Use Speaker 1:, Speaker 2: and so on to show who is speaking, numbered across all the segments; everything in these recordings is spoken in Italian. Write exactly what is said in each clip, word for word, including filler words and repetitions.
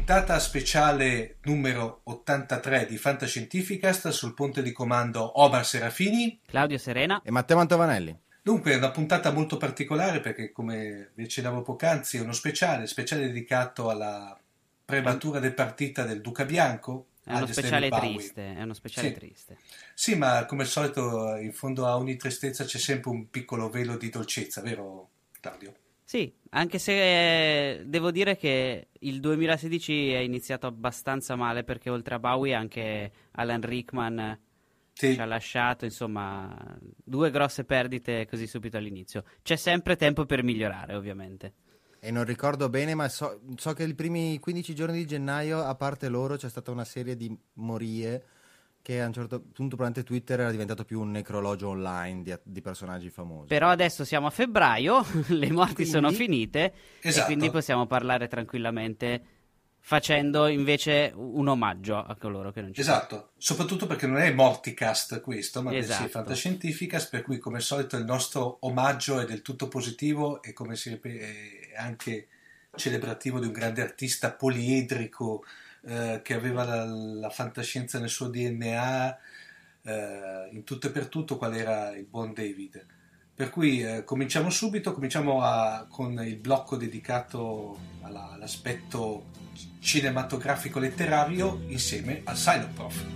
Speaker 1: puntata speciale numero ottantatré di Fantascientificast. Sul ponte di comando Omar Serafini,
Speaker 2: Claudio Serena
Speaker 3: e Matteo Mantovanelli.
Speaker 1: Dunque è una puntata molto particolare perché, come vi accennavo poc'anzi, è uno speciale, speciale dedicato alla prematura departita del Duca Bianco.
Speaker 2: È uno speciale triste, è uno speciale
Speaker 1: sì.
Speaker 2: triste.
Speaker 1: Sì, ma come al solito in fondo a ogni tristezza c'è sempre un piccolo velo di dolcezza, vero Claudio?
Speaker 2: Sì, anche se devo dire che il duemilasedici è iniziato abbastanza male, perché oltre a Bowie anche Alan Rickman
Speaker 1: sì.
Speaker 2: ci ha lasciato, insomma, due grosse perdite così subito all'inizio. C'è sempre tempo per migliorare, ovviamente.
Speaker 3: E non ricordo bene, ma so, so che i primi quindici giorni di gennaio, a parte loro, c'è stata una serie di morie che a un certo punto durante Twitter era diventato più un necrologio online di, di personaggi famosi.
Speaker 2: Però adesso siamo a febbraio, le morti
Speaker 3: quindi...
Speaker 2: sono finite,
Speaker 1: esatto.
Speaker 2: E quindi possiamo parlare tranquillamente, facendo invece un omaggio a coloro che non ci sono.
Speaker 1: Esatto, soprattutto perché non è Morticast questo, ma
Speaker 2: esatto.
Speaker 1: bensì Fantascientificast, per cui come al solito il nostro omaggio è del tutto positivo e come si ripete è anche celebrativo di un grande artista poliedrico eh, che aveva la, la fantascienza nel suo D N A eh, in tutto e per tutto, qual era il buon David. Per cui eh, cominciamo subito, cominciamo a, con il blocco dedicato alla, all'aspetto cinematografico letterario insieme al Silent Prof.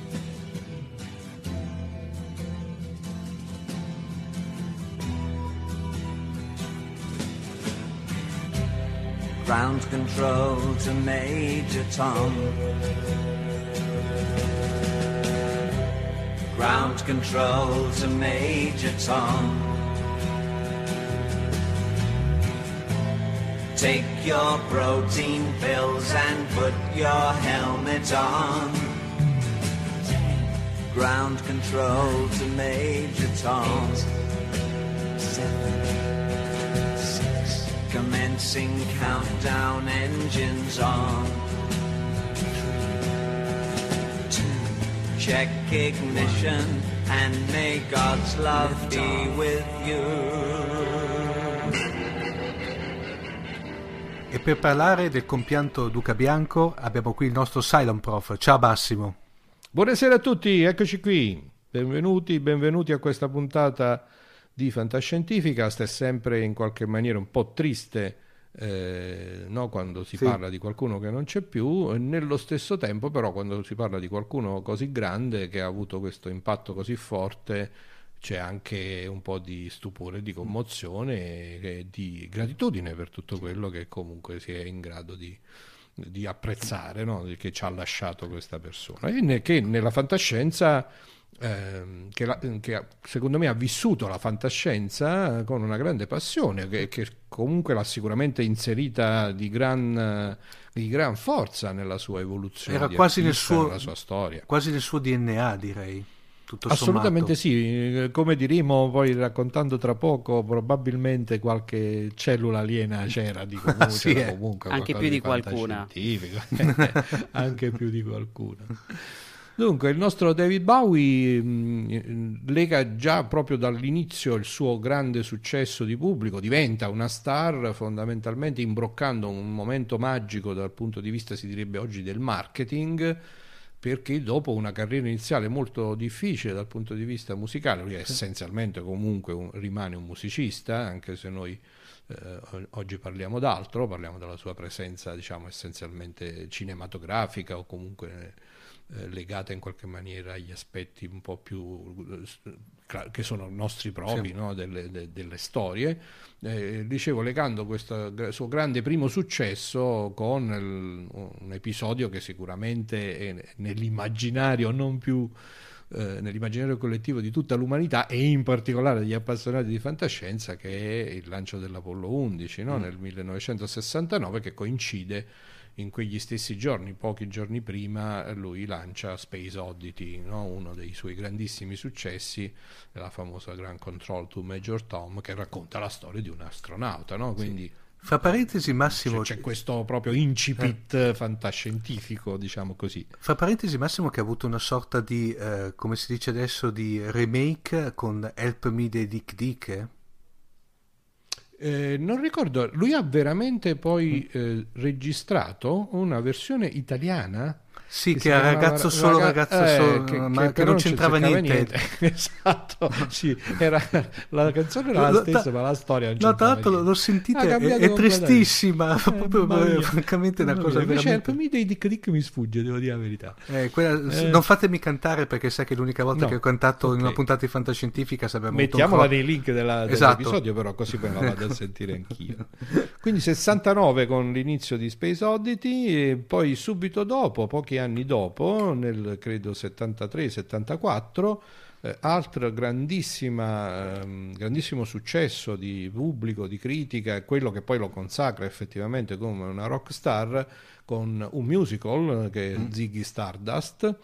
Speaker 4: Ground control to Major Tom. Ground control to Major Tom. Take your protein pills and put your helmet on. Ground control to Major Tom. Eight, seven, six. Commencing countdown, engines on. Three, two. Check ignition and may God's love be with you.
Speaker 1: E per parlare del compianto Duca Bianco abbiamo qui il nostro Silent Prof. Ciao Massimo.
Speaker 5: Buonasera a tutti, eccoci qui. Benvenuti, benvenuti a questa puntata di Fantascientificast. È sempre in qualche maniera un po' triste eh, no? quando si
Speaker 1: sì.
Speaker 5: parla di qualcuno che non c'è più, e nello stesso tempo però quando si parla di qualcuno così grande che ha avuto questo impatto così forte c'è anche un po' di stupore, di commozione e di gratitudine per tutto quello che comunque si è in grado di, di apprezzare, no? Che ci ha lasciato questa persona, e ne, che nella fantascienza ehm, che, la, che secondo me ha vissuto la fantascienza con una grande passione, che, che comunque l'ha sicuramente inserita di gran, di gran forza nella sua evoluzione,
Speaker 1: era quasi nel suo,
Speaker 5: nella sua storia,
Speaker 1: quasi nel suo D N A, direi. Tutto
Speaker 5: assolutamente
Speaker 1: sommato.
Speaker 5: Sì, come diremo poi raccontando tra poco, probabilmente qualche cellula aliena c'era di comunque,
Speaker 1: sì,
Speaker 5: c'era comunque
Speaker 2: anche più di qualcuna
Speaker 5: anche più di qualcuna. Dunque il nostro David Bowie mh, lega già proprio dall'inizio il suo grande successo di pubblico, diventa una star fondamentalmente imbroccando un momento magico dal punto di vista, si direbbe oggi, del marketing, perché dopo una carriera iniziale molto difficile dal punto di vista musicale, lui è essenzialmente comunque un, rimane un musicista, anche se noi eh, oggi parliamo d'altro, parliamo della sua presenza, diciamo, essenzialmente cinematografica o comunque eh, legata in qualche maniera agli aspetti un po' più eh, che sono nostri propri, sì. No? delle, de, delle storie. Eh, dicevo, legando questo suo grande primo successo con il, un episodio che sicuramente è nell'immaginario non più eh, nell'immaginario collettivo di tutta l'umanità e in particolare degli appassionati di fantascienza, che è il lancio dell'Apollo undici, no? mm. nel millenovecentosessantanove, che coincide in quegli stessi giorni, pochi giorni prima, lui lancia Space Oddity, no? Uno dei suoi grandissimi successi, la famosa Ground Control to Major Tom, che racconta la storia di un astronauta, no? Quindi
Speaker 1: sì. Fra parentesi, Massimo,
Speaker 5: c'è, c'è questo proprio incipit eh. fantascientifico, diciamo così.
Speaker 1: Fra parentesi, Massimo, che ha avuto una sorta di, eh, come si dice adesso, di remake con Help Me the Dick Dick, eh?
Speaker 5: Eh, non ricordo, lui ha veramente poi eh, registrato una versione italiana.
Speaker 1: Sì, che,
Speaker 5: si
Speaker 1: era
Speaker 5: chiamava
Speaker 1: ragazzo solo,
Speaker 5: Raga-
Speaker 1: ragazzo
Speaker 5: eh,
Speaker 1: solo,
Speaker 5: che,
Speaker 1: ma
Speaker 5: che
Speaker 1: che, non c'entrava niente.
Speaker 5: Esatto, sì, era, la canzone era la
Speaker 1: Lo-
Speaker 5: stessa,
Speaker 1: tra-
Speaker 5: ma la storia non
Speaker 1: No, tra
Speaker 5: c'entrava
Speaker 1: l'altro lo,
Speaker 5: niente.
Speaker 1: lo sentite,
Speaker 5: Ha
Speaker 1: è,
Speaker 5: cambiato
Speaker 1: è
Speaker 5: completamente.
Speaker 1: tristissima,
Speaker 5: Eh,
Speaker 1: proprio,
Speaker 5: mamma mia.
Speaker 1: francamente è una
Speaker 5: Mamma
Speaker 1: cosa
Speaker 5: mia. Invece
Speaker 1: veramente...
Speaker 5: il mio dei Dick Dick mi sfugge, devo dire la verità.
Speaker 1: Eh, quella-
Speaker 5: Eh.
Speaker 1: Non fatemi cantare perché sai che l'unica volta
Speaker 5: No,
Speaker 1: che ho cantato in
Speaker 5: ok.
Speaker 1: una puntata di fantascientifica se abbiamo avuto un
Speaker 5: Mettiamola
Speaker 1: cro-
Speaker 5: nei link della-
Speaker 1: Esatto.
Speaker 5: dell'episodio, però così poi la vado a sentire anch'io. Quindi sessantanove con l'inizio di Space Oddity, e poi subito dopo, pochi anni dopo, nel credo settantatré settantaquattro, eh, altro grandissima, ehm, grandissimo successo di pubblico, di critica, quello che poi lo consacra effettivamente come una rock star, con un musical che è Ziggy Stardust,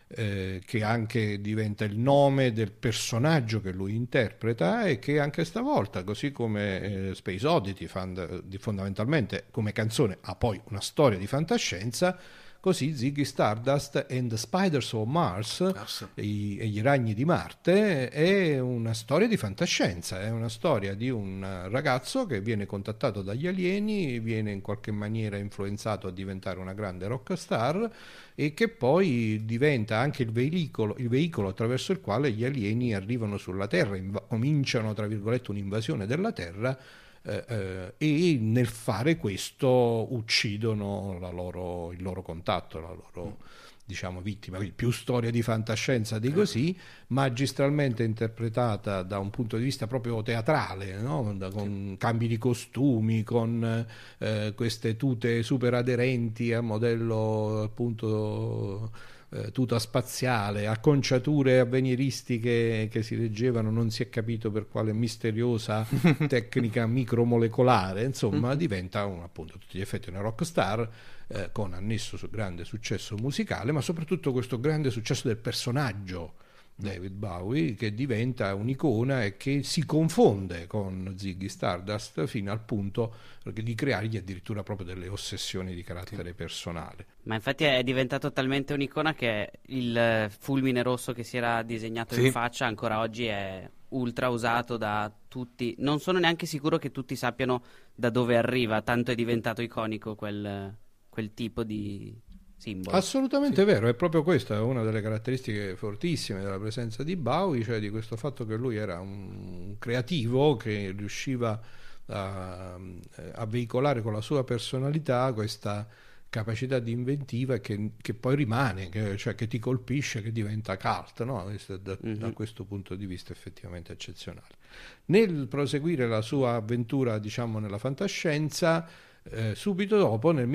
Speaker 5: eh, che anche diventa il nome del personaggio che lui interpreta, e che anche stavolta, così come eh, Space Oddity, fand- di- fondamentalmente come canzone ha poi una storia di fantascienza, così Ziggy Stardust and the Spiders of Mars,
Speaker 1: Mars.
Speaker 5: i, e gli ragni di Marte, è una storia di fantascienza, è una storia di un ragazzo che viene contattato dagli alieni, viene in qualche maniera influenzato a diventare una grande rock star, e che poi diventa anche il veicolo, il veicolo attraverso il quale gli alieni arrivano sulla Terra, inv- cominciano tra virgolette un'invasione della Terra, eh, eh, e nel fare questo uccidono la loro, il loro contatto, la loro diciamo vittima. Quindi più storia di fantascienza di così, magistralmente interpretata da un punto di vista proprio teatrale, no? Da- con cambi di costumi, con eh, queste tute super aderenti a modello appunto eh, tuta spaziale, acconciature avveniristiche che si leggevano non si è capito per quale misteriosa tecnica micromolecolare, insomma diventa un, appunto a tutti gli effetti una rock star, eh, con annesso su grande successo musicale, ma soprattutto questo grande successo del personaggio David Bowie, che diventa un'icona e che si confonde con Ziggy Stardust fino al punto di creargli addirittura proprio delle ossessioni di carattere personale.
Speaker 2: Ma infatti è diventato talmente un'icona che il fulmine rosso che si era disegnato
Speaker 1: Sì.
Speaker 2: in faccia ancora oggi è ultra usato da tutti. Non sono neanche sicuro che tutti sappiano da dove arriva, tanto è diventato iconico quel, quel tipo di simbolo.
Speaker 5: Assolutamente vero, è proprio questa è una delle caratteristiche fortissime della presenza di Bowie, cioè di questo fatto che lui era un creativo che riusciva a, a veicolare con la sua personalità questa capacità di inventiva che, che poi rimane, che, cioè che ti colpisce, che diventa cult, no? Questo è da,
Speaker 2: Mhm.
Speaker 5: da questo punto di vista effettivamente eccezionale. Nel proseguire la sua avventura, diciamo, nella fantascienza, eh, subito dopo, nel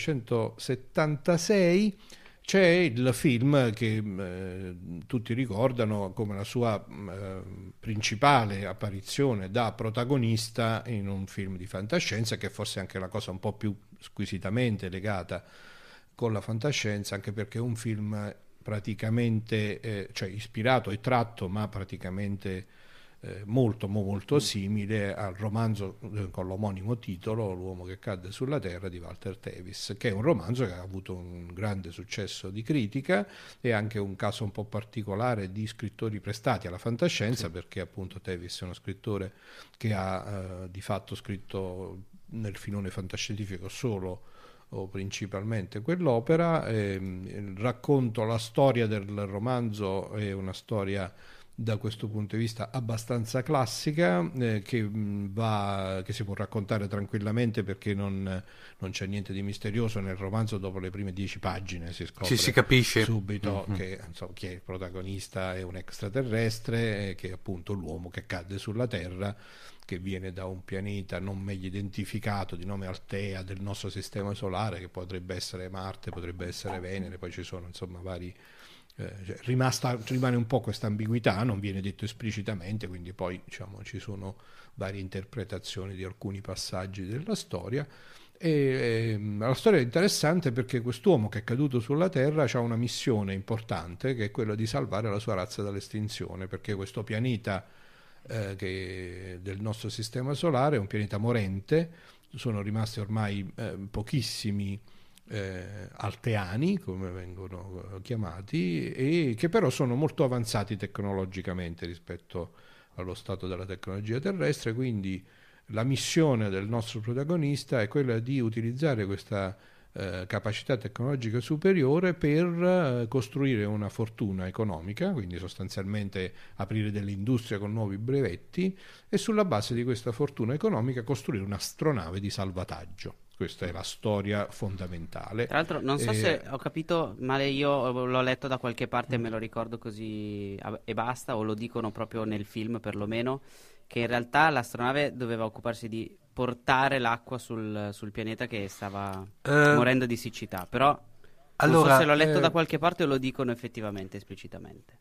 Speaker 5: millenovecentosettantasei, c'è il film che eh, tutti ricordano come la sua eh, principale apparizione da protagonista in un film di fantascienza, che forse è anche la cosa un po' più squisitamente legata con la fantascienza, anche perché è un film praticamente, eh, cioè ispirato e tratto, ma praticamente eh, molto molto simile al romanzo eh, con l'omonimo titolo, L'uomo che cadde sulla Terra, di Walter Tevis, che è un romanzo che ha avuto un grande successo di critica, e anche un caso un po' particolare di scrittori prestati alla fantascienza, perché appunto Tevis è uno scrittore che ha eh, di fatto scritto nel filone fantascientifico solo o principalmente quell'opera. ehm, il racconto, la storia del romanzo è una storia da questo punto di vista abbastanza classica, eh, che, mh, va, che si può raccontare tranquillamente, perché non, non c'è niente di misterioso nel romanzo. Dopo le prime dieci pagine si scopre
Speaker 1: Ci si capisce
Speaker 5: subito
Speaker 1: Mhm.
Speaker 5: che insomma, chi è il protagonista è un extraterrestre, eh, che è appunto l'uomo che cadde sulla Terra, che viene da un pianeta non meglio identificato di nome Altea del nostro sistema solare, che potrebbe essere Marte, potrebbe essere Venere, poi ci sono insomma vari eh, cioè, rimasta, rimane un po' questa ambiguità, non viene detto esplicitamente, quindi poi diciamo ci sono varie interpretazioni di alcuni passaggi della storia. E, e, la storia è interessante perché quest'uomo che è caduto sulla Terra ha una missione importante, che è quella di salvare la sua razza dall'estinzione, perché questo pianeta eh, che del nostro sistema solare è un pianeta morente, sono rimasti ormai eh, pochissimi eh, alteani, come vengono chiamati, e che però sono molto avanzati tecnologicamente rispetto allo stato della tecnologia terrestre, quindi la missione del nostro protagonista è quella di utilizzare questa eh, capacità tecnologica superiore per eh, costruire una fortuna economica, quindi sostanzialmente aprire delle industrie con nuovi brevetti e sulla base di questa fortuna economica costruire un'astronave di salvataggio. Questa è la storia fondamentale.
Speaker 2: Tra l'altro non so
Speaker 5: Eh,
Speaker 2: se ho capito male, io l'ho letto da qualche parte e me lo ricordo così a- e basta, o lo dicono proprio nel film perlomeno, che in realtà l'astronave doveva occuparsi di portare l'acqua sul, sul pianeta che stava
Speaker 1: Eh,
Speaker 2: morendo di siccità, però non
Speaker 1: allora,
Speaker 2: so se l'ho letto
Speaker 5: eh,
Speaker 2: da qualche parte o lo dicono effettivamente, esplicitamente.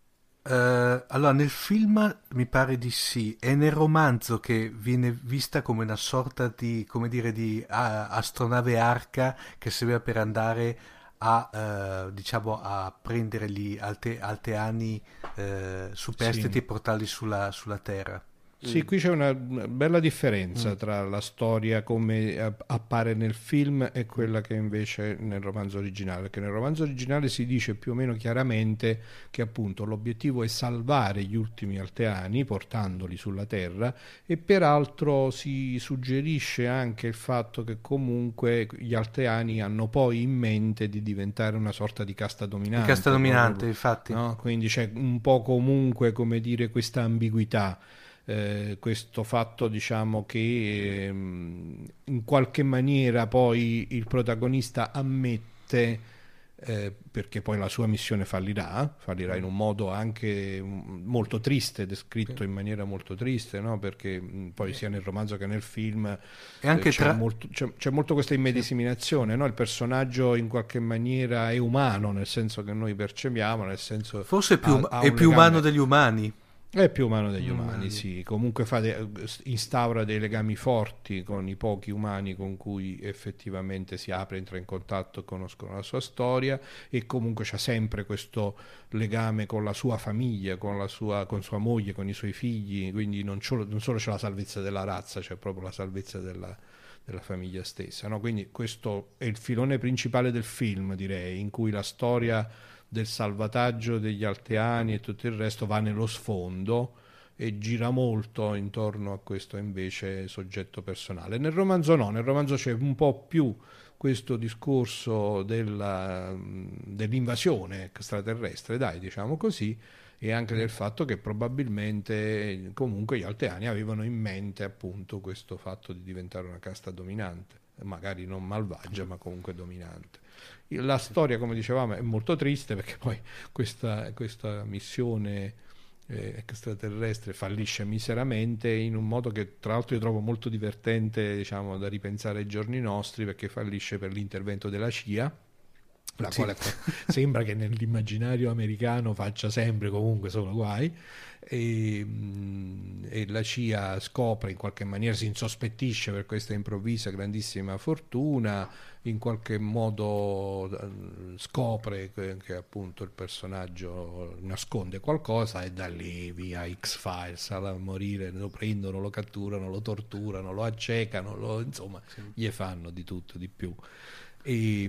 Speaker 1: Eh, allora, nel film mi pare di sì, è nel romanzo che viene vista come una sorta di, come dire, di ah, astronave arca che serviva per andare a, eh, diciamo, a prendere gli alte, alteani eh, superstiti
Speaker 5: sì.
Speaker 1: e portarli sulla, sulla Terra.
Speaker 5: Sì, qui c'è una bella differenza tra la storia come eh, appare nel film e quella che invece nel romanzo originale, perché nel romanzo originale si dice più o meno chiaramente che appunto l'obiettivo è salvare gli ultimi alteani portandoli sulla Terra, e peraltro si suggerisce anche il fatto che comunque gli alteani hanno poi in mente di diventare una sorta di casta dominante.
Speaker 1: Il casta dominante,
Speaker 5: proprio,
Speaker 1: infatti.
Speaker 5: no? Quindi c'è un po' comunque, come dire, questa ambiguità. Eh, questo fatto, diciamo, che ehm, in qualche maniera poi il protagonista ammette, eh, perché poi la sua missione fallirà, fallirà in un modo anche mm, molto triste, descritto in maniera molto triste, no? Perché mh, poi sia nel romanzo che nel film
Speaker 1: E anche
Speaker 5: eh, c'è,
Speaker 1: tra...
Speaker 5: molto, c'è, c'è molto questa immedesimazione, no? Il personaggio in qualche maniera è umano, nel senso che noi percepiamo, nel senso
Speaker 1: Forse è più,
Speaker 5: ha- ha
Speaker 1: è
Speaker 5: un
Speaker 1: più
Speaker 5: legame-
Speaker 1: umano degli umani.
Speaker 5: è più umano degli umani,
Speaker 1: Umani.
Speaker 5: sì. Comunque fa de- instaura dei legami forti con i pochi umani con cui effettivamente si apre, entra in contatto e conoscono la sua storia, e comunque c'ha sempre questo legame con la sua famiglia, con la sua, con sua moglie, con i suoi figli, quindi non solo, non solo c'è la salvezza della razza, c'è proprio la salvezza della, della famiglia stessa, no? Quindi questo è il filone principale del film, direi, in cui la storia del salvataggio degli alteani e tutto il resto va nello sfondo e gira molto intorno a questo invece soggetto personale. Nel romanzo no, nel romanzo c'è un po' più questo discorso della, dell'invasione extraterrestre, dai, diciamo così, e anche del fatto che probabilmente comunque gli alteani avevano in mente appunto questo fatto di diventare una casta dominante, magari non malvagia ma comunque dominante. La storia, come dicevamo, è molto triste perché poi questa, questa missione eh, extraterrestre fallisce miseramente, in un modo che tra l'altro io trovo molto divertente, diciamo, da ripensare ai giorni nostri, perché fallisce per l'intervento della C I A, la
Speaker 1: Sì.
Speaker 5: quale sembra che nell'immaginario americano faccia sempre comunque solo guai, e, mh, e la C I A scopre, in qualche maniera si insospettisce per questa improvvisa grandissima fortuna, in qualche modo eh, scopre che, che appunto il personaggio nasconde qualcosa, e da lì via X-Files a morire, lo prendono, lo catturano, lo torturano, lo accecano, lo, insomma gli fanno di tutto, di più. E,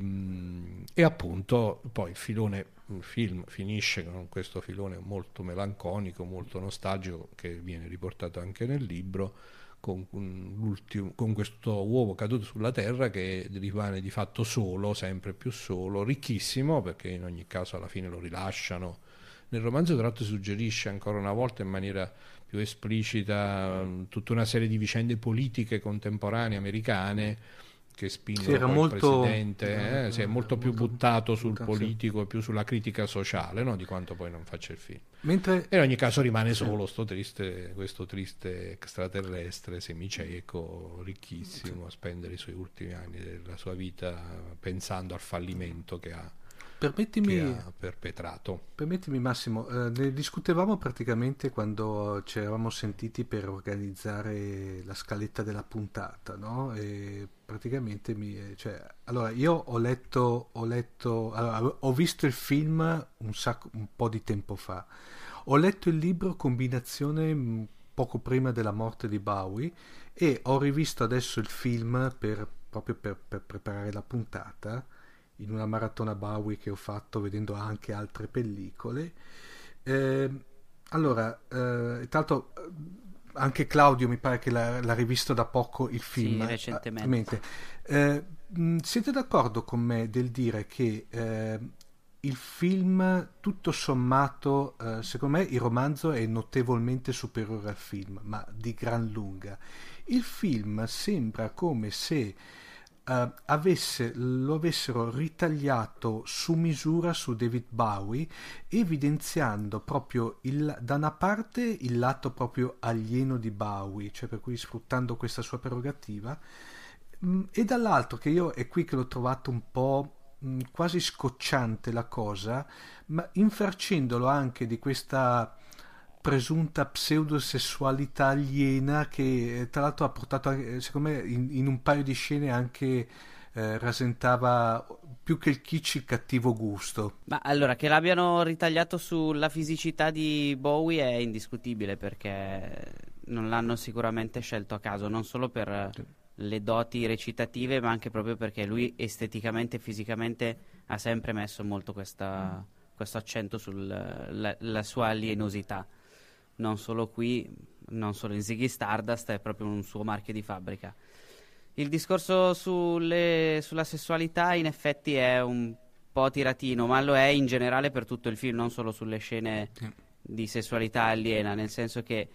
Speaker 5: e appunto poi il filone, il film finisce con questo filone molto melanconico, molto nostalgico, che viene riportato anche nel libro, con, l'ultimo, con questo uovo caduto sulla terra che rimane di fatto solo, sempre più solo, ricchissimo, perché in ogni caso alla fine lo rilasciano. Nel romanzo tra l'altro suggerisce ancora una volta in maniera più esplicita tutta una serie di vicende politiche contemporanee americane che spingono
Speaker 1: Sì, era
Speaker 5: poi
Speaker 1: molto-
Speaker 5: il presidente, eh, si è molto più
Speaker 1: molto
Speaker 5: buttato sul
Speaker 1: buttato, sì.
Speaker 5: politico e più sulla critica sociale, no? Di quanto poi non faccia il film.
Speaker 1: Mentre
Speaker 5: E in ogni caso rimane solo sto triste, questo triste extraterrestre semicieco, ricchissimo, a spendere i suoi ultimi anni della sua vita pensando al fallimento che ha,
Speaker 1: permettimi...
Speaker 5: che ha perpetrato.
Speaker 1: Permettimi Massimo, eh, ne discutevamo praticamente quando ci eravamo sentiti per organizzare la scaletta della puntata, no? E praticamente mi, cioè, allora io ho letto, ho letto, allora, ho visto il film un sacco, un po' di tempo fa, ho letto il libro Combinazione mh, poco prima della morte di Bowie, e ho rivisto adesso il film per, proprio per, per preparare la puntata, in una maratona Bowie che ho fatto vedendo anche altre pellicole. Eh, allora, eh, tra l'altro anche Claudio mi pare che l'ha, l'ha rivisto da poco il film.
Speaker 2: Sì, recentemente.
Speaker 1: Eh, mh, siete d'accordo con me del dire che eh, il film, tutto sommato, eh, secondo me il romanzo è notevolmente superiore al film, ma di gran lunga. Il film sembra come se Uh, avesse, lo avessero ritagliato su misura su David Bowie, evidenziando proprio il, da una parte il lato proprio alieno di Bowie, cioè per cui sfruttando questa sua prerogativa, mh, e dall'altro, che io è qui che l'ho trovato un po' mh, quasi scocciante la cosa, ma infarcendolo anche di questa presunta pseudosessualità aliena che tra l'altro ha portato, secondo me, in, in un paio di scene anche eh, rasentava più che il kitsch il cattivo gusto.
Speaker 2: Ma allora, che l'abbiano ritagliato sulla fisicità di Bowie è indiscutibile, perché non l'hanno sicuramente scelto a caso, non solo per le doti recitative, ma anche proprio perché lui esteticamente e fisicamente ha sempre messo molto questa, questo accento sulla sua alienosità. Non solo qui, non solo in Ziggy Stardust, è proprio un suo marchio di fabbrica. Il discorso sulle, sulla sessualità in effetti è un po' tiratino, ma lo è in generale per tutto il film, non solo sulle scene di sessualità aliena, nel senso che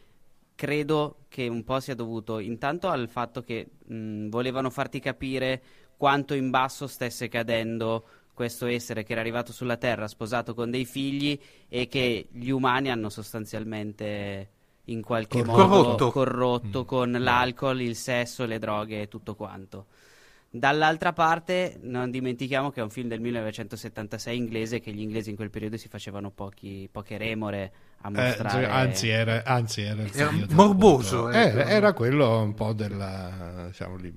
Speaker 2: credo che un po' sia dovuto intanto al fatto che mh, volevano farti capire quanto in basso stesse cadendo questo essere che era arrivato sulla Terra sposato con dei figli e che gli umani hanno sostanzialmente in qualche
Speaker 1: corrotto.
Speaker 2: modo corrotto
Speaker 5: Mm.
Speaker 2: con l'alcol, il sesso, le droghe e tutto quanto. Dall'altra parte non dimentichiamo che è un film del millenovecentosettantasei inglese, che gli inglesi in quel periodo si facevano pochi, poche remore a
Speaker 5: Eh,
Speaker 2: mostrare.
Speaker 5: anzi era, anzi era, il
Speaker 1: Era
Speaker 5: periodo,
Speaker 1: morboso,
Speaker 5: appunto.
Speaker 1: ecco.
Speaker 5: era, era quello un po' della, diciamo, li-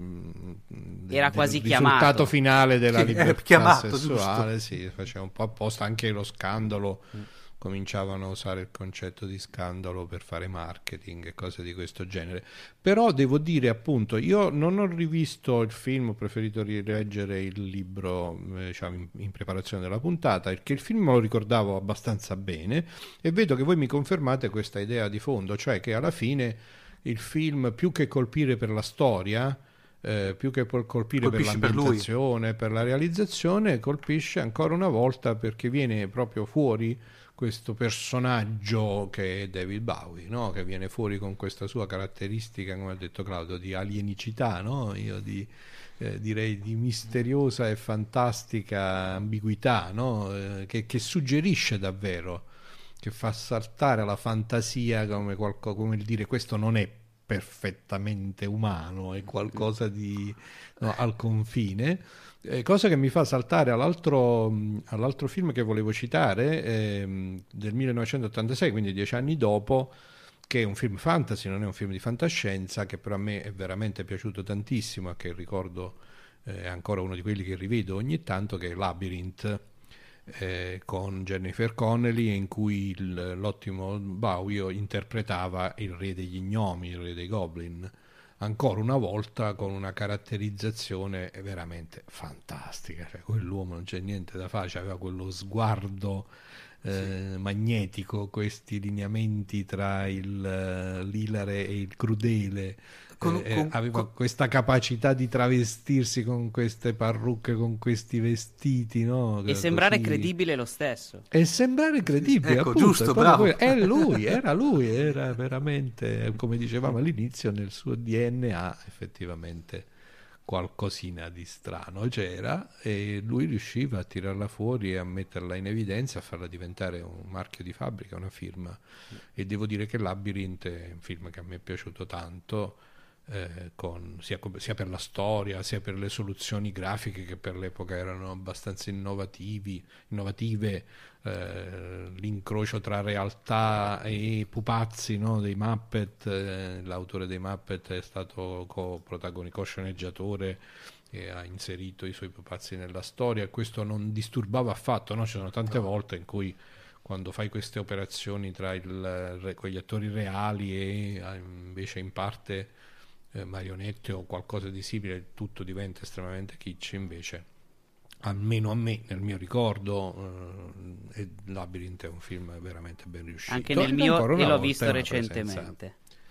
Speaker 5: del,
Speaker 2: Era quasi
Speaker 5: del
Speaker 2: chiamato.
Speaker 5: risultato finale della
Speaker 1: Sì, era
Speaker 5: libertà
Speaker 1: chiamato,
Speaker 5: sessuale, sì, faceva un po' apposta anche lo scandalo.
Speaker 1: Mm.
Speaker 5: Cominciavano a usare il concetto di scandalo per fare marketing e cose di questo genere. Però devo dire, appunto, io non ho rivisto il film, ho preferito rileggere il libro, eh, diciamo, in, in preparazione della puntata, perché il film me lo ricordavo abbastanza bene e vedo che voi mi confermate questa idea di fondo, cioè che alla fine il film, più che colpire per la storia, eh, più che por- colpire
Speaker 1: Colpisce
Speaker 5: per
Speaker 1: per lui.
Speaker 5: l'ambientazione, per la realizzazione, colpisce ancora una volta perché viene proprio fuori questo personaggio che è David Bowie, no? Che viene fuori con questa sua caratteristica, come ha detto Claudio, di alienicità, no? Io di, eh, direi di misteriosa e fantastica ambiguità, no? Eh, che, che suggerisce davvero, che fa saltare la fantasia come, qualco, come il dire questo non è perfettamente umano, è qualcosa di no, al confine. Eh, cosa che mi fa saltare all'altro, mh, all'altro film che volevo citare, ehm, del millenovecentottantasei, quindi dieci anni dopo, che è un film fantasy, non è un film di fantascienza, che però a me è veramente piaciuto tantissimo e che ricordo eh, è ancora uno di quelli che rivedo ogni tanto, che è Labyrinth, eh, con Jennifer Connelly, in cui il, l'ottimo Bowie interpretava il re degli gnomi, il re dei goblin, ancora una volta con una caratterizzazione veramente fantastica, cioè, quell'uomo non c'è niente da fare, aveva quello sguardo eh, sì. magnetico, questi lineamenti tra il uh, l'ilare e il crudele, con, eh, con, aveva con... questa capacità di travestirsi con queste parrucche, con questi vestiti, no?
Speaker 2: E sembrare così... credibile lo stesso,
Speaker 5: e sembrare credibile,
Speaker 1: ecco,
Speaker 5: appunto,
Speaker 1: giusto, bravo.
Speaker 5: Poi, è lui, era lui, era veramente, come dicevamo all'inizio, nel suo D N A effettivamente qualcosina di strano c'era, e lui riusciva a tirarla fuori e a metterla in evidenza, a farla diventare un marchio di fabbrica, una firma. E devo dire che Labyrinth è un film che a me è piaciuto tanto, eh, con, sia, sia per la storia, sia per le soluzioni grafiche, che per l'epoca erano abbastanza innovativi, innovative, eh, l'incrocio tra realtà e pupazzi, no, dei Muppet. Eh, l'autore dei Muppet è stato co-protagonico, co-sceneggiatore, e ha inserito i suoi pupazzi nella storia, e questo non disturbava affatto, no? Ci sono tante volte in cui, quando fai queste operazioni tra il, con gli attori reali e invece in parte eh, marionette o qualcosa di simile, tutto diventa estremamente kitsch. Invece, almeno a me, nel mio ricordo, eh, Labyrinth è un film veramente ben riuscito.
Speaker 2: Anche nel mio, io l'ho visto recentemente.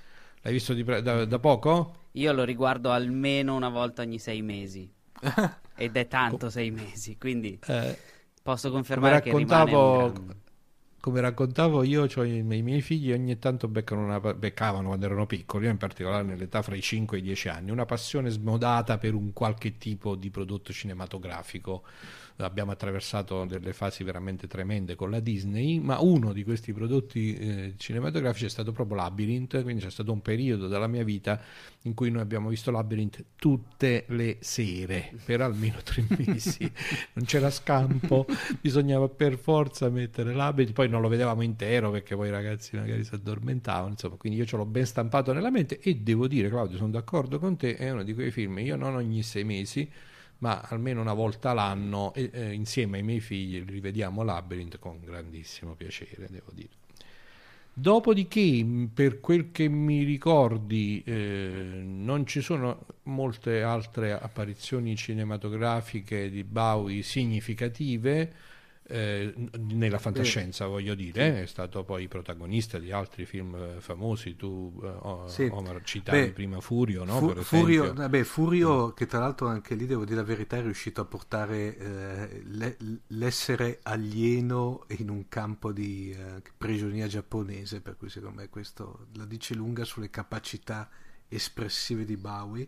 Speaker 5: L'hai visto di pre- da, da poco?
Speaker 2: Io lo riguardo almeno una volta ogni sei mesi. Ed è tanto sei mesi, quindi
Speaker 5: Eh,
Speaker 2: posso
Speaker 5: come
Speaker 2: confermare che rimane
Speaker 5: raccontavo,
Speaker 2: un gran...
Speaker 5: come raccontavo io, cioè i miei, i miei figli ogni tanto beccano una, pa- beccavano quando erano piccoli, in particolare nell'età fra i cinque e i dieci anni, una passione smodata per un qualche tipo di prodotto cinematografico. Abbiamo attraversato delle fasi veramente tremende con la Disney, ma uno di questi prodotti eh, cinematografici è stato proprio Labyrinth, quindi c'è stato un periodo della mia vita in cui noi abbiamo visto Labyrinth tutte le sere per almeno tre mesi. Non c'era scampo, bisognava per forza mettere Labyrinth, poi non lo vedevamo intero perché poi i ragazzi magari si addormentavano, insomma, quindi io ce l'ho ben stampato nella mente e devo dire, Claudio, sono d'accordo con te, è uno di quei film, io non ogni sei mesi ma almeno una volta l'anno e, eh, insieme ai miei figli rivediamo Labyrinth con grandissimo piacere, devo dire. Dopodiché, per quel che mi ricordi, eh, non ci sono molte altre apparizioni cinematografiche di Bowie significative, eh, nella fantascienza, voglio dire, sì. È stato poi protagonista di altri film eh, famosi, tu eh, o,
Speaker 1: sì.
Speaker 5: Omar citavi
Speaker 1: beh,
Speaker 5: prima Furio, no?
Speaker 1: Fu-
Speaker 5: per
Speaker 1: Furio, vabbè, Furio mm. che tra l'altro anche lì, devo dire la verità, è riuscito a portare eh, le- l'essere alieno in un campo di eh, prigionia giapponese, per cui secondo me questo la dice lunga sulle capacità espressive di Bowie.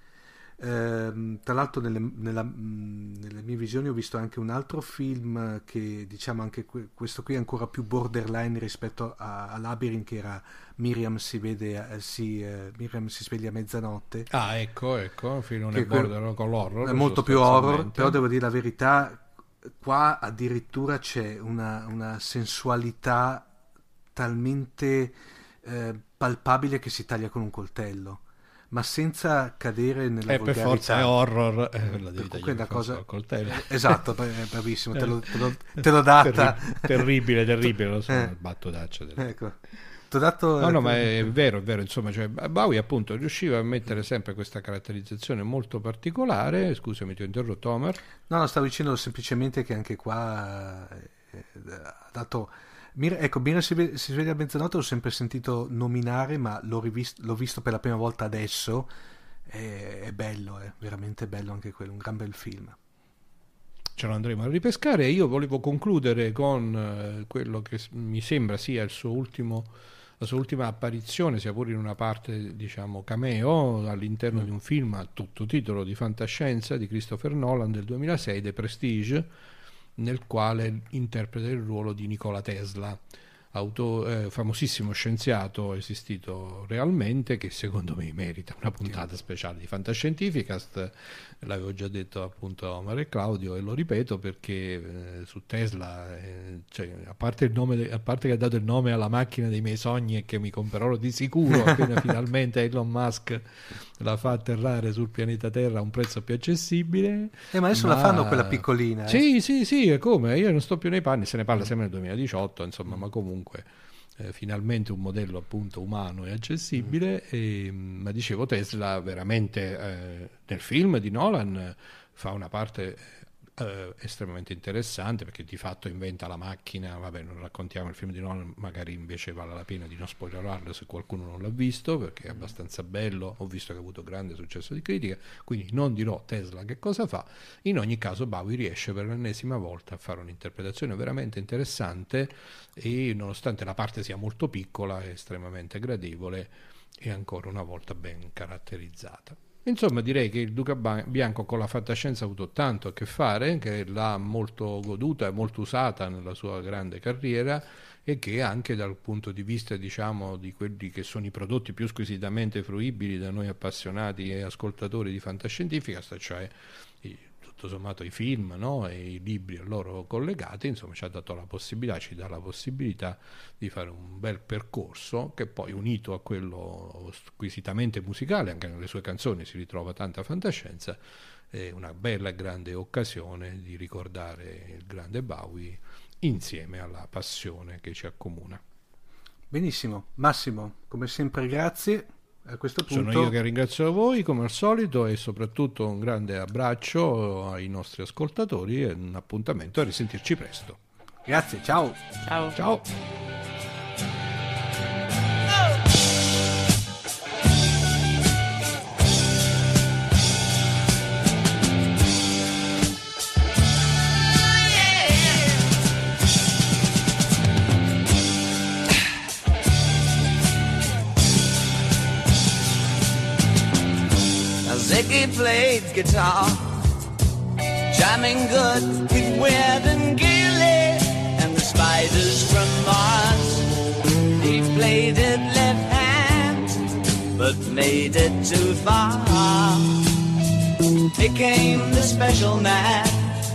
Speaker 1: Eh, tra l'altro nelle, nella, mh, nelle mie visioni ho visto anche un altro film che, diciamo, anche que- questo qui è ancora più borderline rispetto a, a Labyrinth, che era Miriam si vede eh, si, eh, Miriam si sveglia a mezzanotte.
Speaker 5: Ah, ecco, ecco, un film non è
Speaker 1: que-
Speaker 5: border con l'horror,
Speaker 1: è molto più horror, però devo dire la verità, qua addirittura c'è una, una sensualità talmente eh, palpabile che si taglia con un coltello, ma senza cadere nella
Speaker 5: eh,
Speaker 1: volgarità.
Speaker 5: Per forza è horror, eh, la devi tagliare
Speaker 1: una cosa
Speaker 5: col coltello.
Speaker 1: Esatto, bravissimo, te l'ho, te l'ho, te l'ho data.
Speaker 5: Terri- terribile, terribile, lo so, eh. battutaccia. Del...
Speaker 1: Ecco. T'ho dato...
Speaker 5: No, no, ma è vero, è vero, insomma, cioè, Bowie appunto riusciva a mettere sempre questa caratterizzazione molto particolare. Scusami, ti ho interrotto, Omar.
Speaker 1: No, no, stavo dicendo semplicemente che anche qua eh, ha dato... Mir- ecco, Mira si, ve- si sveglia a mezzanotte, l'ho sempre sentito nominare, ma l'ho, rivist- l'ho visto per la prima volta adesso. È, è bello, è veramente bello anche quello, un gran bel film.
Speaker 5: Ce lo andremo a ripescare. Io volevo concludere con eh, quello che mi sembra sia il suo ultimo, la sua ultima apparizione, sia pure in una parte, diciamo, cameo, all'interno mm. di un film a tutto titolo di fantascienza di Christopher Nolan del duemilasei, The Prestige, nel quale interpreta il ruolo di Nikola Tesla, auto, eh, famosissimo scienziato esistito realmente, che secondo me merita una puntata speciale di Fantascientificast. L'avevo già detto appunto a Omar e Claudio e lo ripeto perché eh, su Tesla, eh, cioè, a parte il nome de- a parte che ha dato il nome alla macchina dei miei sogni e che mi comprerò di sicuro appena finalmente Elon Musk la fa atterrare sul pianeta Terra a un prezzo più accessibile.
Speaker 1: Eh, ma adesso ma... la fanno quella piccolina. Eh?
Speaker 5: Sì, sì, sì, è come, io non sto più nei panni, se ne parla sempre nel duemiladiciotto, insomma, ma comunque eh, finalmente un modello appunto umano e accessibile. Mm. E, ma dicevo, Tesla veramente eh, nel film di Nolan eh, fa una parte eh, estremamente interessante, perché di fatto inventa la macchina. Vabbè, non raccontiamo il film di Nolan, magari invece vale la pena di non spoilerarlo se qualcuno non l'ha visto, perché è abbastanza bello. Ho visto che ha avuto grande successo di critica, quindi non dirò Tesla che cosa fa. In ogni caso Bowie riesce per l'ennesima volta a fare un'interpretazione veramente interessante e, nonostante la parte sia molto piccola, è estremamente gradevole e ancora una volta ben caratterizzata. Insomma, direi che il Duca Bianco con la fantascienza ha avuto tanto a che fare, che l'ha molto goduta e molto usata nella sua grande carriera, e che anche dal punto di vista, diciamo, di quelli che sono i prodotti più squisitamente fruibili da noi appassionati e ascoltatori di Fantascientificast, cioè i, tutto sommato i film, no? E i libri a loro collegati, insomma, ci ha dato la possibilità, ci dà la possibilità di fare un bel percorso che poi, unito a quello squisitamente musicale, anche nelle sue canzoni si ritrova tanta fantascienza, è una bella e grande occasione di ricordare il grande Bowie insieme alla passione che ci accomuna.
Speaker 1: Benissimo, Massimo, come sempre grazie. A questo punto
Speaker 5: sono io che ringrazio voi come al solito, e soprattutto un grande abbraccio ai nostri ascoltatori e un appuntamento a risentirci presto.
Speaker 1: Grazie, ciao.
Speaker 2: Ciao.
Speaker 5: Ciao.
Speaker 4: he played guitar, jamming good with Weird and Gilly and the Spiders from Mars. He played it left hand, but made it too far. Became the special man.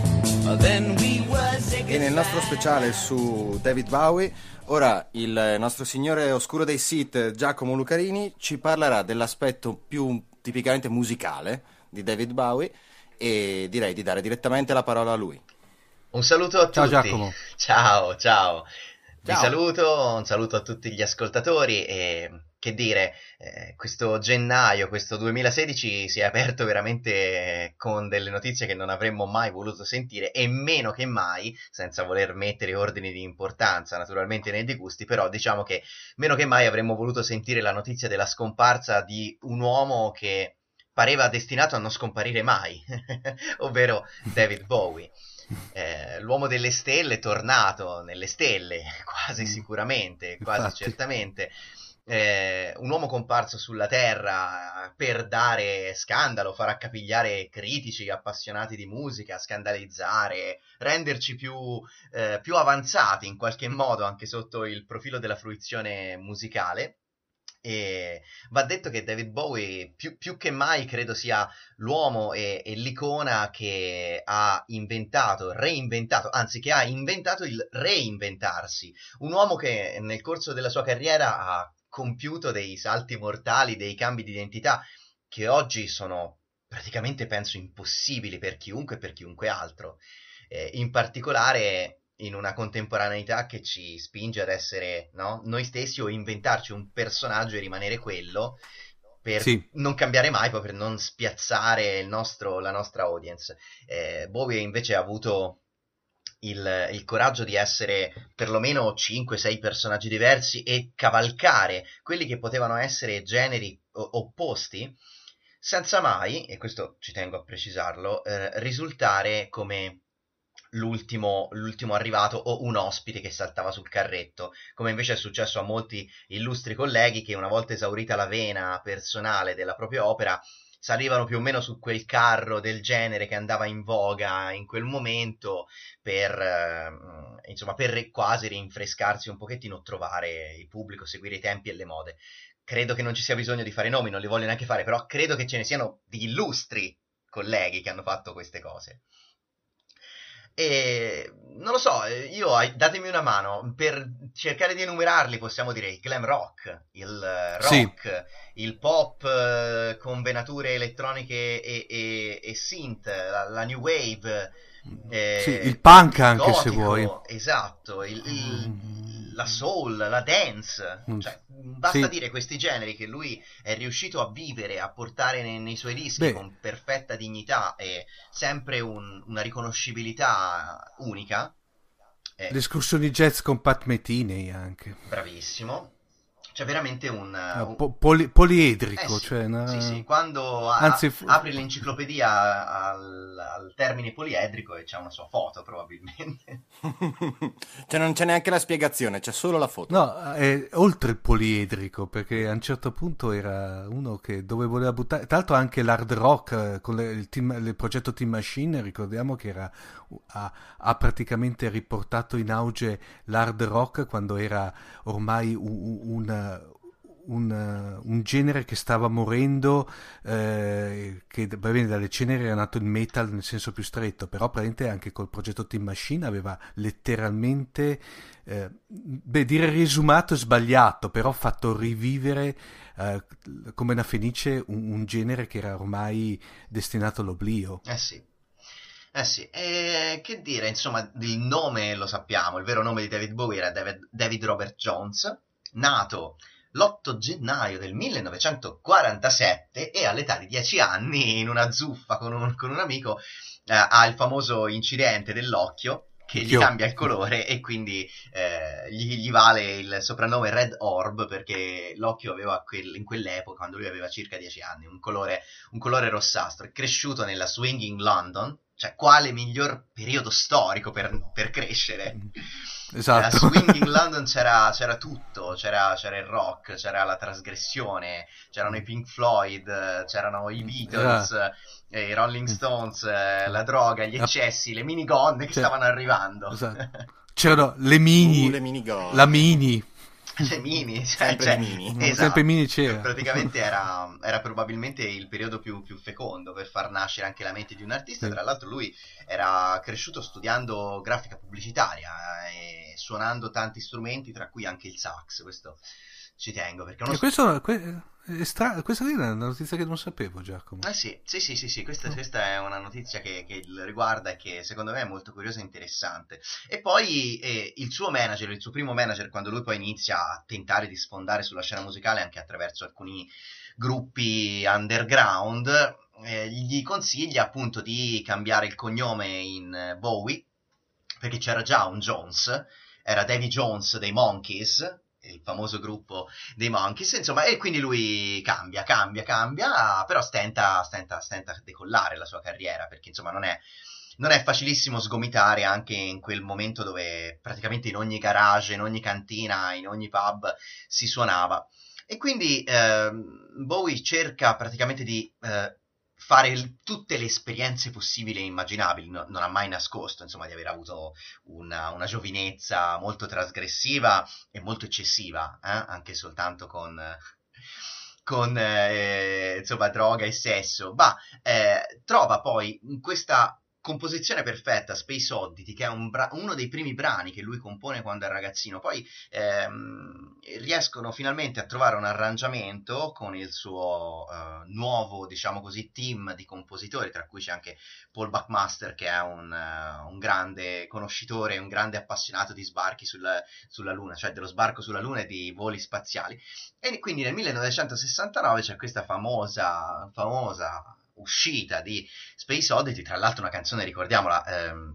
Speaker 4: Then we were
Speaker 3: E nel nostro speciale su David Bowie, ora il nostro signore oscuro dei Sith, Giacomo Lucarini, ci parlerà dell'aspetto più tipicamente musicale di David Bowie e direi di dare direttamente la parola a lui.
Speaker 6: Un saluto a tutti.
Speaker 5: Ciao Giacomo.
Speaker 6: Ciao, ciao. Vi
Speaker 3: Ciao.
Speaker 6: saluto, un saluto a tutti gli ascoltatori e che dire, eh, questo gennaio, questo duemilasedici si è aperto veramente con delle notizie che non avremmo mai voluto sentire e meno che mai, senza voler mettere ordini di importanza naturalmente nei disgusti, però diciamo che meno che mai avremmo voluto sentire la notizia della scomparsa di un uomo che pareva destinato a non scomparire mai, ovvero David Bowie. Eh, l'uomo delle stelle è tornato nelle stelle, quasi sicuramente, quasi
Speaker 5: Infatti.
Speaker 6: certamente. Eh, un uomo comparso sulla Terra per dare scandalo, far accapigliare critici appassionati di musica, scandalizzare, renderci più, eh, più avanzati in qualche modo anche sotto il profilo della fruizione musicale. E va detto che David Bowie più, più che mai credo sia l'uomo e, e l'icona che ha inventato, reinventato, anzi che ha inventato il reinventarsi, un uomo che nel corso della sua carriera ha compiuto dei salti mortali, dei cambi di identità che oggi sono praticamente penso impossibili per chiunque e per chiunque altro, eh, in particolare in una contemporaneità che ci spinge ad essere, no, noi stessi o inventarci un personaggio e rimanere quello per
Speaker 5: Sì.
Speaker 6: non cambiare mai, poi per non spiazzare il nostro, la nostra audience. Eh, Bowie invece ha avuto il, il coraggio di essere perlomeno cinque sei personaggi diversi e cavalcare quelli che potevano essere generi o- opposti senza mai, e questo ci tengo a precisarlo, eh, risultare come l'ultimo, l'ultimo arrivato o un ospite che saltava sul carretto, come invece è successo a molti illustri colleghi che una volta esaurita la vena personale della propria opera salivano più o meno su quel carro del genere che andava in voga in quel momento per, eh, insomma, per quasi rinfrescarsi un pochettino, trovare il pubblico, seguire i tempi e le mode. Credo che non ci sia bisogno di fare nomi, non li voglio neanche fare, però credo che ce ne siano di illustri colleghi che hanno fatto queste cose. E non lo so, io datemi una mano per cercare di enumerarli. Possiamo dire il glam rock, il rock, sì, il pop eh, con venature elettroniche e, e, e synth, la, la new wave, eh,
Speaker 5: sì, il punk
Speaker 6: il
Speaker 5: anche
Speaker 6: gotico,
Speaker 5: se vuoi,
Speaker 6: esatto, il, il, la soul, la dance, cioè, basta
Speaker 5: sì.
Speaker 6: dire questi generi che lui è riuscito a vivere, a portare nei, nei suoi dischi
Speaker 5: Beh.
Speaker 6: con perfetta dignità e sempre un, una riconoscibilità unica.
Speaker 5: Le escursioni jazz con Pat Metheny anche.
Speaker 6: Bravissimo. Cioè veramente un... un...
Speaker 5: Po- poli- poliedrico.
Speaker 6: Eh sì,
Speaker 5: cioè una...
Speaker 6: sì, sì. Quando
Speaker 5: Anzi,
Speaker 6: a-
Speaker 5: fu-
Speaker 6: apri l'enciclopedia al, al termine poliedrico e c'è una sua foto probabilmente.
Speaker 3: Cioè non c'è neanche la spiegazione, c'è solo la foto.
Speaker 5: No, è oltre il poliedrico, perché a un certo punto era uno che dove voleva buttare, tra l'altro anche l'hard rock eh, con le- il, team- il progetto Team Machine, ricordiamo che era, ha, ha praticamente riportato in auge l'hard rock quando era ormai un, un, un, un genere che stava morendo, eh, che va bene, dalle ceneri era nato il metal nel senso più stretto, però praticamente anche col progetto Team Machine aveva letteralmente eh, beh, dire riesumato è sbagliato, però fatto rivivere eh, come una fenice un, un genere che era ormai destinato all'oblio.
Speaker 6: Eh sì. Eh sì, e che dire, insomma, il nome lo sappiamo, il vero nome di David Bowie era David, David Robert Jones, nato l'otto gennaio del millenovecentoquarantasette e all'età di dieci anni in una zuffa con un, con un amico eh, ha il famoso incidente dell'occhio che gli
Speaker 5: Io.
Speaker 6: cambia il colore e quindi eh, gli, gli vale il soprannome Red Orb perché l'occhio aveva quel, in quell'epoca, quando lui aveva circa dieci anni, un colore, un colore rossastro. È cresciuto nella swinging London, cioè quale miglior periodo storico per, per crescere?
Speaker 1: Esatto.
Speaker 6: Nella swinging London c'era, c'era tutto, c'era, c'era il rock, c'era la trasgressione, c'erano i Pink Floyd, c'erano i Beatles,
Speaker 1: Ah.
Speaker 6: eh, i Rolling Stones, eh, la droga, gli eccessi, le minigonne che
Speaker 1: Cioè,
Speaker 6: stavano arrivando.
Speaker 1: Esatto. C'erano le mini,
Speaker 3: Uh, le minigonne.
Speaker 1: la mini,
Speaker 6: Le mini, cioè,
Speaker 3: Sempre
Speaker 6: cioè,
Speaker 3: le mini.
Speaker 6: esatto.
Speaker 1: sempre mini c'era.
Speaker 6: Praticamente era, era probabilmente il periodo più, più fecondo per far nascere anche la mente di un artista.
Speaker 1: Sì.
Speaker 6: Tra l'altro lui era cresciuto studiando grafica pubblicitaria e suonando tanti strumenti, tra cui anche il sax. Questo ci tengo perché uno
Speaker 1: E questo, que- è stra- questa lì è una notizia che non sapevo, Giacomo.
Speaker 6: Eh sì, sì, sì, sì, sì, questa, questa è una notizia che, che il riguarda e che secondo me è molto curiosa e interessante. E poi eh, il suo manager, il suo primo manager, quando lui poi inizia a tentare di sfondare sulla scena musicale anche attraverso alcuni gruppi underground, eh, gli consiglia appunto di cambiare il cognome in eh, Bowie, perché c'era già un Jones, era Davy Jones dei Monkees, il famoso gruppo dei Monkees, insomma, e quindi lui cambia, cambia, cambia, però stenta, stenta, stenta a decollare la sua carriera, perché insomma non è, non è facilissimo sgomitare anche in quel momento dove praticamente in ogni garage, in ogni cantina, in ogni pub si suonava. E quindi eh, Bowie cerca praticamente di eh, fare il, tutte le esperienze possibili e immaginabili, no, non ha mai nascosto insomma di aver avuto una, una giovinezza molto trasgressiva e molto eccessiva, eh? Anche soltanto con, con eh, insomma droga e sesso, ma eh, trova poi in questa composizione perfetta, Space Oddity, che è un bra- uno dei primi brani che lui compone quando è ragazzino. Poi ehm, riescono finalmente a trovare un arrangiamento con il suo eh, nuovo, diciamo così, team di compositori, tra cui c'è anche Paul Buckmaster, che è un, uh, un grande conoscitore, un grande appassionato di sbarchi sulla, sulla Luna, cioè dello sbarco sulla Luna e di voli spaziali. E quindi nel millenovecentosessantanove c'è questa famosa, famosa uscita di Space Oddity, tra l'altro una canzone, ricordiamola, ehm,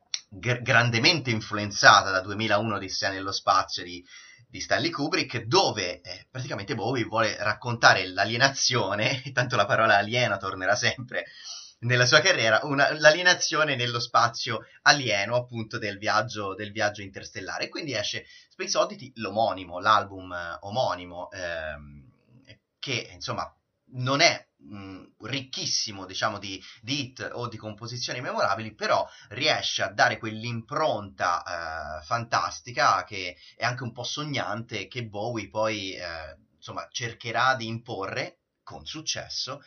Speaker 6: g- grandemente influenzata da duemilauno Odissea nello spazio di, di Stanley Kubrick, dove eh, praticamente Bowie vuole raccontare l'alienazione, tanto la parola alieno tornerà sempre nella sua carriera, una, l'alienazione nello spazio alieno appunto del viaggio, del viaggio interstellare. E quindi esce Space Oddity, l'omonimo, l'album eh, omonimo, ehm, che insomma non è mh, ricchissimo, diciamo, di, di hit o di composizioni memorabili, però riesce a dare quell'impronta eh, fantastica, che è anche un po' sognante, che Bowie poi eh, insomma cercherà di imporre con successo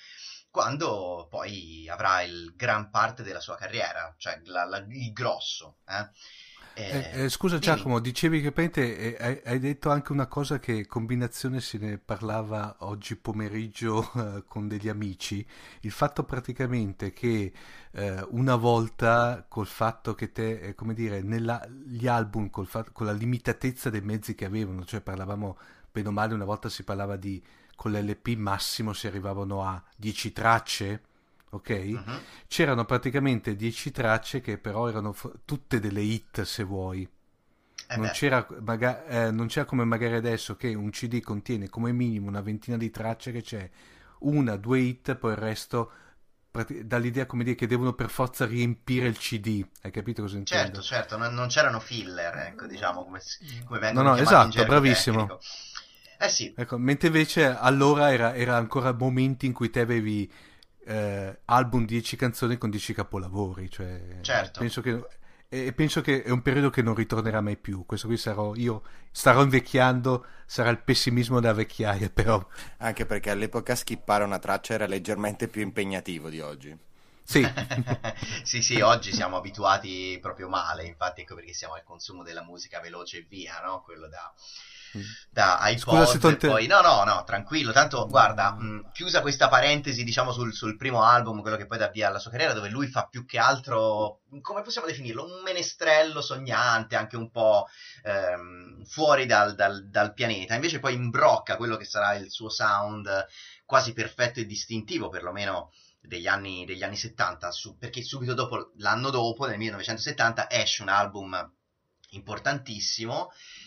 Speaker 6: quando poi avrà il gran parte della sua carriera, cioè la, la, il grosso. Eh?
Speaker 1: Eh, eh, scusa
Speaker 6: dimmi.
Speaker 1: Giacomo, dicevi che praticamente, eh, hai, hai detto anche una cosa che combinazione se ne parlava oggi pomeriggio eh, con degli amici, il fatto praticamente che eh, una volta col fatto che te, eh, come dire, nella, gli album col fatto, con la limitatezza dei mezzi che avevano, cioè parlavamo bene o male, una volta si parlava di con l'L P massimo si arrivavano a dieci tracce, ok?
Speaker 6: Uh-huh.
Speaker 1: C'erano praticamente dieci tracce che però erano f- tutte delle hit, se vuoi.
Speaker 6: Eh
Speaker 1: non,
Speaker 6: beh.
Speaker 1: c'era, maga- eh, non c'era come magari adesso che un C D contiene come minimo una ventina di tracce, che c'è una, due hit, poi il resto prati- dall'idea, come dire, che devono per forza riempire il C D. Hai capito cosa intendo?
Speaker 6: Certo, certo, non, non c'erano filler, ecco, diciamo, come, come
Speaker 1: No,
Speaker 6: vengono
Speaker 1: no,
Speaker 6: chiamati in
Speaker 1: esatto,
Speaker 6: gergo
Speaker 1: bravissimo.
Speaker 6: tecnico. Eh sì,
Speaker 1: Ecco, mentre invece allora era, era ancora momenti in cui te avevi eh, album dieci canzoni con dieci capolavori, cioè
Speaker 6: certo.
Speaker 1: penso che e penso che è un periodo che non ritornerà mai più. Questo qui sarò io, starò invecchiando, sarà il pessimismo della vecchiaia, però
Speaker 3: Anche perché all'epoca skippare una traccia era leggermente più impegnativo di oggi.
Speaker 1: sì.
Speaker 6: Sì, sì, oggi siamo abituati proprio male, infatti ecco perché siamo al consumo della musica veloce e via, no? Quello da, da
Speaker 1: Scusa se
Speaker 6: iPod
Speaker 1: t'ho
Speaker 6: e
Speaker 1: inter-
Speaker 6: poi... No, no, no, tranquillo, tanto guarda, mh, chiusa questa parentesi, diciamo, sul, sul primo album, quello che poi dà via alla sua carriera, dove lui fa più che altro, come possiamo definirlo, un menestrello sognante, anche un po' ehm, fuori dal, dal, dal pianeta, invece poi imbrocca quello che sarà il suo sound quasi perfetto e distintivo, perlomeno degli anni, degli anni settanta, su, perché subito dopo, l'anno dopo, nel millenovecentosettanta, esce un album importantissimo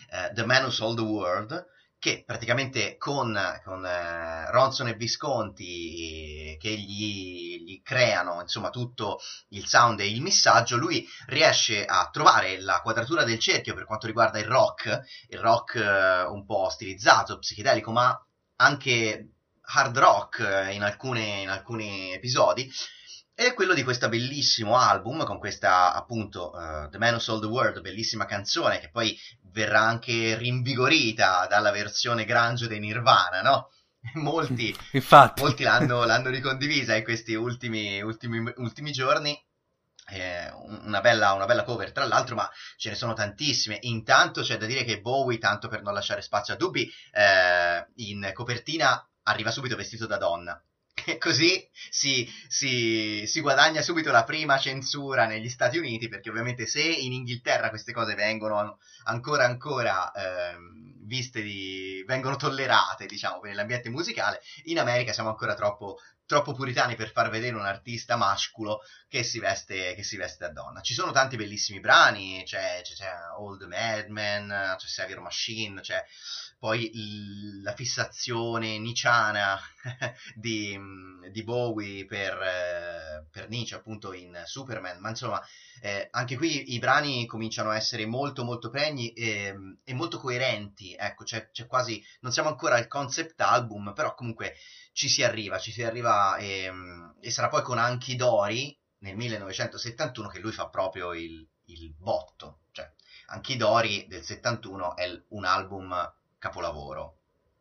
Speaker 6: eh, The Man Who Sold the World, che praticamente con, con eh, Ronson e Visconti che gli, gli creano insomma tutto il sound e il missaggio, lui riesce a trovare la quadratura del cerchio per quanto riguarda il rock, il rock eh, un po' stilizzato, psichedelico, ma anche hard rock eh, in, alcune, in alcuni episodi, è quello di questo bellissimo album con questa appunto uh, The Man Who Sold the World, bellissima canzone che poi verrà anche rinvigorita dalla versione grunge dei Nirvana, no? Molti,
Speaker 1: Infatti.
Speaker 6: molti l'hanno, l'hanno ricondivisa in questi ultimi, ultimi, ultimi giorni. Eh, una, bella, una bella cover tra l'altro, ma ce ne sono tantissime. Intanto c'è da dire che Bowie, tanto per non lasciare spazio a dubbi, eh, in copertina arriva subito vestito da donna. Così si, si, si guadagna subito la prima censura negli Stati Uniti, perché ovviamente se in Inghilterra queste cose vengono ancora ancora ehm, viste di, vengono tollerate, diciamo, nell'ambiente musicale, in America siamo ancora troppo, troppo puritani per far vedere un artista masculo che si veste, che si veste da donna. Ci sono tanti bellissimi brani, c'è, c'è, c'è Old Madman, c'è Savior Machine, c'è poi l- la fissazione nicciana di, di Bowie per, eh, per Nietzsche appunto in Superman, ma insomma eh, anche qui i brani cominciano a essere molto molto pregni e, e molto coerenti, ecco, c'è, c'è quasi, non siamo ancora al concept album, però comunque ci si arriva, ci si arriva e, e sarà poi con Anki Dori nel millenovecentosettantuno che lui fa proprio il, il botto, cioè Anki Dori del settantuno è l- un album capolavoro,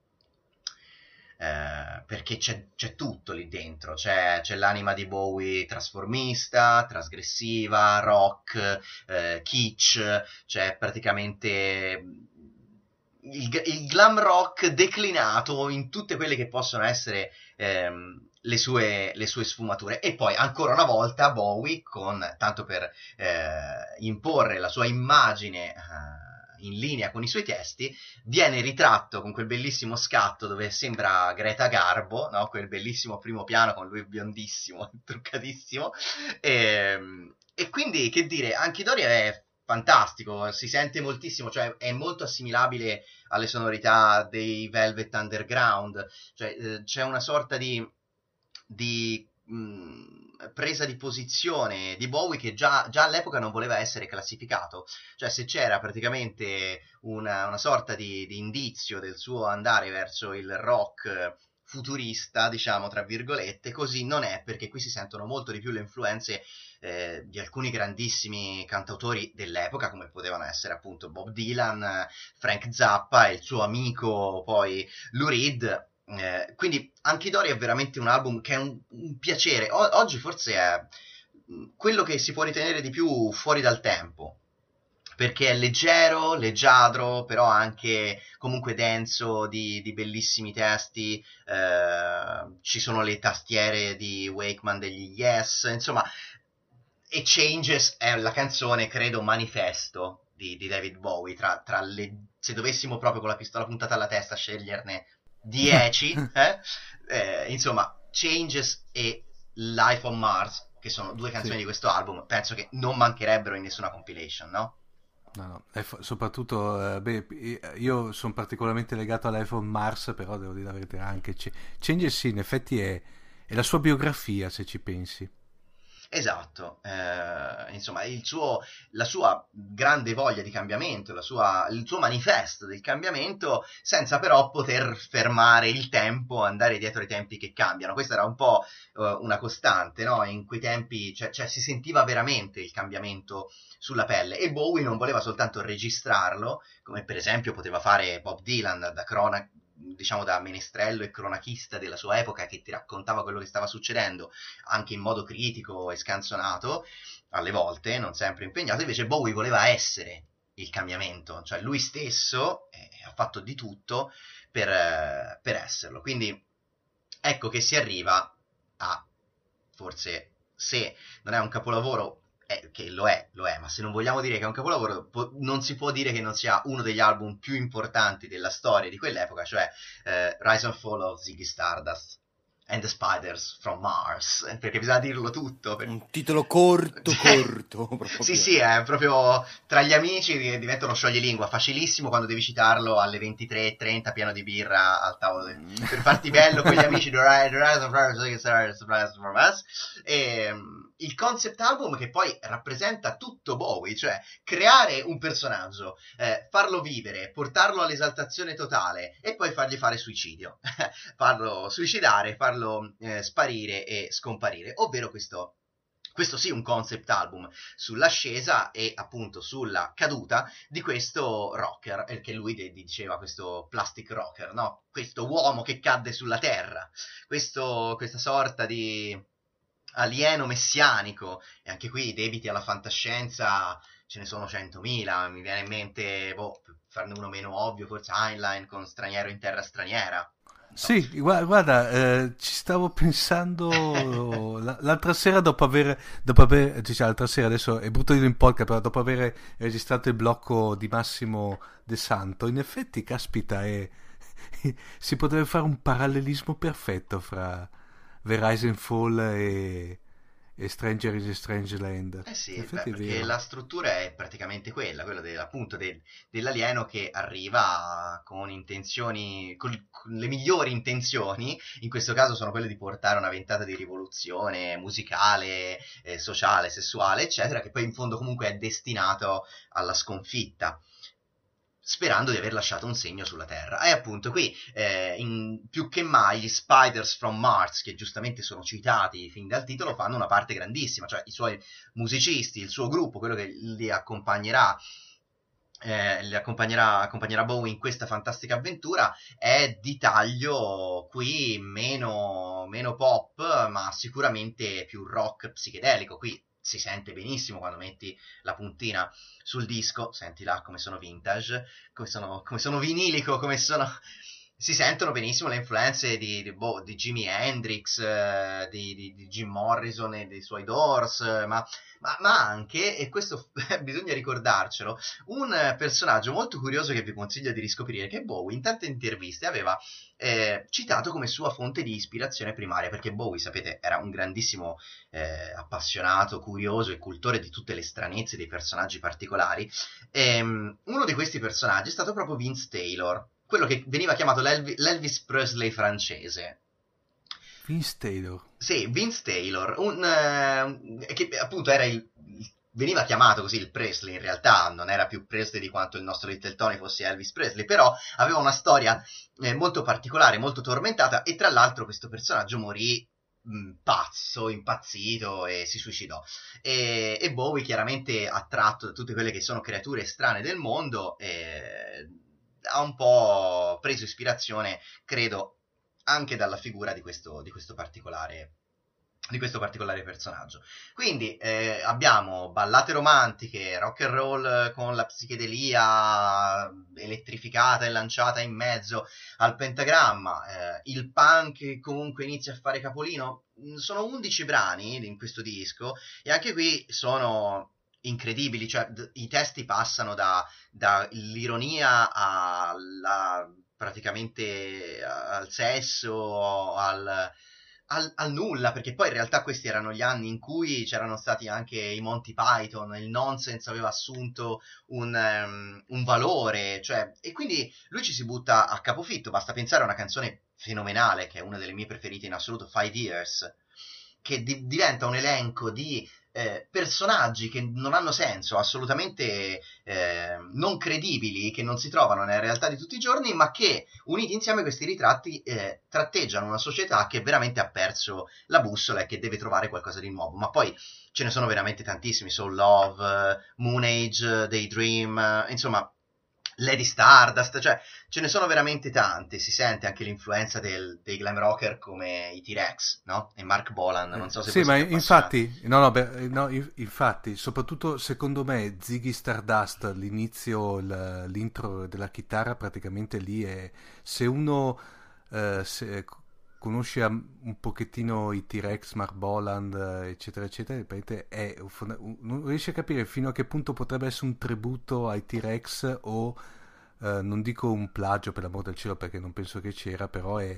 Speaker 6: eh, perché c'è, c'è tutto lì dentro, c'è, c'è l'anima di Bowie trasformista, trasgressiva, rock, eh, kitsch, c'è praticamente il, il glam rock declinato in tutte quelle che possono essere ehm, le, sue, le sue sfumature. E poi ancora una volta Bowie, con, tanto per eh, imporre la sua immagine eh, in linea con i suoi testi, viene ritratto con quel bellissimo scatto dove sembra Greta Garbo, no? Quel bellissimo primo piano con lui biondissimo, truccatissimo, e, e quindi, che dire, Anki Dori è fantastico, si sente moltissimo, cioè è molto assimilabile alle sonorità dei Velvet Underground, cioè eh, c'è una sorta di, di mh, presa di posizione di Bowie che già, già all'epoca non voleva essere classificato, cioè se c'era praticamente una, una sorta di, di indizio del suo andare verso il rock futurista, diciamo tra virgolette, così non è, perché qui si sentono molto di più le influenze eh, di alcuni grandissimi cantautori dell'epoca, come potevano essere appunto Bob Dylan, Frank Zappa e il suo amico poi Lou Reed. Eh, quindi Anki Dori è veramente un album che è un, un piacere. O- oggi forse è quello che si può ritenere di più fuori dal tempo, perché è leggero, leggiadro, però anche comunque denso di, di bellissimi testi. Eh, ci sono le tastiere di Wakeman degli Yes, insomma. E Changes è la canzone, credo, manifesto di, di David Bowie. Tra, tra le, se dovessimo proprio con la pistola puntata alla testa sceglierne dieci, eh? Eh, insomma, Changes e Life on Mars, che sono due canzoni
Speaker 1: Sì.
Speaker 6: di questo album, penso che non mancherebbero in nessuna compilation, no?
Speaker 1: No, no, e f- soprattutto, eh, beh, io sono particolarmente legato all'iPhone Mars, però devo dire la verità, anche C- Changes sì, in effetti è, è la sua biografia, se ci pensi.
Speaker 6: Esatto, eh, insomma, il suo, la sua grande voglia di cambiamento, la sua, il suo manifesto del cambiamento, senza però poter fermare il tempo, andare dietro ai tempi che cambiano. Questa era un po' eh, una costante, no? In quei tempi, cioè, cioè, si sentiva veramente il cambiamento sulla pelle, e Bowie non voleva soltanto registrarlo, come per esempio poteva fare Bob Dylan da cronaca, diciamo da menestrello e cronachista della sua epoca, che ti raccontava quello che stava succedendo anche in modo critico e scanzonato, alle volte non sempre impegnato. Invece Bowie voleva essere il cambiamento, cioè lui stesso eh, ha fatto di tutto per, eh, per esserlo. Quindi ecco che si arriva a, forse, se non è un capolavoro, eh, che lo è, lo è, ma se non vogliamo dire che è un capolavoro, po- non si può dire che non sia uno degli album più importanti della storia di quell'epoca, cioè eh, Rise and Fall of Ziggy Stardust. and the Spiders from Mars, perché bisogna dirlo tutto. Per...
Speaker 3: Un titolo corto, corto.
Speaker 6: Sì, sì, è proprio tra gli amici diventa uno scioglilingua, facilissimo quando devi citarlo alle ventitré e trenta pieno di birra al tavolo, per farti bello con gli amici. E il concept album che poi rappresenta tutto Bowie, cioè creare un personaggio, eh, farlo vivere, portarlo all'esaltazione totale e poi fargli fare suicidio, farlo suicidare, farlo Eh, sparire e scomparire, ovvero questo, questo sì un concept album sull'ascesa e appunto sulla caduta di questo rocker, eh, che lui de- diceva questo plastic rocker, no? Questo uomo che cadde sulla terra, questo, questa sorta di alieno messianico, e anche qui i debiti alla fantascienza ce ne sono centomila, mi viene in mente, boh, per farne uno meno ovvio, forse Heinlein con Straniero in terra straniera.
Speaker 1: Sì, guarda, guarda eh, ci stavo pensando l'altra sera dopo aver, dopo aver cioè, l'altra sera, adesso è brutto dirlo in podcast, però dopo aver registrato il blocco di Massimo De Santo, in effetti, caspita, è, si potrebbe fare un parallelismo perfetto fra Verizon Fall e, e Stranger is a Strange Land.
Speaker 6: Eh sì,
Speaker 1: In
Speaker 6: beh,
Speaker 1: effetti è
Speaker 6: perché
Speaker 1: vero.
Speaker 6: la struttura è praticamente quella, quella del- appunto del- dell'alieno che arriva con intenzioni, con, con le migliori intenzioni, in questo caso sono quelle di portare una ventata di rivoluzione musicale, eh, sociale, sessuale, eccetera, che poi in fondo comunque è destinato alla sconfitta, sperando di aver lasciato un segno sulla Terra. E appunto qui, eh, in, più che mai, gli Spiders from Mars, che giustamente sono citati fin dal titolo, fanno una parte grandissima, cioè i suoi musicisti, il suo gruppo, quello che li accompagnerà, eh, li accompagnerà, accompagnerà Bowie in questa fantastica avventura, è di taglio qui meno, meno pop, ma sicuramente più rock psichedelico. Qui si sente benissimo quando metti la puntina sul disco, senti là come sono vintage, come sono, come sono vinilico, come sono... Si sentono benissimo le influenze di, di, boh, di Jimi Hendrix, eh, di, di, di Jim Morrison e dei suoi Doors, eh, ma, ma, ma anche, e questo bisogna ricordarcelo, un personaggio molto curioso che vi consiglio di riscoprire, che Bowie in tante interviste aveva eh, citato come sua fonte di ispirazione primaria, perché Bowie, sapete, era un grandissimo eh, appassionato, curioso e cultore di tutte le stranezze dei personaggi particolari. E, um, uno di questi personaggi è stato proprio Vince Taylor, quello che veniva chiamato l'Elvi- l'Elvis Presley francese.
Speaker 1: Vince Taylor.
Speaker 6: Sì, Vince Taylor, un, eh, che appunto era il, veniva chiamato così il Presley, in realtà non era più Presley di quanto il nostro Little Tony fosse Elvis Presley, però aveva una storia eh, molto particolare, molto tormentata, e tra l'altro questo personaggio morì mh, pazzo, impazzito, e si suicidò. E, e Bowie, chiaramente attratto da tutte quelle che sono creature strane del mondo, eh, ha un po' preso ispirazione, credo, anche dalla figura di questo, di questo particolare di questo particolare personaggio. Quindi eh, abbiamo ballate romantiche, rock and roll con la psichedelia elettrificata e lanciata in mezzo al pentagramma, eh, il punk che comunque inizia a fare capolino. Sono undici brani in questo disco e anche qui sono incredibili, cioè d- i testi passano da dall'ironia alla praticamente al sesso, al, al, al nulla, perché poi in realtà questi erano gli anni in cui c'erano stati anche i Monty Python, il nonsense aveva assunto un, um, un valore, cioè, e quindi lui ci si butta a capofitto. Basta pensare a una canzone fenomenale che è una delle mie preferite in assoluto, Five Years, che di- diventa un elenco di eh, personaggi che non hanno senso, assolutamente eh, non credibili, che non si trovano nella realtà di tutti i giorni, ma che uniti insieme questi ritratti eh, tratteggiano una società che veramente ha perso la bussola e che deve trovare qualcosa di nuovo. Ma poi ce ne sono veramente tantissimi: Soul Love, Moon Age, Daydream, insomma Lady Stardust, cioè ce ne sono veramente tante. Si sente anche l'influenza del, dei glam rocker come i T-Rex, no? E Mark Bolan, non so se
Speaker 1: Sì,
Speaker 6: voi
Speaker 1: ma
Speaker 6: siete appassionati.
Speaker 1: infatti, no, no, beh, no, in- infatti, soprattutto secondo me Ziggy Stardust, l'inizio, il- l'intro della chitarra praticamente lì è, se uno eh, se conosce am- un pochettino i T-Rex, Mark Boland, eh, eccetera, eccetera, praticamente è un fonda- un- non riesce a capire fino a che punto potrebbe essere un tributo ai T-Rex o eh, non dico un plagio, per l'amor del cielo, perché non penso che c'era, però è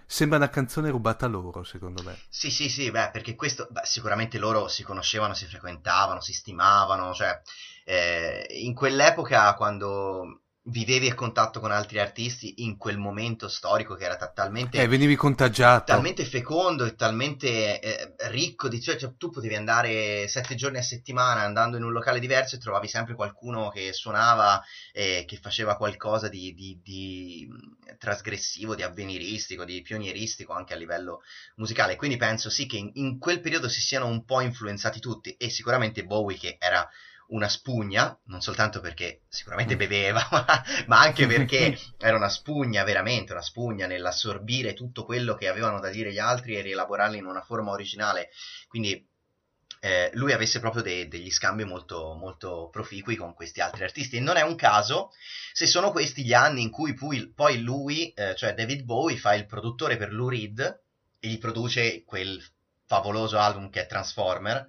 Speaker 1: Sembra una canzone rubata loro, secondo me.
Speaker 6: Sì, sì, sì, beh, perché questo, beh, sicuramente loro si conoscevano, si frequentavano, si stimavano, cioè, eh, in quell'epoca, quando vivevi a contatto con altri artisti, in quel momento storico che era ta-
Speaker 1: Eh,
Speaker 6: talmente,
Speaker 1: venivi contagiato.
Speaker 6: talmente fecondo e talmente eh, ricco di, cioè, cioè, tu potevi andare sette giorni a settimana andando in un locale diverso e trovavi sempre qualcuno che suonava e che faceva qualcosa di, di, di mh, trasgressivo, di avveniristico, di pionieristico anche a livello musicale. Quindi penso sì che in, in quel periodo si siano un po' influenzati tutti, e sicuramente Bowie, che era una spugna, non soltanto perché sicuramente beveva, ma, ma anche perché era una spugna, veramente una spugna nell'assorbire tutto quello che avevano da dire gli altri e rielaborarli in una forma originale. Quindi eh, lui avesse proprio de- degli scambi molto, molto proficui con questi altri artisti, e non è un caso se sono questi gli anni in cui poi, poi lui, eh, cioè David Bowie, fa il produttore per Lou Reed e gli produce quel favoloso album che è Transformer,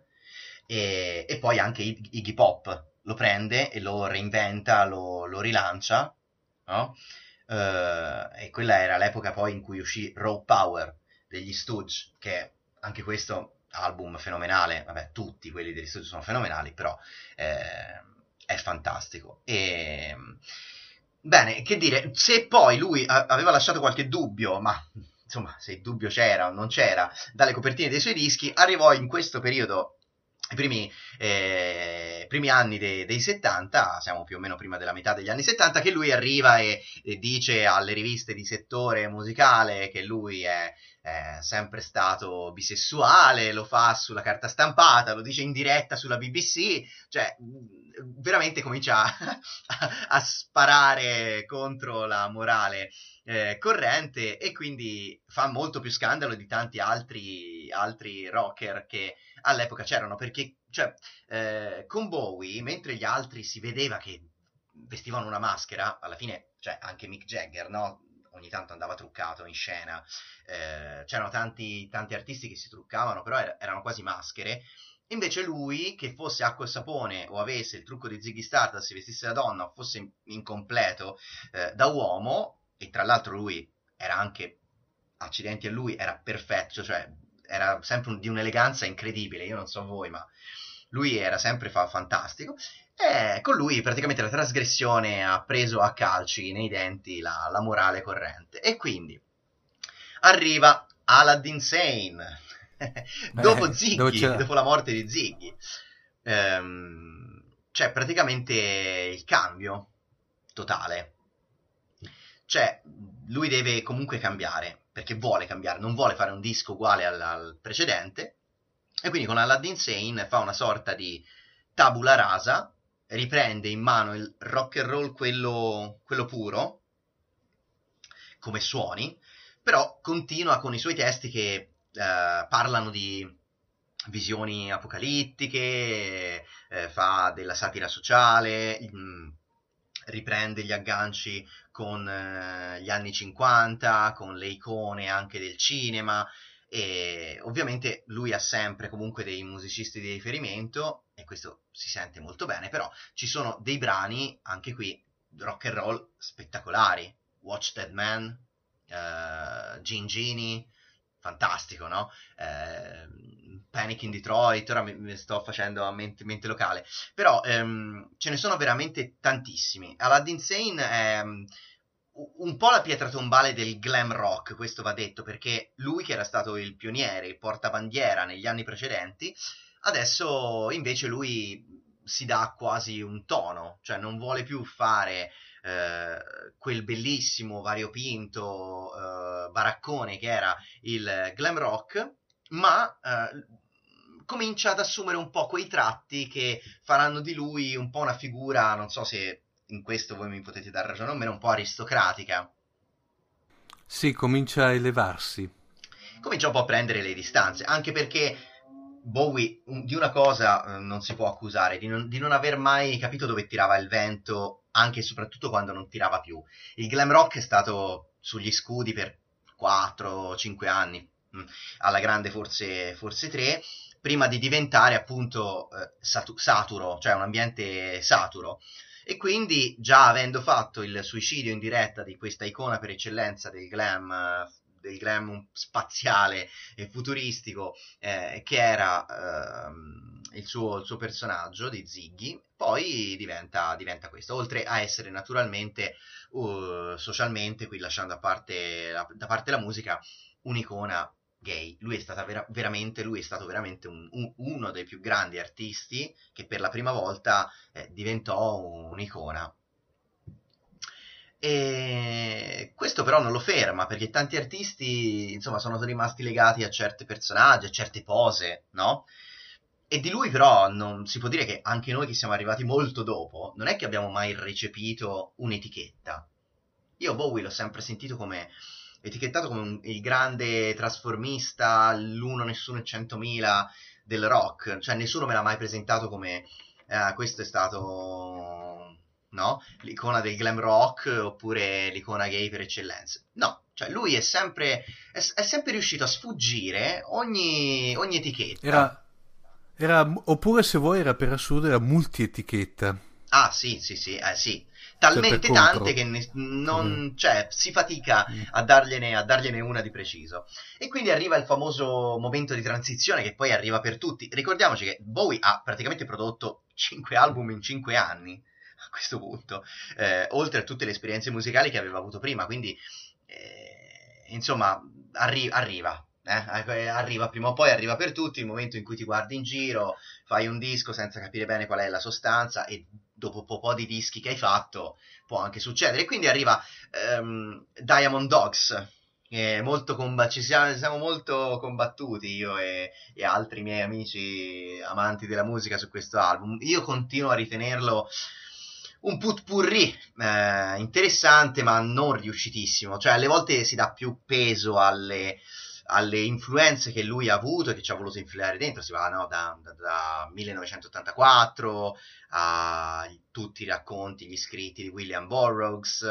Speaker 6: e, e poi anche Ig- Iggy Pop lo prende e lo reinventa, lo, lo rilancia, no? Eh, e quella era l'epoca poi in cui uscì Raw Power degli Stooges, che anche questo album fenomenale, vabbè, tutti quelli degli Stooges sono fenomenali, però eh, è fantastico. E bene, che dire, se poi lui a- aveva lasciato qualche dubbio, ma insomma, se il dubbio c'era o non c'era, dalle copertine dei suoi dischi, arrivò in questo periodo, i primi, eh, primi anni de- dei settanta, siamo più o meno prima della metà degli anni settanta, che lui arriva e, e dice alle riviste di settore musicale che lui è, è sempre stato bisessuale, lo fa sulla carta stampata, lo dice in diretta sulla B B C, cioè veramente comincia a, a sparare contro la morale eh, corrente, e quindi fa molto più scandalo di tanti altri, altri rocker che all'epoca c'erano, perché cioè, eh, con Bowie, mentre gli altri si vedeva che vestivano una maschera, alla fine, cioè anche Mick Jagger, no? Ogni tanto andava truccato in scena, eh, c'erano tanti, tanti artisti che si truccavano, però er- erano quasi maschere. Invece lui, che fosse acqua e sapone o avesse il trucco di Ziggy Stardust, si vestisse da donna o fosse incompleto eh, da uomo, e tra l'altro lui era anche, accidenti a lui, era perfetto, cioè era sempre un- di un'eleganza incredibile, io non so voi, ma lui era sempre fa- fantastico, e con lui praticamente la trasgressione ha preso a calci nei denti la, la morale corrente, e quindi arriva Aladdin Sane, dopo
Speaker 1: Eh, dove
Speaker 6: Ziggy,
Speaker 1: c'era...
Speaker 6: dopo la morte di Ziggy. Ehm, c'è praticamente il cambio totale. Cioè, lui deve comunque cambiare, perché vuole cambiare, non vuole fare un disco uguale al, al precedente, e quindi con Aladdin Sane fa una sorta di tabula rasa, riprende in mano il rock and roll, quello, quello puro, come suoni, però continua con i suoi testi che eh, parlano di visioni apocalittiche, eh, fa della satira sociale, mh, riprende gli agganci con eh, gli anni cinquanta, con le icone anche del cinema, e ovviamente lui ha sempre comunque dei musicisti di riferimento, e questo si sente molto bene, però ci sono dei brani, anche qui, rock and roll spettacolari. Watch That Man, uh, Gin Genie, fantastico, no? Eh, Panic in Detroit, ora mi, mi sto facendo a mente, mente locale, però ehm, ce ne sono veramente tantissimi. Aladdin Sane è um, un po' la pietra tombale del glam rock, questo va detto, perché lui, che era stato il pioniere, il portabandiera negli anni precedenti, adesso invece lui si dà quasi un tono, cioè non vuole più fare eh, quel bellissimo variopinto eh, baraccone che era il glam rock, ma eh, comincia ad assumere un po' quei tratti che faranno di lui un po' una figura, non so se in questo voi mi potete dar ragione o meno, un po' aristocratica.
Speaker 1: Sì, comincia a elevarsi.
Speaker 6: Comincia un po' a prendere le distanze, anche perché Bowie un, di una cosa eh, non si può accusare, di non, di non aver mai capito dove tirava il vento, anche e soprattutto quando non tirava più. Il glam rock è stato sugli scudi per quattro cinque anni, mh, alla grande forse, forse tre, prima di diventare appunto eh, satu- saturo, cioè un ambiente saturo. E quindi, già avendo fatto il suicidio in diretta di questa icona per eccellenza del glam, del glam spaziale e futuristico eh, che era ehm, il, suo, il suo personaggio di Ziggy, poi diventa, diventa questo, oltre a essere naturalmente uh, socialmente, qui lasciando a parte la, da parte la musica, un'icona gay. Lui è stata vera- veramente lui è stato veramente un, un, uno dei più grandi artisti che per la prima volta eh, diventò un'icona. E questo però non lo ferma, perché tanti artisti insomma sono rimasti legati a certi personaggi, a certe pose, no? E di lui però non si può dire che anche noi che siamo arrivati molto dopo non è che abbiamo mai recepito un'etichetta. Io Bowie l'ho sempre sentito come etichettato come un, il grande trasformista, l'uno, nessuno e centomila del rock, cioè nessuno me l'ha mai presentato come eh, questo è stato, no? L'icona del glam rock oppure l'icona gay per eccellenza. No, cioè lui è sempre, è, è sempre riuscito a sfuggire ogni, ogni etichetta.
Speaker 1: Era, era, oppure se vuoi era per assurdo, era multi-etichetta.
Speaker 6: Ah sì, sì, sì, eh, sì. Talmente
Speaker 1: cioè,
Speaker 6: tante che ne, non, mm. cioè, si fatica mm. a, dargliene, a dargliene una di preciso. E quindi arriva il famoso momento di transizione che poi arriva per tutti. Ricordiamoci che Bowie ha praticamente prodotto cinque album in cinque anni a questo punto, eh, oltre a tutte le esperienze musicali che aveva avuto prima. Quindi, eh, insomma, arri- arriva. Eh, arriva prima o poi, arriva per tutti il momento in cui ti guardi in giro, fai un disco senza capire bene qual è la sostanza e dopo un po' di dischi che hai fatto può anche succedere. E quindi arriva um, Diamond Dogs, che è molto comb- ci siamo, siamo molto combattuti io e, e altri miei amici amanti della musica su questo album. Io continuo a ritenerlo un putpurri eh, interessante ma non riuscitissimo, cioè alle volte si dà più peso alle alle influenze che lui ha avuto e che ci ha voluto infilare dentro. Si va no, da, da, da millenovecentottantaquattro a tutti i racconti, gli scritti di William Burroughs.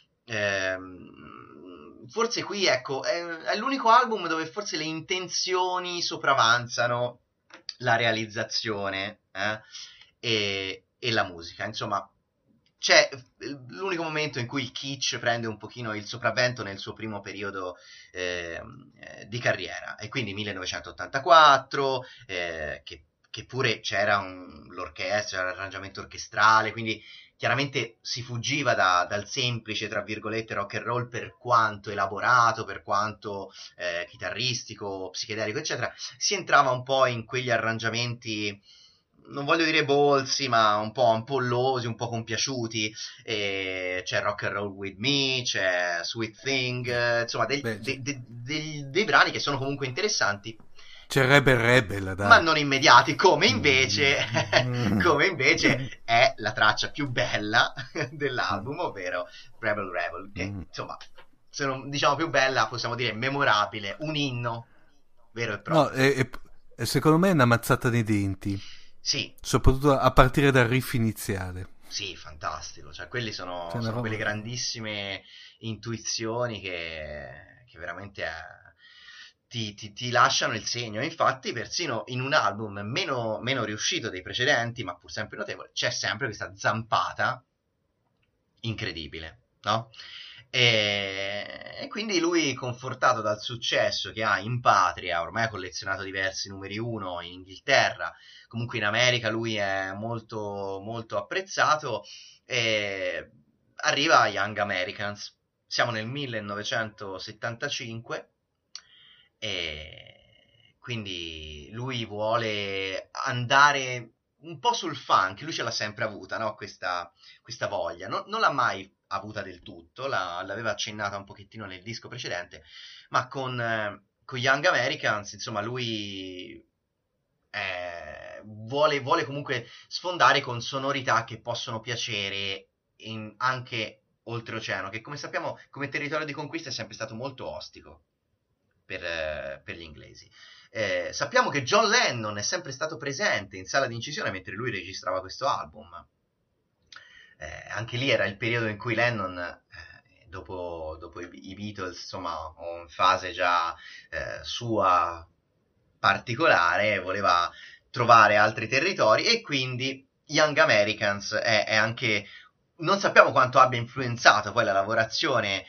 Speaker 6: Ehm, forse qui ecco è, è l'unico album dove forse le intenzioni sopravanzano la realizzazione eh, e, e la musica. Insomma, c'è l'unico momento in cui il kitsch prende un pochino il sopravvento nel suo primo periodo eh, di carriera, e quindi millenovecentottantaquattro eh, che, che pure c'era un, l'orchestra, l'arrangiamento orchestrale, quindi chiaramente si fuggiva da, dal semplice tra virgolette rock and roll, per quanto elaborato, per quanto eh, chitarristico, psichedelico eccetera. Si entrava un po' in quegli arrangiamenti, non voglio dire bolsi, ma un po' ampollosi, un po' compiaciuti. E c'è Rock and Roll With Me, c'è Sweet Thing, eh, insomma dei,
Speaker 1: Beh,
Speaker 6: dei, dei, dei, dei brani che sono comunque interessanti,
Speaker 1: c'è Rebel Rebel, dai.
Speaker 6: ma non immediati, come invece mm. come invece è la traccia più bella dell'album, ovvero Rebel Rebel, che mm. insomma, se non diciamo più bella, possiamo dire memorabile, un inno vero e proprio.
Speaker 1: No, e, e secondo me è una mazzata nei denti.
Speaker 6: Sì.
Speaker 1: Soprattutto a partire dal riff iniziale.
Speaker 6: Sì, fantastico. Cioè, quelli sono, sono roba... quelle grandissime intuizioni che, che veramente è, ti, ti, ti lasciano il segno. Infatti, persino in un album meno, meno riuscito dei precedenti, ma pur sempre notevole, c'è sempre questa zampata incredibile, no? E, e quindi lui, confortato dal successo che ha in patria, ormai ha collezionato diversi numeri uno in Inghilterra, comunque in America lui è molto molto apprezzato, e arriva a Young Americans. Siamo nel millenovecentosettantacinque e quindi lui vuole andare un po' sul funk. Lui ce l'ha sempre avuta, no? questa, questa voglia, no, non l'ha mai avuta del tutto, la, l'aveva accennata un pochettino nel disco precedente, ma con, eh, con Young Americans insomma lui eh, vuole, vuole comunque sfondare con sonorità che possono piacere in, anche oltreoceano, che come sappiamo come territorio di conquista è sempre stato molto ostico per, eh, per gli inglesi. Eh, sappiamo che John Lennon è sempre stato presente in sala di incisione mentre lui registrava questo album. Eh, anche lì era il periodo in cui Lennon, eh, dopo, dopo i, i Beatles, insomma, in fase già eh, sua particolare, voleva trovare altri territori, e quindi Young Americans è, è anche non sappiamo quanto abbia influenzato poi la lavorazione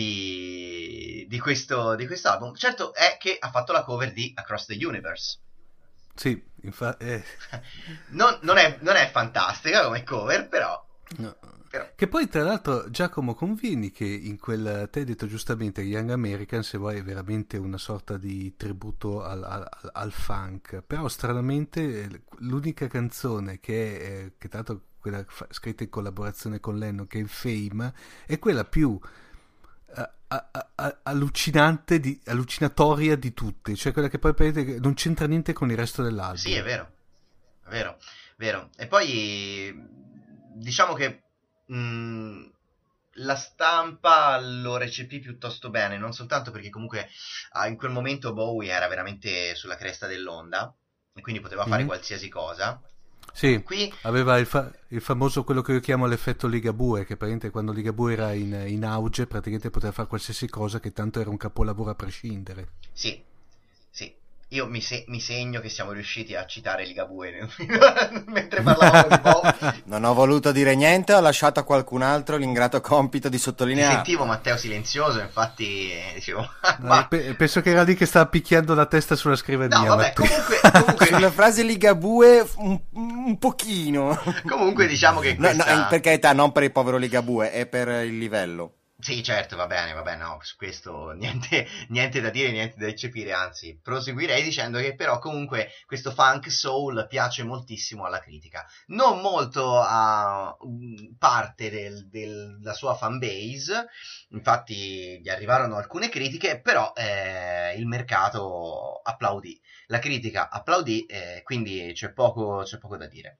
Speaker 6: di, di questo di quest'album. Certo è che ha fatto la cover di Across the Universe.
Speaker 1: Sì, infatti... Eh.
Speaker 6: non, non, è, non è fantastica come cover, però...
Speaker 1: No.
Speaker 6: però...
Speaker 1: Che poi tra l'altro Giacomo convieni che in quel, te hai detto giustamente, Young American, se vuoi, è veramente una sorta di tributo al, al, al funk, però stranamente l'unica canzone che è, eh, che tra l'altro quella fa, scritta in collaborazione con Lennon, che è il Fame, è quella più uh, uh, uh, allucinante, di, allucinatoria di tutte, cioè quella che poi non c'entra niente con il resto dell'album.
Speaker 6: Sì, è vero, è vero, vero. E poi diciamo che mh, la stampa lo recepì piuttosto bene, non soltanto perché comunque ah, in quel momento Bowie era veramente sulla cresta dell'onda e quindi poteva fare mm-hmm. qualsiasi cosa.
Speaker 1: Sì,
Speaker 6: qui
Speaker 1: aveva il, fa- il famoso, quello che io chiamo l'effetto Ligabue, che praticamente quando Ligabue era in, in auge praticamente poteva fare qualsiasi cosa, che tanto era un capolavoro a prescindere.
Speaker 6: Sì, sì. Io mi, se- mi segno che siamo riusciti a citare Ligabue mentre parlavamo di Bowie.
Speaker 3: Non ho voluto dire niente, ho lasciato a qualcun altro l'ingrato compito di sottolineare.
Speaker 6: Ti sentivo Matteo silenzioso, infatti eh, dicevo...
Speaker 1: no, pe- penso che era lì che stava picchiando la testa sulla scrivania.
Speaker 6: No, vabbè, comunque... comunque...
Speaker 3: Sulla frase Ligabue un, un pochino.
Speaker 6: Comunque diciamo che questa...
Speaker 3: No, no, per carità, non per il povero Ligabue, è per il livello.
Speaker 6: Sì, certo, va bene, va bene, no, su questo niente, niente da dire, niente da eccepire, anzi, proseguirei dicendo che però comunque questo funk soul piace moltissimo alla critica, non molto a parte del, della sua fan base, infatti gli arrivarono alcune critiche, però eh, il mercato applaudì, la critica applaudì, eh, quindi c'è poco, c'è poco da dire.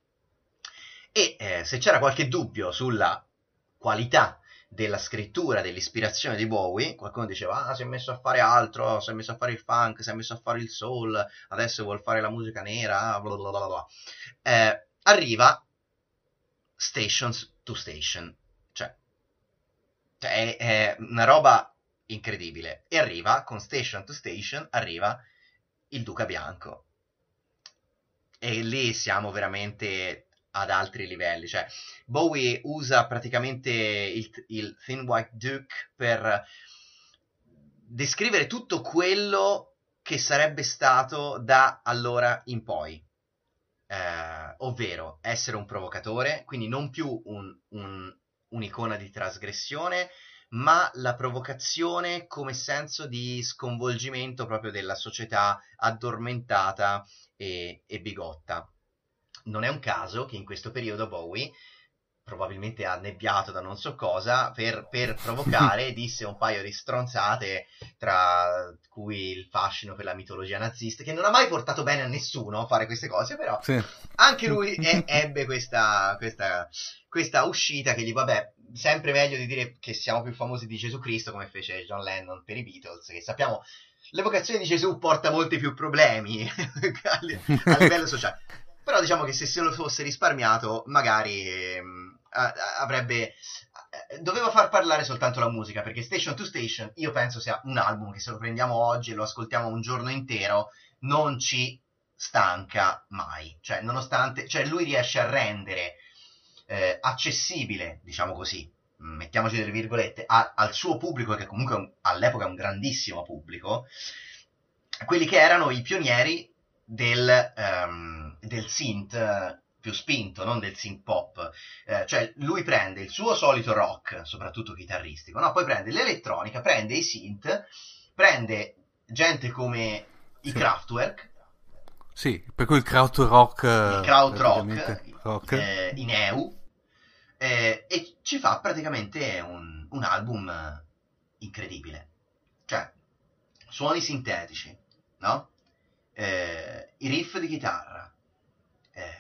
Speaker 6: E eh, se c'era qualche dubbio sulla qualità della scrittura, dell'ispirazione di Bowie, qualcuno diceva ah si è messo a fare altro, si è messo a fare il funk, si è messo a fare il soul, adesso vuol fare la musica nera, bla bla bla bla. Eh, arriva Stations to Station, cioè, cioè è, è una roba incredibile, e arriva con Station to Station arriva il Duca Bianco, e lì siamo veramente ad altri livelli, cioè Bowie usa praticamente il, il Thin White Duke per descrivere tutto quello che sarebbe stato da allora in poi, eh, ovvero essere un provocatore, quindi non più un, un, un'icona di trasgressione, ma la provocazione come senso di sconvolgimento proprio della società addormentata e, e bigotta. Non è un caso che in questo periodo Bowie, probabilmente annebbiato da non so cosa, per, per provocare disse un paio di stronzate, tra cui il fascino per la mitologia nazista, che non ha mai portato bene a nessuno fare queste cose, però sì. Anche lui è, ebbe questa, questa, questa uscita che gli, vabbè, sempre meglio di dire che siamo più famosi di Gesù Cristo, come fece John Lennon per i Beatles, che sappiamo l'evocazione di Gesù porta molti più problemi a livello sociale. Però diciamo che se se lo fosse risparmiato magari ehm, avrebbe eh, doveva far parlare soltanto la musica, perché Station to Station io penso sia un album che se lo prendiamo oggi e lo ascoltiamo un giorno intero non ci stanca mai, cioè nonostante, cioè lui riesce a rendere eh, accessibile, diciamo così, mettiamoci delle virgolette, a, al suo pubblico, che comunque un, all'epoca è un grandissimo pubblico, quelli che erano i pionieri del, um, del synth più spinto, non del synth pop, eh, cioè lui prende il suo solito rock, soprattutto chitarristico, no? Poi prende l'elettronica, prende i synth, prende gente come i sì. Kraftwerk,
Speaker 1: sì, per cui il krautrock,
Speaker 6: il krautrock, rock. Eh, i Neu, eh, e ci fa praticamente un, un album incredibile, cioè suoni sintetici, no? Eh, i riff di chitarra, eh,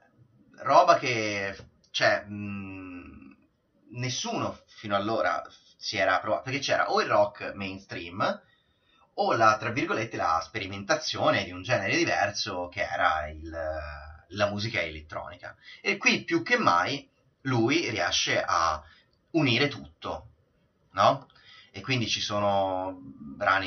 Speaker 6: roba che cioè mh, nessuno fino allora si era provato, perché c'era o il rock mainstream o la, tra virgolette, la sperimentazione di un genere diverso che era il, la musica elettronica, e qui più che mai lui riesce a unire tutto, no? E quindi ci sono brani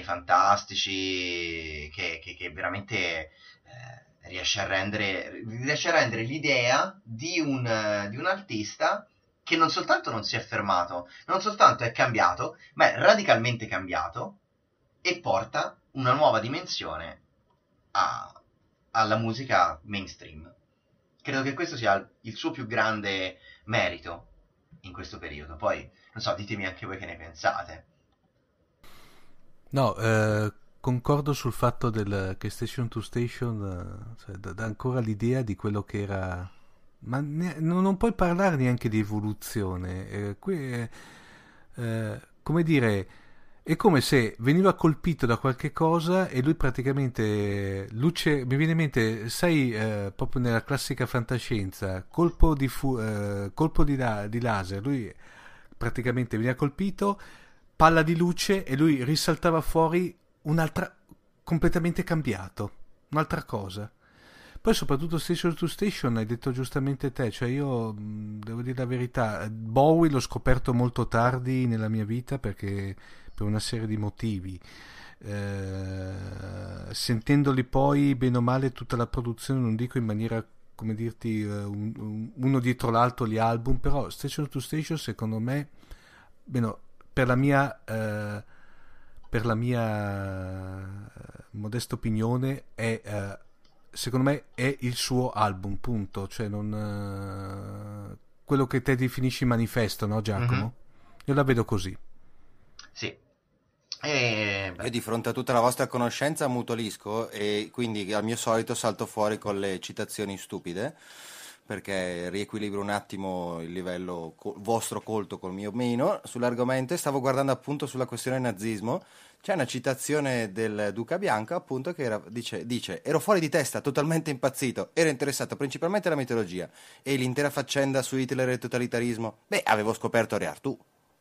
Speaker 6: fantastici che, che, che veramente eh, riesce a rendere riesce a rendere l'idea di un, di un artista che non soltanto non si è fermato, non soltanto è cambiato, ma è radicalmente cambiato e porta una nuova dimensione a, alla musica mainstream. Credo che questo sia il, il suo più grande merito in questo periodo. Poi, non so, ditemi anche voi che ne pensate.
Speaker 1: No, eh, concordo sul fatto del, che Station to Station eh, cioè, dà, dà ancora l'idea di quello che era, ma ne, non, non puoi parlare neanche di evoluzione, eh, qui, eh, eh, come dire, è come se veniva colpito da qualche cosa e lui praticamente, luce, mi viene in mente, sai, eh, proprio nella classica fantascienza, colpo di, fu, eh, colpo di, la, di laser, lui praticamente veniva colpito, palla di luce e lui risaltava fuori un'altra, completamente cambiato, un'altra cosa. Poi soprattutto Station to Station, hai detto giustamente te, cioè io mh, devo dire la verità, Bowie l'ho scoperto molto tardi nella mia vita perché per una serie di motivi. Eh, sentendoli poi bene o male tutta la produzione, non dico in maniera, come dirti, uh, un, un, uno dietro l'altro gli album, però Station to Station secondo me, bene, per la mia uh, per la mia uh, modesta opinione è uh, secondo me è il suo album, punto, cioè non uh, quello che te definisci manifesto, no Giacomo? Mm-hmm. Io la vedo così.
Speaker 6: Sì. E...
Speaker 3: Io di fronte a tutta la vostra conoscenza mutolisco e quindi al mio solito salto fuori con le citazioni stupide perché riequilibro un attimo il livello co- vostro colto col mio meno sull'argomento e stavo guardando appunto sulla questione nazismo. C'è una citazione del Duca Bianco appunto che era, dice, dice ero fuori di testa, totalmente impazzito, ero interessato principalmente alla mitologia e l'intera faccenda su Hitler e il totalitarismo, beh avevo scoperto Re Artù.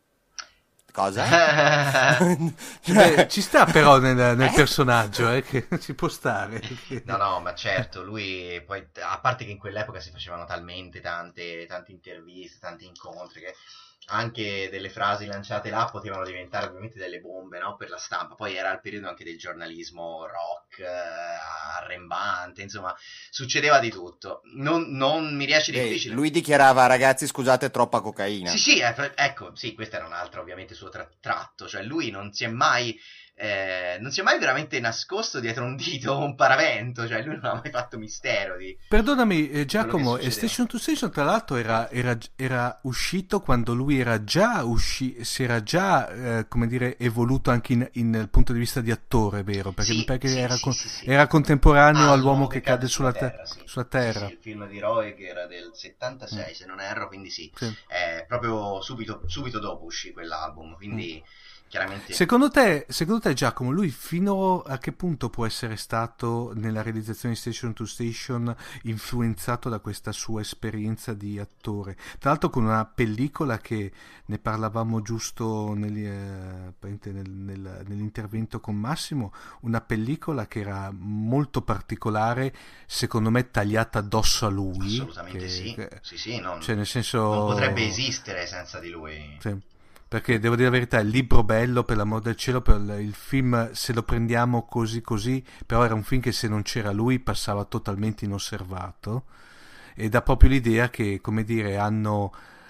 Speaker 3: Cosa?
Speaker 1: Beh, ci sta però nel, nel eh? personaggio, eh, che ci può stare.
Speaker 6: No, no, ma certo, lui poi, a parte che in quell'epoca si facevano talmente tante, tante interviste, tanti incontri, che anche delle frasi lanciate là potevano diventare ovviamente delle bombe, no? Per la stampa. Poi era il periodo anche del giornalismo rock, eh, arrembante, insomma, succedeva di tutto. Non, non mi riesce difficile.
Speaker 3: Lui dichiarava, ragazzi, scusate, troppa cocaina.
Speaker 6: Sì, sì, eh, ecco, sì, questo era un altro ovviamente suo tra- tratto, cioè lui non si è mai... Eh, non si è mai veramente nascosto dietro un dito o un paravento, cioè lui non ha mai fatto mistero di...
Speaker 1: Perdonami eh, Giacomo, e Station to Station tra l'altro era, era, era uscito quando lui era già uscito, si era già eh, come dire evoluto anche in, in dal punto di vista di attore, vero? Perché
Speaker 6: sì,
Speaker 1: mi pare che
Speaker 6: sì,
Speaker 1: era,
Speaker 6: sì,
Speaker 1: con,
Speaker 6: sì, sì.
Speaker 1: era contemporaneo
Speaker 6: ah,
Speaker 1: all'uomo che, che cade sulla,
Speaker 6: sulla
Speaker 1: terra,
Speaker 6: sì.
Speaker 1: sulla terra.
Speaker 6: Sì, sì, il film di Roy che era del settantasei mm. se non erro, quindi sì, sì. Eh, proprio subito, subito dopo uscì quell'album, quindi... Mm. Chiaramente.
Speaker 1: Secondo te, secondo te Giacomo, lui fino a che punto può essere stato nella realizzazione di Station to Station influenzato da questa sua esperienza di attore? Tra l'altro con una pellicola che ne parlavamo giusto nel, eh, nel, nel, nell'intervento con Massimo, una pellicola che era molto particolare, secondo me tagliata addosso a lui.
Speaker 6: Assolutamente
Speaker 1: che,
Speaker 6: sì,
Speaker 1: che,
Speaker 6: sì, sì, non,
Speaker 1: cioè nel senso,
Speaker 6: non potrebbe esistere senza di lui.
Speaker 1: Sì. Perché devo dire la verità, il libro bello, per l'amor del cielo, per il film, se lo prendiamo così così, però era un film che se non c'era lui passava totalmente inosservato e dà proprio l'idea che, come dire, hanno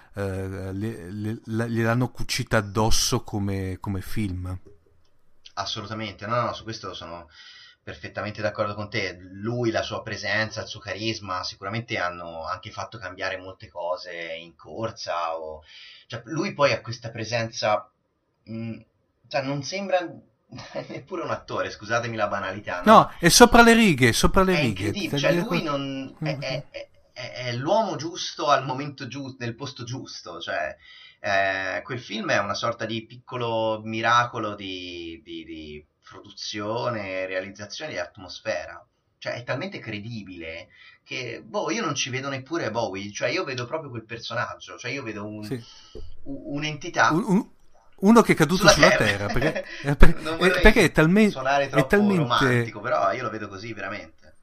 Speaker 1: eh, le, le, le, gliel'hanno cucita addosso come, come film.
Speaker 6: Assolutamente, no, no, su questo sono perfettamente d'accordo con te. Lui, la sua presenza, il suo carisma sicuramente hanno anche fatto cambiare molte cose in corsa o... Cioè, lui poi ha questa presenza, mh, cioè non sembra neppure un attore, scusatemi la banalità. No,
Speaker 1: no è sopra le righe, sopra le
Speaker 6: è
Speaker 1: righe.
Speaker 6: Incredibile, cioè lui non, è, è, è, è l'uomo giusto al momento giusto, nel posto giusto, cioè eh, quel film è una sorta di piccolo miracolo di, di, di produzione, realizzazione di atmosfera. Cioè è talmente credibile che boh, io non ci vedo neppure Bowie, cioè io vedo proprio quel personaggio, cioè io vedo un,
Speaker 1: sì.
Speaker 6: un'entità
Speaker 1: un, un, uno che è caduto sulla, sulla terra, terra perché,
Speaker 6: eh,
Speaker 1: per,
Speaker 6: non
Speaker 1: eh, perché è talmente
Speaker 6: suonare troppo
Speaker 1: è talmente
Speaker 6: romantico, però io lo vedo così veramente.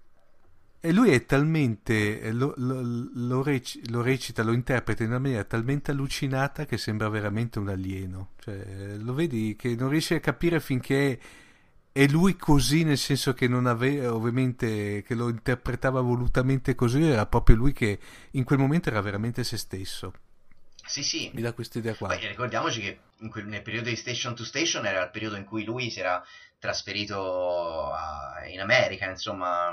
Speaker 1: E lui è talmente lo, lo, lo, rec, lo recita, lo interpreta in una maniera talmente allucinata che sembra veramente un alieno, cioè lo vedi che non riesci a capire finché e lui così, nel senso che non aveva, ovviamente, che lo interpretava volutamente così, era proprio lui che in quel momento era veramente se stesso.
Speaker 6: Sì, sì.
Speaker 1: Mi dà questa idea qua.
Speaker 6: Poi ricordiamoci che in quel, nel periodo di Station to Station era il periodo in cui lui si era trasferito a, in America, insomma,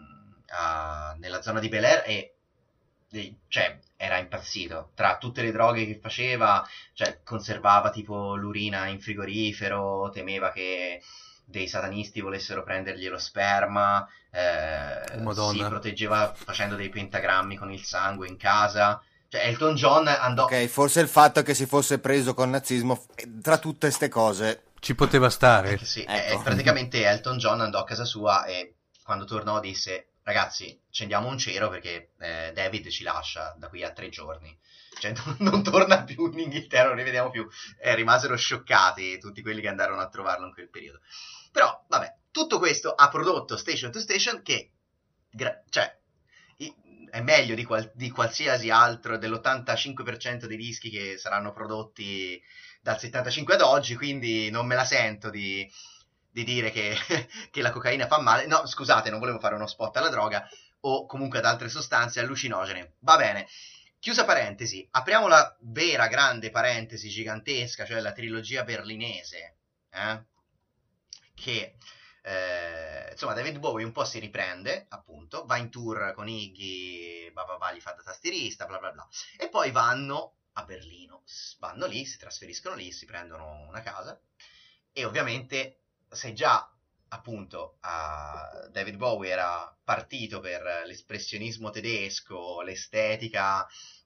Speaker 6: a, nella zona di Bel Air e, e cioè era impazzito tra tutte le droghe che faceva, cioè conservava tipo l'urina in frigorifero, temeva che dei satanisti volessero prendergli lo sperma, eh,
Speaker 1: Madonna.
Speaker 6: si proteggeva facendo dei pentagrammi con il sangue in casa. Cioè Elton John andò...
Speaker 3: Ok, forse il fatto che si fosse preso col nazismo, tra tutte ste cose...
Speaker 1: Ci poteva stare.
Speaker 6: Sì,
Speaker 3: Ecco.
Speaker 6: eh, praticamente Elton John andò a casa sua e quando tornò disse: ragazzi, accendiamo un cero perché eh, David ci lascia da qui a tre giorni. Cioè non, non torna più in Inghilterra, non rivediamo più. Eh, rimasero scioccati tutti quelli che andarono a trovarlo in quel periodo. Però, vabbè, tutto questo ha prodotto Station to Station che... Gra- cioè... è meglio di, qual- di qualsiasi altro, dell'ottantacinque per cento dei dischi che saranno prodotti dal settantacinque ad oggi, quindi non me la sento di, di dire che, che la cocaina fa male. No, scusate, non volevo fare uno spot alla droga o comunque ad altre sostanze allucinogene. Va bene, chiusa parentesi, apriamo la vera grande parentesi gigantesca, cioè la trilogia berlinese, eh? che... Eh, insomma David Bowie un po' si riprende, appunto, va in tour con Iggy, bah bah bah, gli fa da tastierista, bla bla bla, e poi vanno a Berlino, vanno lì, si trasferiscono lì, si prendono una casa e ovviamente se già appunto a David Bowie era partito per l'espressionismo tedesco, l'estetica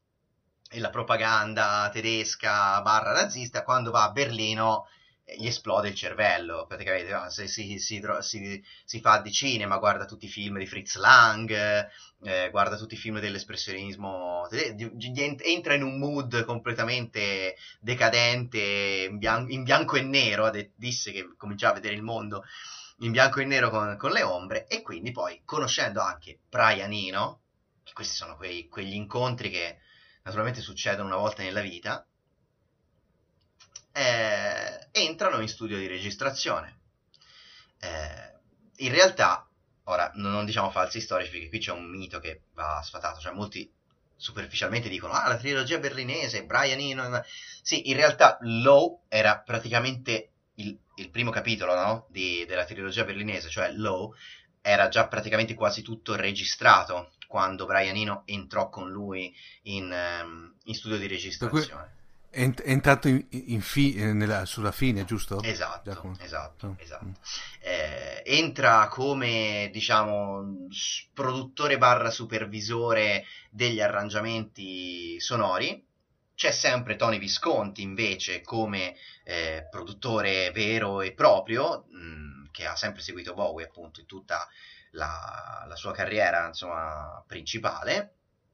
Speaker 6: e la propaganda tedesca barra nazista, quando va a Berlino gli esplode il cervello, praticamente. No? Se si, si, si, si fa di cinema, guarda tutti i film di Fritz Lang, eh, guarda tutti i film dell'espressionismo, entra in un mood completamente decadente, in bianco, in bianco e nero, disse che cominciava a vedere il mondo in bianco e nero con, con le ombre, e quindi poi, conoscendo anche Brian Eno, che questi sono quei, quegli incontri che naturalmente succedono una volta nella vita, Eh, entrano in studio di registrazione. Eh, in realtà, ora non diciamo falsi storici perché qui c'è un mito che va sfatato, cioè molti superficialmente dicono ah la trilogia berlinese, Brian Eno, sì, in realtà Low era praticamente il, il primo capitolo, no? di, della trilogia berlinese, cioè Low era già praticamente quasi tutto registrato quando Brian Eno entrò con lui in, um, in studio di registrazione.
Speaker 1: È entrato in, in fi, nella, sulla fine, giusto?
Speaker 6: Esatto,
Speaker 1: Giacomo.
Speaker 6: esatto,
Speaker 1: Oh.
Speaker 6: esatto. Eh, entra come, diciamo, produttore barra supervisore degli arrangiamenti sonori. C'è sempre Tony Visconti, invece, come eh, produttore vero e proprio, mh, che ha sempre seguito Bowie, appunto, in tutta la, la sua carriera, insomma, principale.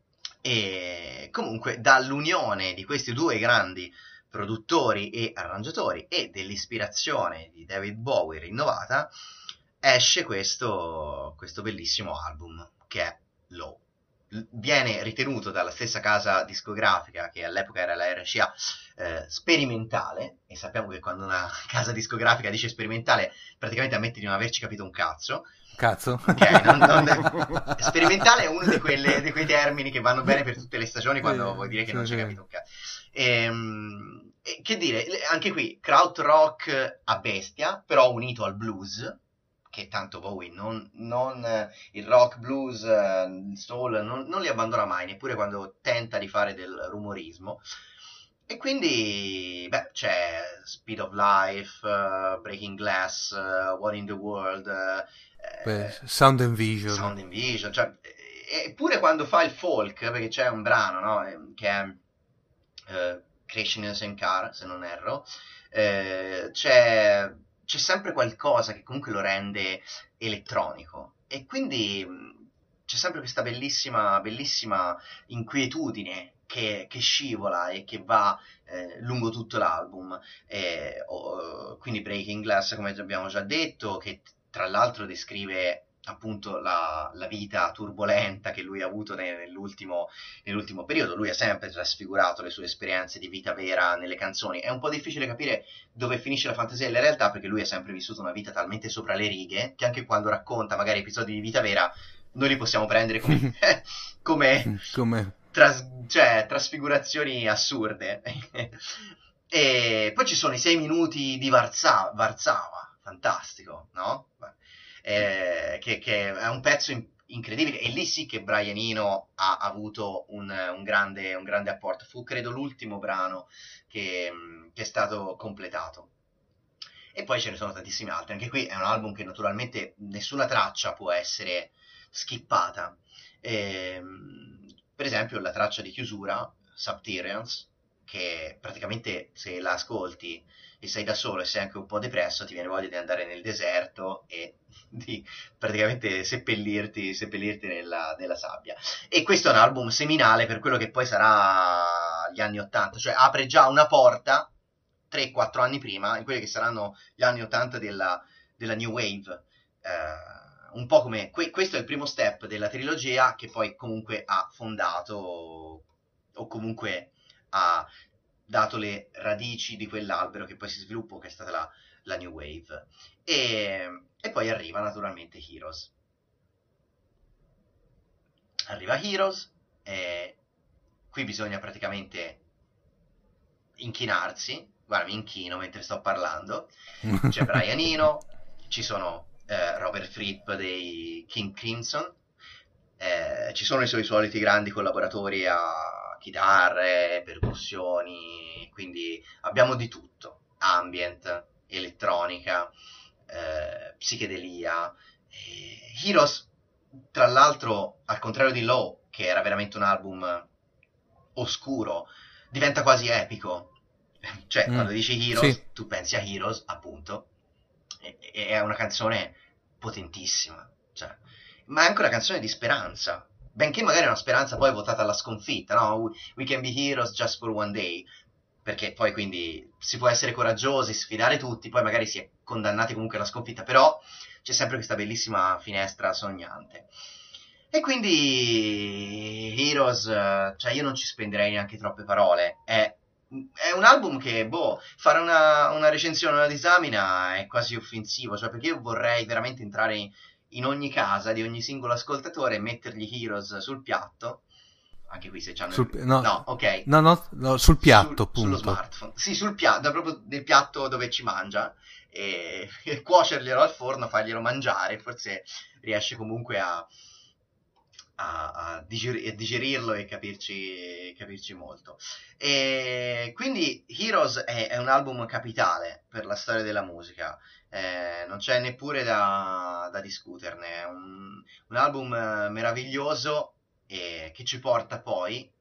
Speaker 6: E comunque dall'unione di questi due grandi produttori e arrangiatori e dell'ispirazione di David Bowie rinnovata esce questo, questo bellissimo album che è Low. Viene ritenuto dalla stessa casa discografica, che all'epoca era la R C A, eh, sperimentale, e sappiamo che quando una casa discografica dice sperimentale praticamente ammette di non averci capito un cazzo.
Speaker 1: Cazzo.
Speaker 6: Okay, non, non... sperimentale è uno di, quelle, di quei termini che vanno bene per tutte le stagioni quando vuoi dire che non c'è capito un cazzo. Ehm, e, che dire, anche qui krautrock a bestia, però unito al blues, che tanto Bowie non, non il rock, blues, il soul non, non li abbandona mai, neppure quando tenta di fare del rumorismo. E quindi beh, c'è Speed of Life, uh, Breaking Glass, uh, What in the World, uh,
Speaker 1: Beh, Sound and Vision.
Speaker 6: Sound and Vision, cioè, eppure quando fa il folk, perché c'è un brano, no, che è uh, Crashing in a Same Car, se non erro, eh, c'è, c'è sempre qualcosa che comunque lo rende elettronico, e quindi c'è sempre questa bellissima, bellissima inquietudine che, che scivola e che va eh, lungo tutto l'album. Eh, oh, quindi Breaking Glass, come abbiamo già detto, che tra l'altro descrive appunto la, la vita turbolenta che lui ha avuto nell'ultimo, nell'ultimo periodo. Lui ha sempre trasfigurato le sue esperienze di vita vera nelle canzoni. È un po' difficile capire dove finisce la fantasia e la realtà, perché lui ha sempre vissuto una vita talmente sopra le righe che anche quando racconta magari episodi di vita vera noi li possiamo prendere come, come,
Speaker 1: come
Speaker 6: tras- cioè, trasfigurazioni assurde. E poi ci sono i sei minuti di Varza- Varsava, fantastico, no? Eh, che, che è un pezzo in- incredibile, e lì sì che Brian Eno ha avuto un, un grande, un grande apporto. Fu credo l'ultimo brano che, che è stato completato. E poi ce ne sono tantissimi altri. Anche qui è un album che naturalmente nessuna traccia può essere skippata. Ehm, per esempio la traccia di chiusura, Subterraneans, che praticamente se la ascolti e sei da solo e sei anche un po' depresso, ti viene voglia di andare nel deserto e di praticamente seppellirti, seppellirti nella, nella sabbia. E questo è un album seminale per quello che poi sarà gli anni ottanta, cioè apre già una porta tre quattro anni prima in quelli che saranno gli anni ottanta della, della New Wave. Eh, un po' come que- questo è il primo step della trilogia che poi comunque ha fondato o comunque ha dato le radici di quell'albero che poi si sviluppò, che è stata la, la New Wave. E, e poi arriva naturalmente Heroes. Arriva Heroes e qui bisogna praticamente inchinarsi. Guarda, mi inchino mentre sto parlando. C'è Brian Eno, ci sono eh, Robert Fripp dei King Crimson, eh, ci sono i suoi soliti grandi collaboratori a chitarre, percussioni, quindi abbiamo di tutto, ambient, elettronica, eh, psichedelia. eh, Heroes, tra l'altro, al contrario di Low, che era veramente un album oscuro, diventa quasi epico. Cioè,
Speaker 5: Mm,
Speaker 6: quando dici Heroes,
Speaker 5: sì.
Speaker 6: tu pensi a Heroes, appunto, e, e è una canzone potentissima, cioè, ma è anche una canzone di speranza, benché magari è una speranza poi votata alla sconfitta, no? We, we can be heroes just for one day, perché poi quindi si può essere coraggiosi, sfidare tutti, poi magari si è condannati comunque alla sconfitta, però c'è sempre questa bellissima finestra sognante. E quindi Heroes, eh, cioè io non ci spenderei neanche troppe parole, è, è un album che, boh, fare una, una recensione, una disamina è quasi offensivo, cioè perché io vorrei veramente entrare in, in ogni casa di ogni singolo ascoltatore e mettergli Heroes sul piatto, anche qui se c'hanno
Speaker 1: Sul,
Speaker 6: il...
Speaker 1: no,
Speaker 6: no, ok,
Speaker 1: no, no, no, sul piatto,
Speaker 6: sul, sullo
Speaker 1: appunto.
Speaker 6: smartphone, sì, sul piatto, proprio nel piatto dove ci mangia, e, e cuocerglielo al forno, farglielo mangiare, forse riesce comunque a A, a, diger- a digerirlo e capirci, capirci molto. E quindi Heroes è, è un album capitale per la storia della musica, eh, non c'è neppure da, da discuterne, è un, un album eh, meraviglioso e che ci porta poi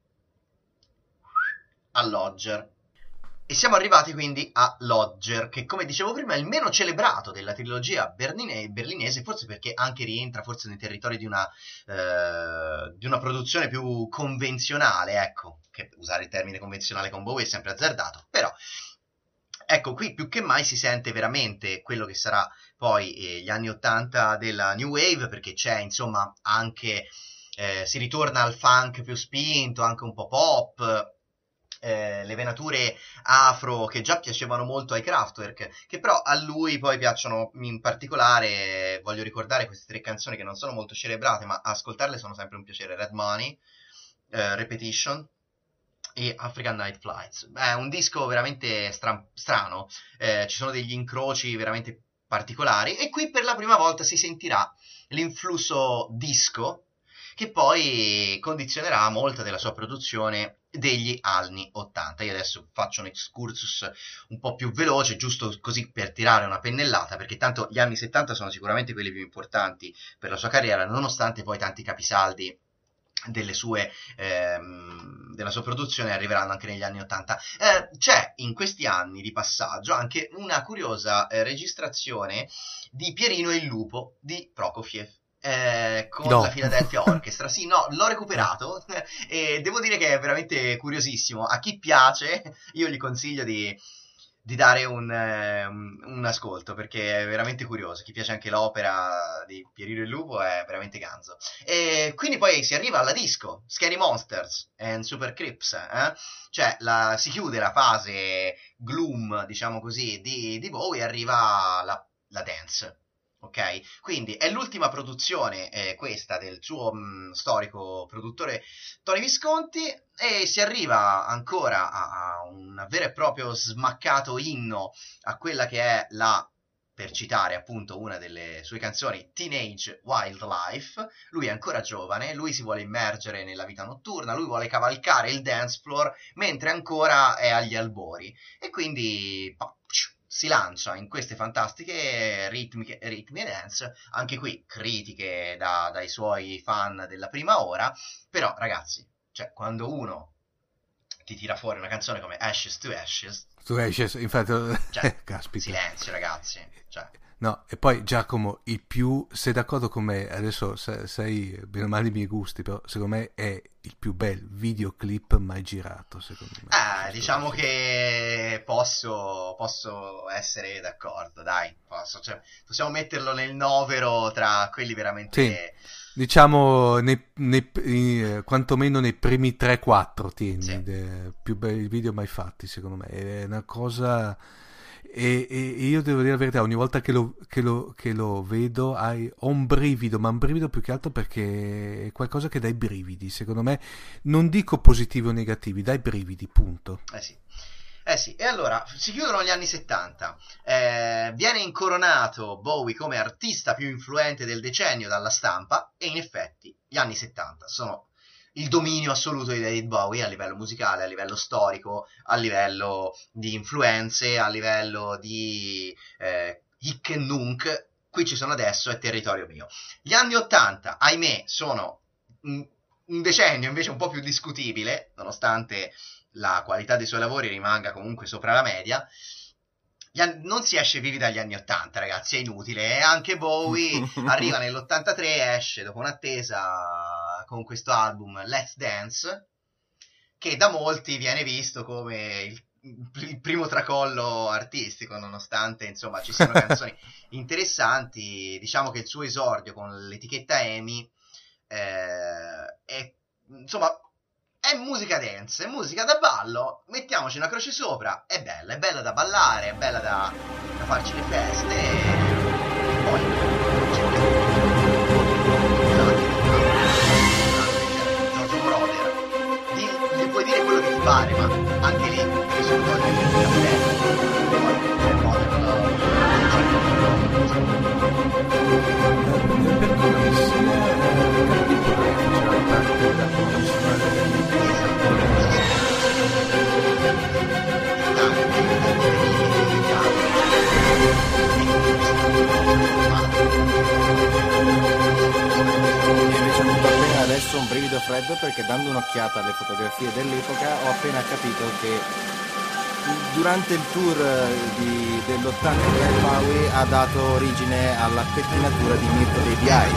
Speaker 6: a Lodger. E siamo arrivati quindi a Lodger, che come dicevo prima è il meno celebrato della trilogia berline- berlinese, forse perché anche rientra forse nei territori di una, eh, di una produzione più convenzionale, ecco, che usare il termine convenzionale con Bowie è sempre azzardato, però ecco, qui più che mai si sente veramente quello che sarà poi eh, gli anni ottanta della New Wave, perché c'è insomma anche, eh, si ritorna al funk più spinto, anche un po' pop, eh, le venature afro che già piacevano molto ai Kraftwerk, che però a lui poi piacciono in particolare. Voglio ricordare queste tre canzoni che non sono molto celebrate, ma ascoltarle sono sempre un piacere: Red Money, eh, Repetition e African Night Flights. È un disco veramente stra- strano, eh, ci sono degli incroci veramente particolari e qui per la prima volta si sentirà l'influsso disco che poi condizionerà molta della sua produzione degli anni ottanta. Io adesso faccio un excursus un po' più veloce, giusto così per tirare una pennellata, perché tanto gli anni settanta sono sicuramente quelli più importanti per la sua carriera, nonostante poi tanti capisaldi delle sue, ehm, della sua produzione arriveranno anche negli anni ottanta. Eh, c'è in questi anni di passaggio anche una curiosa eh, registrazione di Pierino e il lupo di Prokofiev. Eh, con
Speaker 1: No.
Speaker 6: la Philadelphia Orchestra. Sì, no, l'ho recuperato e devo dire che è veramente curiosissimo. A chi piace, io gli consiglio di, di dare un, eh, un, un ascolto, perché è veramente curioso. Chi piace anche l'opera di Pierino e il lupo è veramente ganzo. E quindi poi si arriva alla disco, Scary Monsters and Super Crips, eh? Cioè la, si chiude la fase gloom, diciamo così, di, di Bowie e arriva la, la dance. ok? Quindi è l'ultima produzione, eh, questa, del suo mh, storico produttore Tony Visconti, e si arriva ancora a, a un vero e proprio smaccato inno a quella che è la, per citare appunto una delle sue canzoni, Teenage Wildlife. Lui è ancora giovane, lui si vuole immergere nella vita notturna, lui vuole cavalcare il dance floor mentre ancora è agli albori, e quindi pa, si lancia in queste fantastiche ritmiche, ritmi e dance, anche qui critiche da, dai suoi fan della prima ora, però ragazzi, cioè quando uno ti tira fuori una canzone come Ashes to Ashes,
Speaker 1: Tu esci, infatti,
Speaker 6: cioè,
Speaker 1: caspita.
Speaker 6: silenzio ragazzi, cioè.
Speaker 1: No, e poi Giacomo, il più, sei d'accordo con me, adesso se- sei bene o male i miei gusti, però secondo me è il più bel videoclip mai girato, secondo me.
Speaker 6: Ah, diciamo che posso, posso essere d'accordo, dai, posso, cioè, possiamo metterlo nel novero tra quelli veramente...
Speaker 1: Sì, diciamo, nei, nei, eh, quantomeno nei primi tre quattro tieni,
Speaker 6: Sì.
Speaker 1: dei più belli video mai fatti, secondo me. È una cosa... E, e- e io devo dire la verità, ogni volta che lo, che lo, che lo vedo hai, ho un brivido, ma un brivido più che altro perché è qualcosa che dà i brividi, secondo me. Non dico positivi o negativi, dai brividi, punto.
Speaker 6: Eh sì. Eh sì, e allora si chiudono gli anni settanta, eh, viene incoronato Bowie come artista più influente del decennio dalla stampa, e in effetti gli anni settanta sono il dominio assoluto di David Bowie a livello musicale, a livello storico, a livello di influenze, a livello di eh, hic e nunc. Qui ci sono adesso, è territorio mio. Gli anni ottanta, ahimè, sono un, un decennio invece un po' più discutibile, nonostante la qualità dei suoi lavori rimanga comunque sopra la media. Gli anni, non si esce vivi dagli anni ottanta, ragazzi, è inutile. E anche Bowie arriva nell'ottantatré, esce dopo un'attesa con questo album Let's Dance, che da molti viene visto come il, il primo tracollo artistico, nonostante insomma ci siano canzoni interessanti. Diciamo che il suo esordio con l'etichetta EMI eh, è, insomma, è musica dance, è musica da ballo, mettiamoci una croce sopra, è bella, è bella da ballare, è bella da, da farci le feste, e poi c'è Giorgio Moroder, gli puoi dire quello che ti pare, ma anche lì mi sono tolto il cappello, poi
Speaker 1: Perdonami,
Speaker 3: adesso un brivido freddo perché dando un'occhiata alle fotografie dell'epoca ho appena capito che durante il tour di, dell'ottantatré Bowie ha dato origine alla pettinatura di Mirko dei Biai.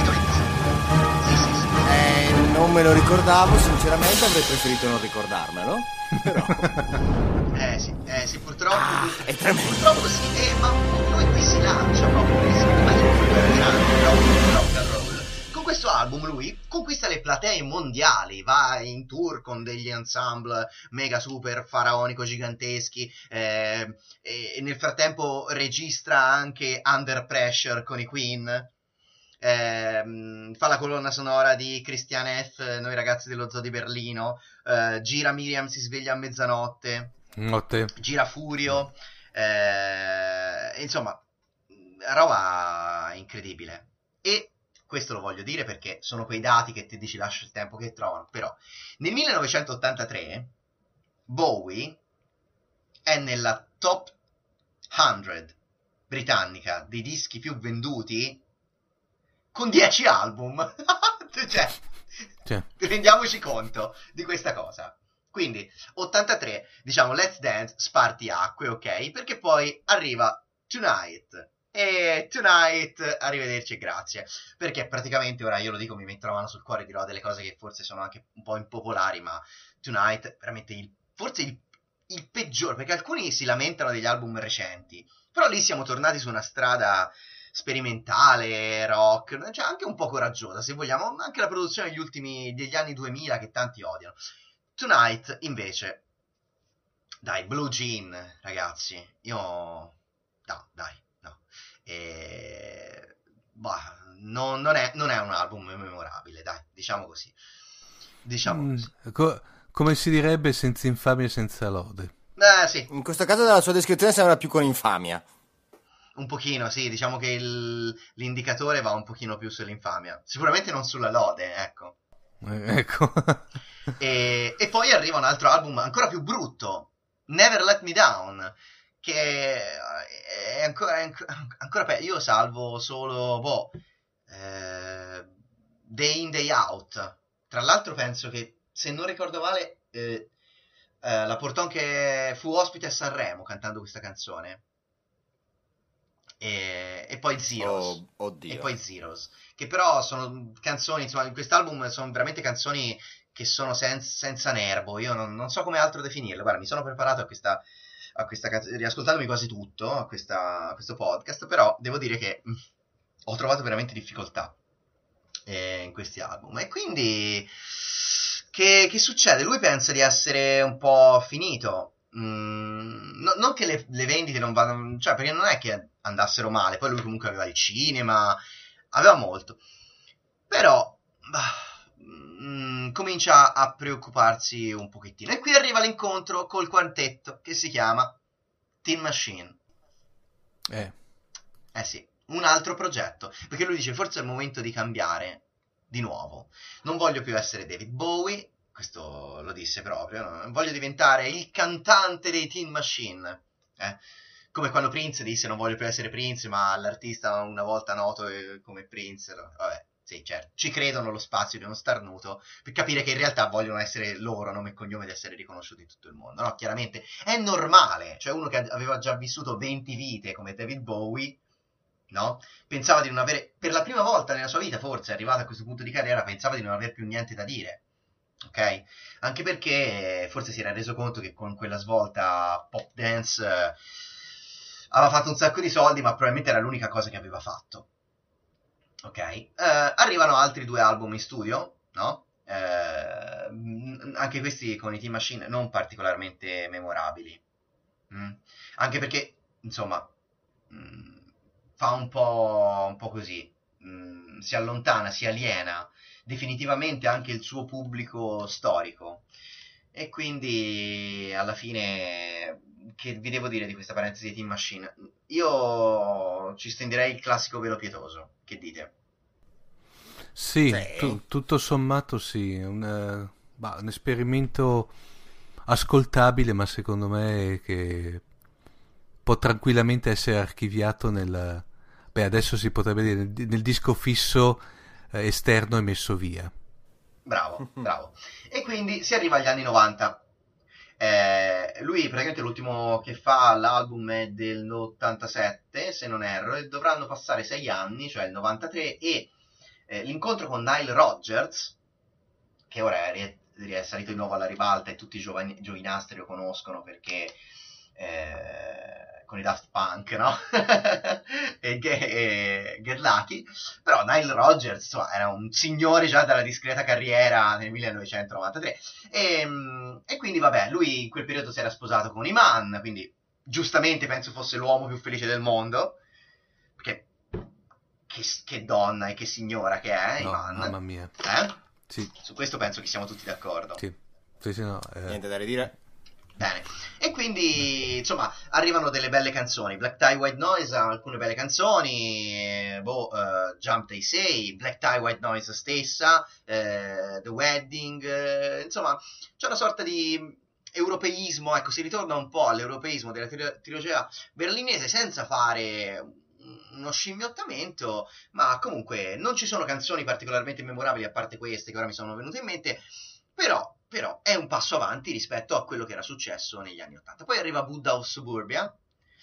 Speaker 3: Eh, non me lo ricordavo, sinceramente avrei preferito non ricordarmelo, però...
Speaker 6: Eh sì, eh sì, purtroppo,
Speaker 3: Ah, è tremendo.
Speaker 6: purtroppo sì, eh, ma lui qui si lancia proprio, secondo me è un grande rock, rock and roll. Con questo album lui conquista le platee mondiali, va in tour con degli ensemble mega super faraonico giganteschi, eh, e, e nel frattempo registra anche Under Pressure con i Queen. Eh, fa la colonna sonora di Christian F., Noi ragazzi dello zoo di Berlino, eh, gira Miriam si sveglia a mezzanotte,
Speaker 1: Notte.
Speaker 6: gira Furio, eh, insomma, roba incredibile. E questo lo voglio dire perché sono quei dati che ti dici lascia il tempo che trovano, però nel millenovecentottantatré Bowie è nella top cento britannica dei dischi più venduti con dieci album. Cioè,
Speaker 1: Cioè.
Speaker 6: rendiamoci conto di questa cosa. Quindi ottantatré, diciamo Let's Dance, spartiacque, ok? Perché poi arriva Tonight. E Tonight, arrivederci e grazie. Perché praticamente, ora io lo dico, mi metto la mano sul cuore e dirò delle cose che forse sono anche un po' impopolari, ma Tonight veramente il, forse il, il peggiore, perché alcuni si lamentano degli album recenti, però lì siamo tornati su una strada sperimentale, rock, cioè anche un po' coraggiosa, se vogliamo, anche la produzione degli ultimi, degli anni duemila che tanti odiano. Tonight, invece, dai, Blue Jean, ragazzi, io... no, dai, no. E... bah, non, non, è, non è un album memorabile, dai, diciamo così. Diciamo
Speaker 1: Mm,
Speaker 6: così.
Speaker 1: co- come si direbbe, senza infamia e senza lode.
Speaker 6: Eh sì,
Speaker 3: In questo caso dalla sua descrizione sembra più con infamia.
Speaker 6: un pochino, sì, diciamo che il- l'indicatore va un pochino più sull'infamia. Sicuramente non sulla lode, ecco.
Speaker 1: Eh, ecco.
Speaker 6: E, e poi arriva un altro album ancora più brutto, Never Let Me Down, che è ancora, è ancora peggio. Io salvo solo boh, eh, Day In Day Out. Tra l'altro penso che, se non ricordo male, eh, eh, la portò anche, fu ospite a Sanremo cantando questa canzone. E, e poi Zeros.
Speaker 3: Oh, oddio.
Speaker 6: E poi Zeros, che però sono canzoni, insomma, in quest'album sono veramente canzoni che sono sen- senza nervo. Io non, non so come altro definirle. Guarda, mi sono preparato a questa, a questa canzone, riascoltandomi quasi tutto a, questa, a questo podcast, però devo dire che mh, ho trovato veramente difficoltà eh, in questi album. E quindi che, che succede? Lui pensa di essere un po' finito. Mm, no- non che le, le vendite non vadano, cioè, perché non è che andassero male. Poi lui comunque aveva il cinema, aveva molto, però bah, mm, comincia a preoccuparsi un pochettino. E qui arriva l'incontro col quartetto che si chiama Tin Machine.
Speaker 1: Eh,
Speaker 6: Eh sì, un altro progetto, perché lui dice forse è il momento di cambiare di nuovo. Non voglio più essere David Bowie, questo lo disse proprio, no? Voglio diventare il cantante dei Tin Machine. Eh? Come quando Prince disse non voglio più essere Prince, ma l'artista una volta noto eh, come Prince. Vabbè, sì, certo, ci credono lo spazio di uno starnuto per capire che in realtà vogliono essere loro, nome e cognome, di essere riconosciuti in tutto il mondo. No, chiaramente è normale, cioè uno che aveva già vissuto venti vite come David Bowie, no? Pensava di non avere, per la prima volta nella sua vita, forse arrivato a questo punto di carriera, pensava di non aver più niente da dire. Ok? Anche perché forse si era reso conto che con quella svolta pop dance eh, aveva fatto un sacco di soldi, ma probabilmente era l'unica cosa che aveva fatto. Ok? Eh, arrivano altri due album in studio, no? Eh, mh, anche questi con i Tin Machine non particolarmente memorabili. Mm. Anche perché, insomma, mh, fa un po', un po' così. Mh, si allontana, si aliena definitivamente anche il suo pubblico storico. E quindi alla fine, che vi devo dire di questa parentesi di Tin Machine? Io ci stenderei il classico velo pietoso. Che dite?
Speaker 1: sì,
Speaker 3: Sì.
Speaker 1: tu- tutto sommato sì, un, eh, bah, un esperimento ascoltabile, ma secondo me che può tranquillamente essere archiviato nel... Beh, adesso si potrebbe dire nel, nel disco fisso eh, esterno e messo via.
Speaker 6: Bravo, bravo. E quindi si arriva agli anni novanta. Eh, lui praticamente l'ultimo che fa l'album è del novantasette, se non erro, e dovranno passare sei anni, cioè il novantatré, e eh, l'incontro con Nile Rodgers, che ora è, è salito di nuovo alla ribalta e tutti i giovani, giovinastri lo conoscono perché eh, con i Daft Punk, no? e, e Get Lucky. Però Nile Rodgers, insomma, era un signore già dalla discreta carriera nel millenovecentonovantatré e, e quindi vabbè, lui in quel periodo si era sposato con Iman, quindi giustamente penso fosse l'uomo più felice del mondo, perché che, che donna e che signora che è
Speaker 1: No,
Speaker 6: Iman,
Speaker 1: mamma mia.
Speaker 6: eh?
Speaker 1: Sì,
Speaker 6: Su questo penso che siamo tutti d'accordo.
Speaker 1: sì, sì, sì, no, eh,
Speaker 3: Niente da ridire.
Speaker 6: Bene, e quindi insomma arrivano delle belle canzoni. Black Tie White Noise ha alcune belle canzoni, boh, uh, Jump They Say, Black Tie White Noise stessa, eh, The Wedding, eh, insomma c'è una sorta di europeismo, ecco, si ritorna un po' all'europeismo della tri- trilogia berlinese senza fare uno scimmiottamento, ma comunque non ci sono canzoni particolarmente memorabili a parte queste che ora mi sono venute in mente, però però è un passo avanti rispetto a quello che era successo negli anni ottanta. Poi arriva Buddha of Suburbia,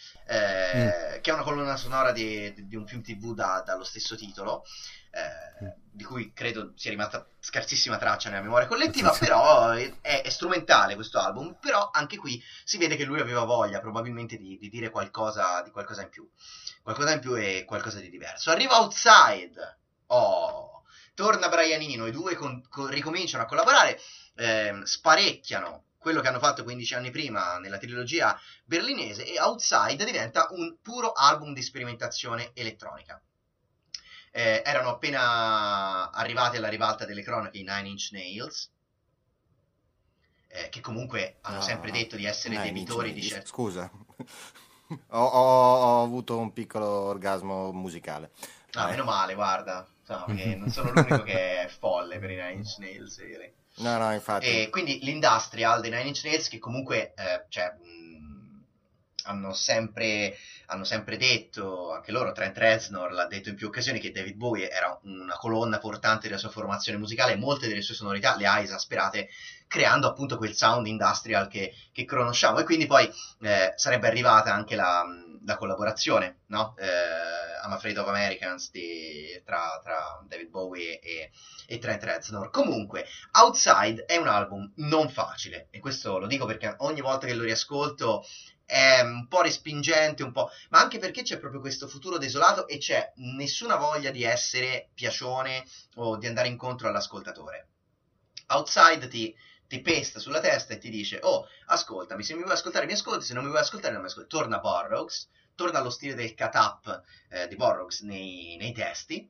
Speaker 6: eh, mm. che è una colonna sonora di, di un film tv da, dallo stesso titolo, eh, mm. di cui credo sia rimasta scarsissima traccia nella memoria collettiva, però è, è strumentale questo album, però anche qui si vede che lui aveva voglia probabilmente di, di dire qualcosa, di qualcosa in più, qualcosa in più e qualcosa di diverso. Arriva Outside, oh, torna Brian Eno, i due con, con, ricominciano a collaborare, Eh, sparecchiano quello che hanno fatto quindici anni prima nella trilogia berlinese e Outside diventa un puro album di sperimentazione elettronica. eh, erano appena arrivati alla ribalta delle cronache i Nine Inch Nails, eh, che comunque hanno
Speaker 3: No,
Speaker 6: sempre
Speaker 3: no,
Speaker 6: detto di essere
Speaker 3: Nine
Speaker 6: debitori
Speaker 3: Inch
Speaker 6: di
Speaker 3: Nails.
Speaker 6: certi...
Speaker 3: Scusa, ho, ho- ho avuto un piccolo orgasmo musicale.
Speaker 6: Ah,
Speaker 3: Eh.
Speaker 6: meno male, guarda, no, perché non sono l'unico che è folle per i Nine Inch Nails, direi.
Speaker 3: No, no, infatti.
Speaker 6: E quindi l'industrial dei Nine Inch Nails, che comunque eh, cioè, mh, hanno sempre hanno sempre detto, anche loro, Trent Reznor l'ha detto in più occasioni, che David Bowie era una colonna portante della sua formazione musicale e molte delle sue sonorità le ha esasperate, creando appunto quel sound industrial che, che conosciamo. E quindi poi eh, sarebbe arrivata anche la, la collaborazione, no? Eh, I'm Afraid of Americans di, tra, tra David Bowie e, e Trent Reznor. Comunque, Outside è un album non facile, e questo lo dico perché ogni volta che lo riascolto è un po' respingente, un po', ma anche perché c'è proprio questo futuro desolato e c'è nessuna voglia di essere piacione o di andare incontro all'ascoltatore. Outside ti, ti pesta sulla testa e ti dice: oh, ascoltami, se mi vuoi ascoltare mi ascolti, se non mi vuoi ascoltare non mi ascolti. Torna Burroughs, torna allo stile del cut-up eh, di Burroughs nei, nei testi,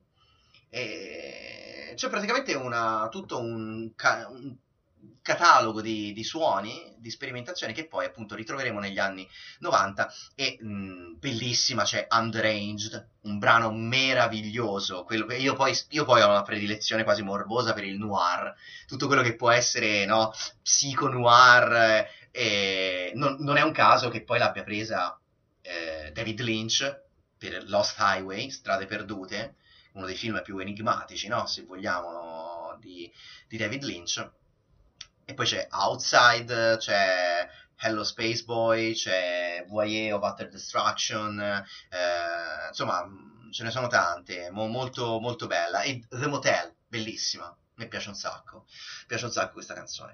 Speaker 6: e c'è praticamente una, tutto un, ca- un catalogo di, di suoni, di sperimentazioni che poi appunto ritroveremo negli anni novanta. E mh, bellissima c'è Underanged, un brano meraviglioso, quello che io poi, io poi ho una predilezione quasi morbosa per il noir, tutto quello che può essere, no, psico noir, e non, non è un caso che poi l'abbia presa eh, David Lynch per Lost Highway, Strade Perdute, uno dei film più enigmatici, no, se vogliamo, di, di David Lynch. E poi c'è Outside, c'è Hello Space Boy, c'è Voyeur of Utter Destruction, eh, insomma ce ne sono tante, mo- molto, molto bella. E The Motel, bellissima, mi piace un sacco, mi piace un sacco questa canzone.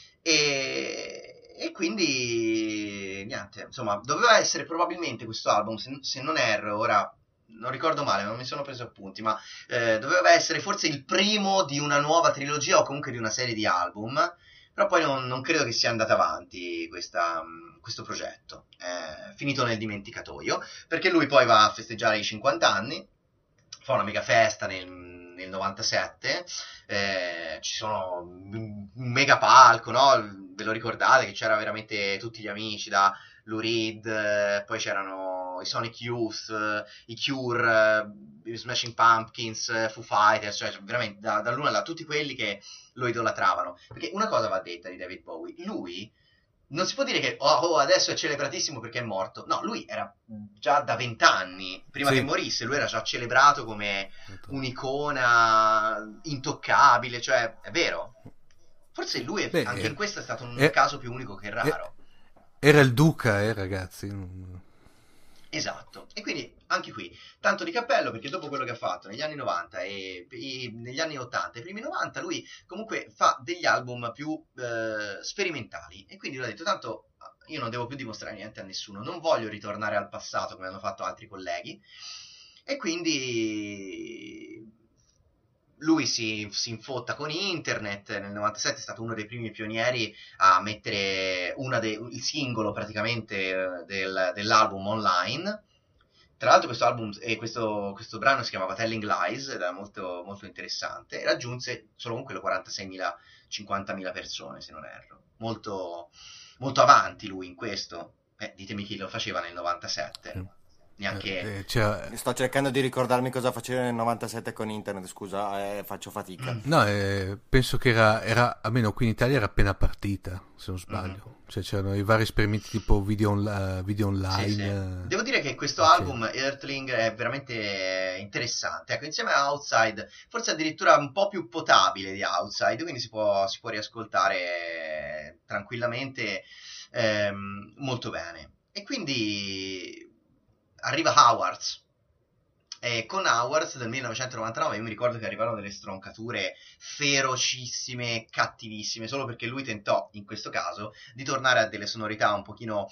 Speaker 6: E, e quindi niente, insomma, doveva essere probabilmente questo album, se, se non erro, ora non ricordo male, non mi sono preso appunti, ma eh, doveva essere forse il primo di una nuova trilogia o comunque di una serie di album. Però poi non, non credo che sia andata avanti questa, questo progetto, è finito nel dimenticatoio, perché lui poi va a festeggiare i cinquanta anni, fa una mega festa nel, nel novantasette, eh, ci sono un mega palco, no? Ve lo ricordate che c'era veramente tutti gli amici, da Lou Reed, eh, poi c'erano i Sonic Youth, eh, i Cure, eh, i Smashing Pumpkins, eh, Foo Fighters, cioè veramente da, dall'una alla tutti quelli che lo idolatravano. Perché una cosa va detta di David Bowie, lui non si può dire che oh, oh, adesso è celebratissimo perché è morto. No, lui era già da vent'anni, prima
Speaker 1: Sì.
Speaker 6: che morisse, lui era già celebrato come un'icona intoccabile, cioè è vero. Forse lui è,
Speaker 1: Beh,
Speaker 6: anche
Speaker 1: eh,
Speaker 6: in questo è stato un
Speaker 1: eh,
Speaker 6: caso più unico che raro.
Speaker 1: Era il duca, eh, ragazzi. Non-
Speaker 6: Esatto, e quindi anche qui tanto di cappello, perché dopo quello che ha fatto negli anni novanta e, e negli anni ottanta e i primi novanta, lui comunque fa degli album più eh, sperimentali, e quindi lui ha detto: tanto io non devo più dimostrare niente a nessuno, non voglio ritornare al passato come hanno fatto altri colleghi. E quindi lui si, si infotta con internet. Nel novantasette è stato uno dei primi pionieri a mettere una de- il singolo praticamente eh, del- dell'album online. Tra l'altro questo album e questo, questo brano si chiamava Telling Lies ed era molto, molto interessante, e raggiunse solo con quello quarantaseimila cinquantamila persone, se non erro. Molto, molto avanti lui in questo. Eh, ditemi chi lo faceva nel novantasette. Neanche...
Speaker 1: eh, eh, c'era-
Speaker 3: Sto cercando di ricordarmi cosa facevo nel novantasette con internet, scusa, eh, faccio fatica.
Speaker 1: no, eh, penso che era, era, almeno qui in Italia era appena partita, se non sbaglio.
Speaker 6: Mhm.
Speaker 1: Cioè c'erano i vari esperimenti tipo video, on- video online.
Speaker 6: Sì, sì.
Speaker 1: eh.
Speaker 6: Devo dire che questo
Speaker 1: Sì.
Speaker 6: album, Earthling, è veramente interessante. Ecco, insieme a Outside, forse addirittura un po' più potabile di Outside, quindi si può, si può riascoltare tranquillamente, ehm, molto bene. E quindi arriva Howards. E con Howards del millenovecentonovantanove io mi ricordo che arrivarono delle stroncature ferocissime, cattivissime, solo perché lui tentò, in questo caso, di tornare a delle sonorità un pochino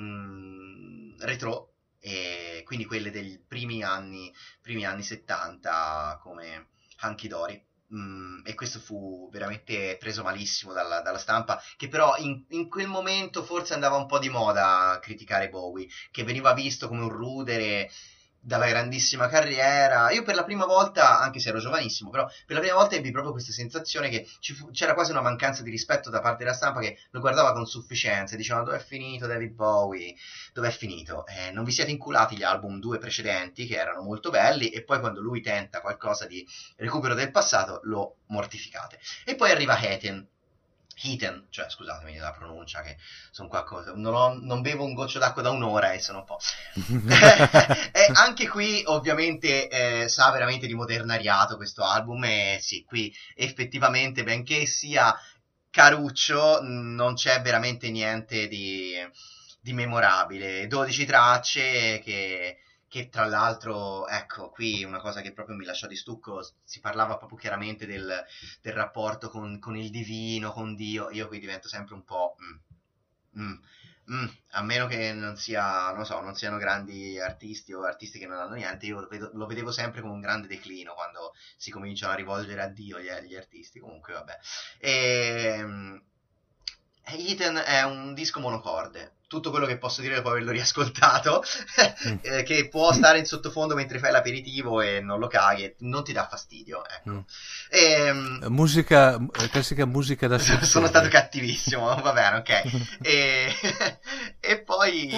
Speaker 6: mm, retro, e quindi quelle dei primi anni, primi anni settanta, come Hunky Dory. Mm, e questo fu veramente preso malissimo dalla, dalla stampa, che però in, in quel momento forse andava un po' di moda a criticare Bowie, che veniva visto come un rudere. dalla grandissima carriera. Io per la prima volta, anche se ero giovanissimo, però per la prima volta ebbi proprio questa sensazione che ci fu, c'era quasi una mancanza di rispetto da parte della stampa, che lo guardava con sufficienza e diceva: dov'è finito David Bowie? Dov'è finito? Eh, non vi siete inculati gli album due precedenti che erano molto belli, e poi quando lui tenta qualcosa di recupero del passato lo mortificate. E poi arriva Heathen Heathen, cioè scusatemi la pronuncia, che sono qua cosa, non, ho, non bevo un goccio d'acqua da un'ora e sono un po'. E anche qui ovviamente eh, sa veramente di modernariato questo album, e sì, qui effettivamente, benché sia caruccio, non c'è veramente niente di, di memorabile. dodici tracce che... che tra l'altro, ecco, qui una cosa che proprio mi lasciò di stucco, si parlava proprio chiaramente del, del rapporto con, con il divino, con Dio. Io qui divento sempre un po'... Mm, mm, mm, a meno che non sia, non so, non siano grandi artisti o artisti che non hanno niente, io lo, vedo, lo vedevo sempre come un grande declino quando si cominciano a rivolgere a Dio gli, gli artisti. Comunque, vabbè. E... Heathen è un disco monocorde. Tutto quello che posso dire dopo averlo riascoltato, eh, che può stare in sottofondo mentre fai l'aperitivo e non lo caghi, non ti dà fastidio, ecco.
Speaker 1: Mm.
Speaker 6: E,
Speaker 1: musica, classica musica da
Speaker 6: sono
Speaker 1: sessione.
Speaker 6: stato cattivissimo, va bene, ok. E, e poi...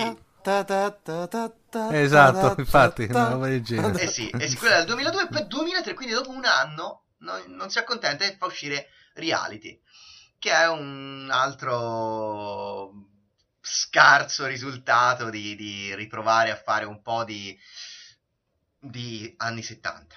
Speaker 1: Esatto, infatti, una roba del genere.
Speaker 6: Eh sì, eh sì, quella del duemiladue, poi duemilatré, quindi dopo un anno non, non si accontenta e fa uscire Reality, che è un altro scarso risultato di, di riprovare a fare un po' di, di anni settanta.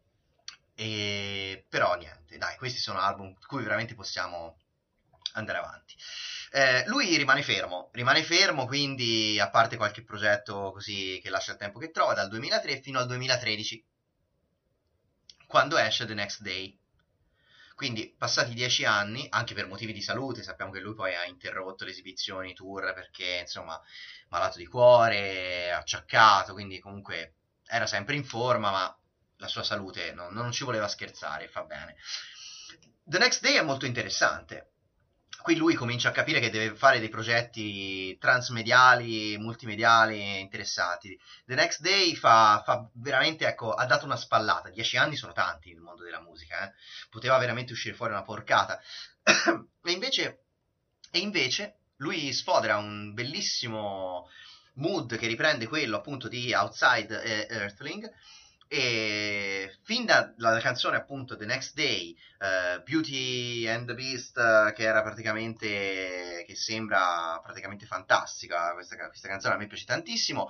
Speaker 6: E, però niente, dai, questi sono album su cui veramente possiamo andare avanti. Eh, lui rimane fermo, rimane fermo, quindi a parte qualche progetto così che lascia il tempo che trova, dal duemilatré fino al duemilatredici, quando esce The Next Day. Quindi passati dieci anni, anche per motivi di salute, sappiamo che lui poi ha interrotto le esibizioni, tour, perché insomma malato di cuore, acciaccato, quindi comunque era sempre in forma, ma la sua salute no, non ci voleva scherzare, fa bene. The Next Day è molto interessante. Qui lui comincia a capire che deve fare dei progetti transmediali, multimediali interessanti. The Next Day fa, fa veramente, ecco, ha dato una spallata. Dieci anni sono tanti nel mondo della musica, eh? Poteva veramente uscire fuori una porcata. e, invece, e invece lui sfodera un bellissimo mood che riprende quello appunto di Outside e Earthling, e fin dalla canzone appunto The Next Day, uh, Beauty and the Beast, uh, che era praticamente, che sembra praticamente fantastica, questa, questa canzone a me piace tantissimo.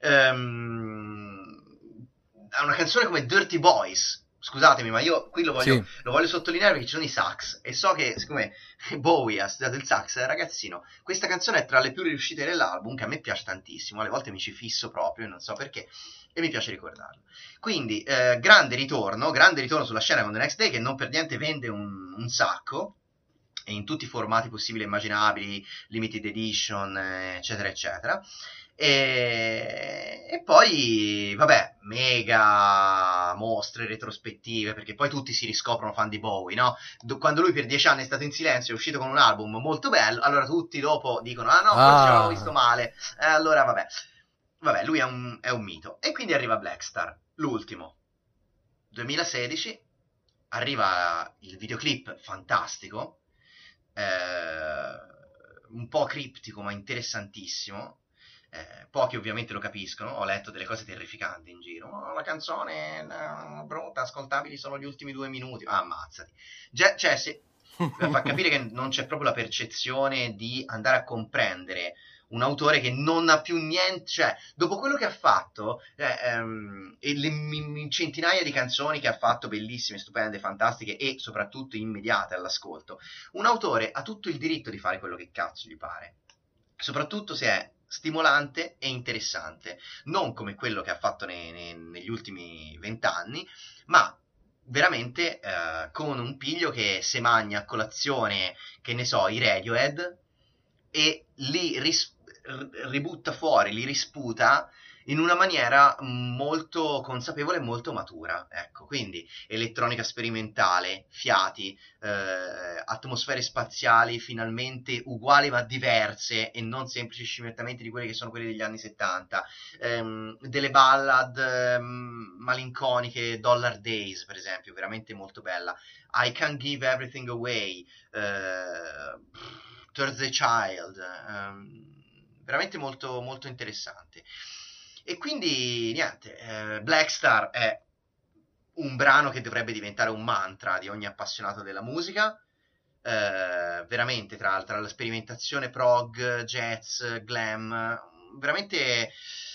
Speaker 6: Um, ha una canzone come Dirty Boys, scusatemi, ma io qui lo voglio,
Speaker 1: sì.
Speaker 6: lo voglio sottolineare perché ci sono i sax, e so che siccome Bowie ha studiato il sax da ragazzino, questa canzone è tra le più riuscite dell'album, che a me piace tantissimo, alle volte mi ci fisso proprio, non so perché, e mi piace ricordarlo. Quindi eh, grande ritorno, grande ritorno sulla scena con The Next Day, che non per niente vende un, un sacco, e in tutti i formati possibili e immaginabili, limited edition, eccetera eccetera. E, e poi vabbè, mega mostre retrospettive, perché poi tutti si riscoprono fan di Bowie, no? Do- quando lui per dieci anni è stato in silenzio e è uscito con un album molto bello, allora tutti dopo dicono ah no, forse
Speaker 1: Ah.
Speaker 6: l'avevo visto male, eh, allora vabbè vabbè lui è un, è un mito. E quindi arriva Blackstar, l'ultimo, duemilasedici, arriva il videoclip fantastico, eh, un po' criptico ma interessantissimo. Eh, pochi ovviamente lo capiscono, ho letto delle cose terrificanti in giro, oh, la canzone no, brutta, ascoltabili sono gli ultimi due minuti, ah, ammazzati. Ge- cioè, se, fa capire che non c'è proprio la percezione di andare a comprendere un autore che non ha più niente, cioè dopo quello che ha fatto eh, ehm, e le m- centinaia di canzoni che ha fatto, bellissime, stupende, fantastiche e soprattutto immediate all'ascolto, un autore ha tutto il diritto di fare quello che cazzo gli pare, soprattutto se è stimolante e interessante, non come quello che ha fatto ne, ne, negli ultimi vent'anni, ma veramente eh, con un piglio che se magna a colazione, che ne so, i Radiohead, e li ris- ributta fuori, li risputa in una maniera molto consapevole e molto matura, ecco, quindi elettronica sperimentale, fiati, eh, atmosfere spaziali finalmente uguali ma diverse e non semplici scimmiottamente di quelli che sono quelli degli anni settanta, ehm, delle ballad ehm, malinconiche, Dollar Days per esempio, veramente molto bella, I Can't Give Everything Away, eh, Thursday Child, ehm, veramente molto, molto interessante. E quindi niente, eh, Black Star è un brano che dovrebbe diventare un mantra di ogni appassionato della musica, eh, veramente tra, tra la sperimentazione prog, jazz, glam, veramente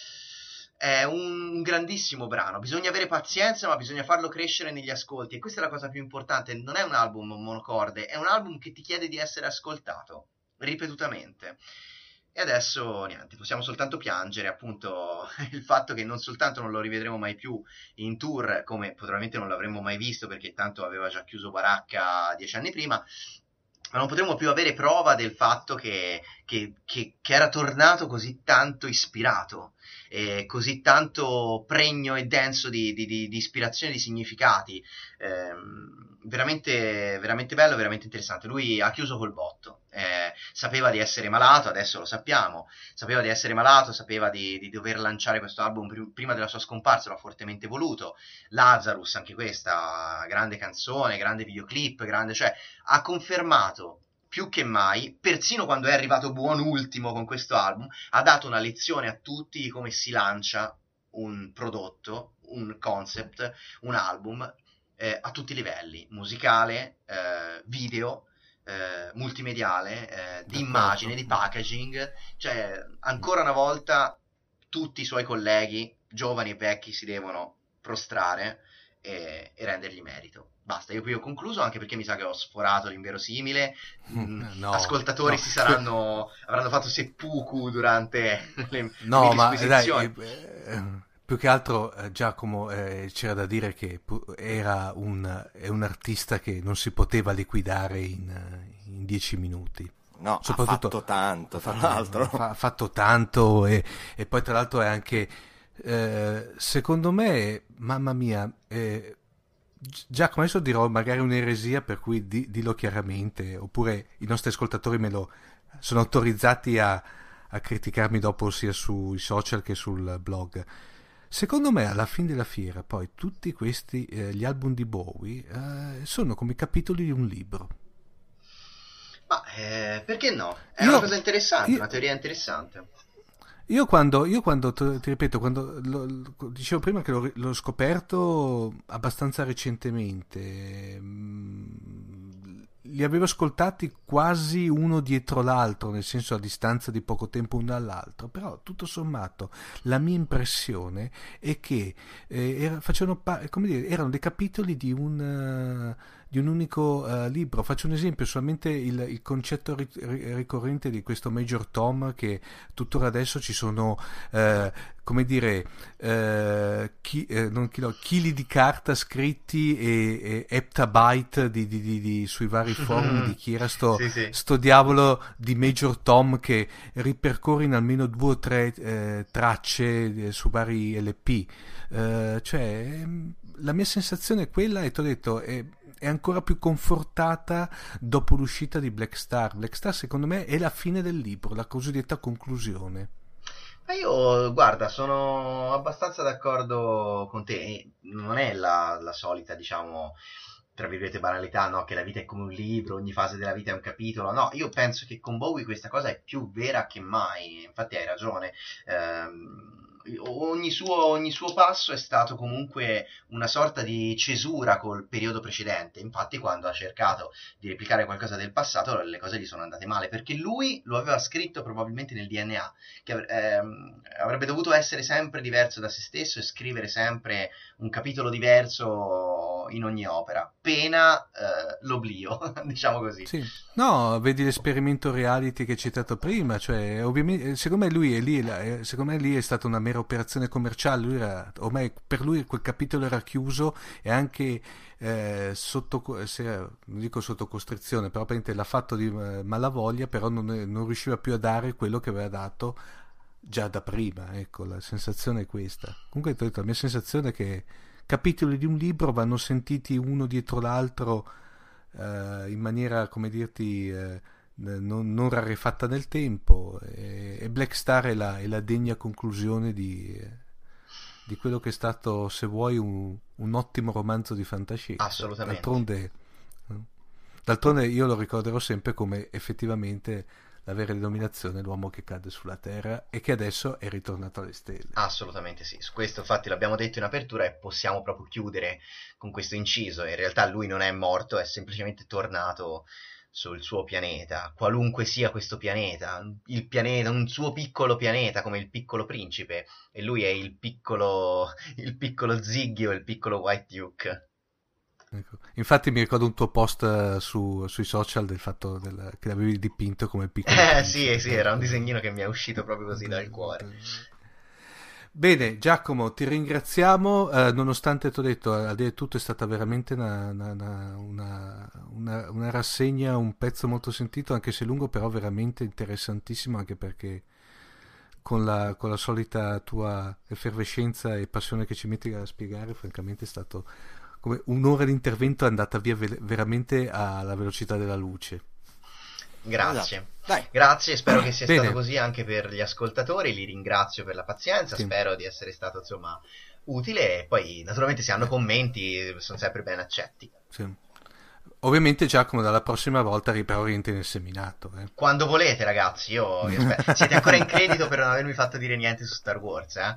Speaker 6: è un grandissimo brano. Bisogna avere pazienza, ma bisogna farlo crescere negli ascolti, e questa è la cosa più importante. Non è un album monocorde, è un album che ti chiede di essere ascoltato ripetutamente. E adesso niente, possiamo soltanto piangere appunto il fatto che non soltanto non lo rivedremo mai più in tour, come probabilmente non l'avremmo mai visto perché tanto aveva già chiuso baracca dieci anni prima, ma non potremo più avere prova del fatto che, che, che, che era tornato così tanto ispirato, eh, così tanto pregno e denso di, di, di, di ispirazione, di significati, eh, veramente, veramente bello, veramente interessante. Lui ha chiuso col botto, eh, sapeva di essere malato, adesso lo sappiamo, sapeva di essere malato, sapeva di, di dover lanciare questo album pr- prima della sua scomparsa, l'ha fortemente voluto. Lazarus, anche questa grande canzone, grande videoclip, grande, cioè ha confermato più che mai, persino quando è arrivato buon ultimo con questo album, ha dato una lezione a tutti di come si lancia un prodotto, un concept, un album, eh, a tutti i livelli, musicale, eh, video, eh, multimediale, eh, di immagine, di packaging, cioè ancora una volta tutti i suoi colleghi, giovani e vecchi, si devono prostrare e, e rendergli merito. Basta, io qui ho concluso, anche perché mi sa che ho sforato l'inverosimile.
Speaker 5: No,
Speaker 6: Ascoltatori
Speaker 5: no.
Speaker 6: si saranno avranno fatto seppuku durante le,
Speaker 1: no,
Speaker 6: le
Speaker 1: ma
Speaker 6: disquisizioni.
Speaker 1: dai, eh, più che altro eh, Giacomo, eh, c'era da dire che pu- era un, è un artista che non si poteva liquidare in, in dieci minuti.
Speaker 3: No,
Speaker 1: Soprattutto,
Speaker 3: ha fatto tanto, tra l'altro.
Speaker 1: Ha fatto tanto e, e poi tra l'altro è anche, eh, secondo me, mamma mia, eh, Giacomo, adesso dirò magari un'eresia, per cui di, dillo chiaramente, oppure i nostri ascoltatori me lo sono autorizzati a, a criticarmi dopo sia sui social che sul blog. Secondo me alla fine della fiera poi tutti questi, eh, gli album di Bowie, eh, sono come i capitoli di un libro.
Speaker 6: Ma eh, perché no? È
Speaker 1: Io-
Speaker 6: una cosa interessante,
Speaker 1: io-
Speaker 6: una teoria interessante.
Speaker 1: Io quando, io quando ti ti ripeto, quando lo- lo- dicevo prima che l'ho, l'ho scoperto abbastanza recentemente, mm, li avevo ascoltati quasi uno dietro l'altro, nel senso a distanza di poco tempo uno dall'altro, però tutto sommato la mia impressione è che eh, era- facevano pa- come dire, erano dei capitoli di un... eh, di un unico eh, libro. Faccio un esempio, solamente il, il concetto ri- ri- ricorrente di questo Major Tom, che tuttora adesso ci sono, eh, come dire, eh, chi- eh, non chilo- chili di carta scritti e, e heptabyte di, di- di- di- sui vari forum di chi era sto,
Speaker 6: Sì, sì.
Speaker 1: sto diavolo di Major Tom che ripercorre in almeno due o tre eh, tracce eh, su vari L P. Eh, cioè, ehm, la mia sensazione è quella, e ti ho detto, è, è ancora più confortata dopo l'uscita di Black Star. Black Star secondo me è la fine del libro, la cosiddetta conclusione.
Speaker 6: Ma io, guarda, sono abbastanza d'accordo con te. E non è la, la solita, diciamo, tra virgolette, banalità, no? Che la vita è come un libro, ogni fase della vita è un capitolo. No, io penso che con Bowie questa cosa è più vera che mai. Infatti hai ragione. Ehm, ogni suo, ogni suo passo è stato comunque una sorta di cesura col periodo precedente. Infatti quando ha cercato di replicare qualcosa del passato, le cose gli sono andate male, perché lui lo aveva scritto probabilmente nel D N A, che ehm, avrebbe dovuto essere sempre diverso da se stesso e scrivere sempre un capitolo diverso in ogni opera, pena eh, l'oblio, diciamo così.
Speaker 1: Sì. No, vedi l'esperimento reality che hai citato prima, cioè ovviamente secondo me lui è lì, è- secondo me lì è stata una mera operazione commerciale. Lui era, ormai per lui quel capitolo era chiuso, e anche eh, sotto, co- se, non dico sotto costrizione, però praticamente l'ha fatto di eh, malavoglia, però non, non riusciva più a dare quello che aveva dato già da prima, ecco, la sensazione è questa. Comunque ti ho detto, la mia sensazione è che capitoli di un libro vanno sentiti uno dietro l'altro eh, in maniera, come dirti, eh, non, non rarefatta nel tempo, e, e Black Star è la, è la degna conclusione di, di quello che è stato, se vuoi, un, un ottimo romanzo di fantascienza.
Speaker 6: Assolutamente.
Speaker 1: D'altronde, d'altronde io lo ricorderò sempre come effettivamente la vera denominazione, l'uomo che cade sulla terra e che adesso è ritornato alle stelle.
Speaker 6: Assolutamente sì, su questo infatti l'abbiamo detto in apertura e possiamo proprio chiudere con questo inciso. In realtà lui non è morto, è semplicemente tornato sul suo pianeta, qualunque sia questo pianeta, il pianeta, un suo piccolo pianeta come il Piccolo Principe, e lui è il piccolo, il piccolo Ziggy o il piccolo White Duke.
Speaker 1: Ecco. Infatti mi ricordo un tuo post su, sui social del fatto del, che l'avevi dipinto come piccolo
Speaker 6: Eh
Speaker 1: principe.
Speaker 6: sì, sì, era un disegnino che mi è uscito proprio così dal cuore.
Speaker 1: Bene, Giacomo, ti ringraziamo, eh, nonostante ti ho detto, al di là di tutto è stata veramente una, una, una, una, una rassegna, un pezzo molto sentito, anche se lungo, però veramente interessantissimo, anche perché con la, con la solita tua effervescenza e passione che ci metti a spiegare, francamente è stato come un'ora di intervento è andata via ve- veramente alla velocità della luce.
Speaker 6: Grazie.
Speaker 3: Esatto. Dai.
Speaker 6: Grazie, spero che sia
Speaker 1: Bene.
Speaker 6: stato così anche per gli ascoltatori, li ringrazio per la pazienza,
Speaker 1: Sì.
Speaker 6: spero di essere stato insomma utile e poi naturalmente se hanno commenti sono sempre ben accetti.
Speaker 1: Sì. Ovviamente Giacomo dalla prossima volta però rientri nel seminato. Eh.
Speaker 6: Quando volete ragazzi, io vi aspetto. Siete ancora in credito per non avermi fatto dire niente su Star Wars, eh?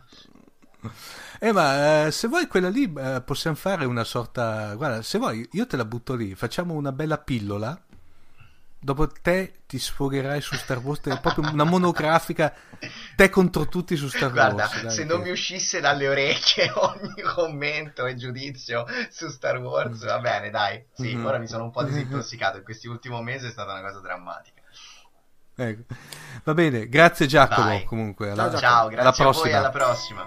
Speaker 1: Eh ma eh, se vuoi quella lì eh, possiamo fare una sorta, guarda, se vuoi io te la butto lì, facciamo una bella pillola, dopo te ti sfogherai su Star Wars, è proprio una monografica, te contro tutti su Star
Speaker 6: Guarda,
Speaker 1: Wars. Dai,
Speaker 6: se
Speaker 1: che...
Speaker 6: non mi uscisse dalle orecchie ogni commento e giudizio su Star Wars, va bene, dai. Sì,
Speaker 1: Mm-hmm.
Speaker 6: ora mi sono un po' disintossicato. In questi ultimi mesi è stata una cosa drammatica.
Speaker 1: Ecco. Va bene, grazie Giacomo.
Speaker 6: Dai.
Speaker 1: Comunque, alla,
Speaker 6: Ciao, ciao,
Speaker 1: alla
Speaker 6: grazie a voi,
Speaker 1: prossima.
Speaker 6: alla prossima.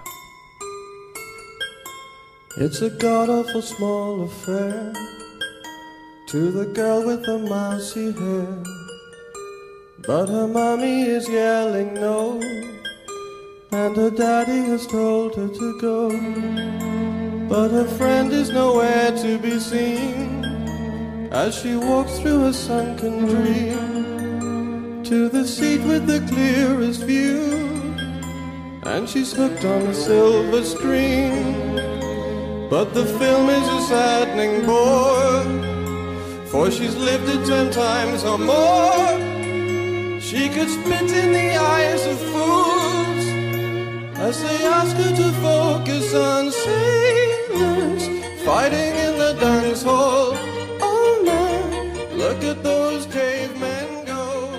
Speaker 7: It's a god-awful small affair to the girl with the mousy hair, but her mommy is yelling no, and her daddy has told her to go, but her friend is nowhere to be seen as she walks through her sunken dream to the seat with the clearest view, and she's hooked on the silver screen. But the film is a saddening bore, for she's lived it ten times or more. She could spit in the eyes of fools as they ask her to focus on sailors fighting in the dance hall. Oh man, look at those cavemen go.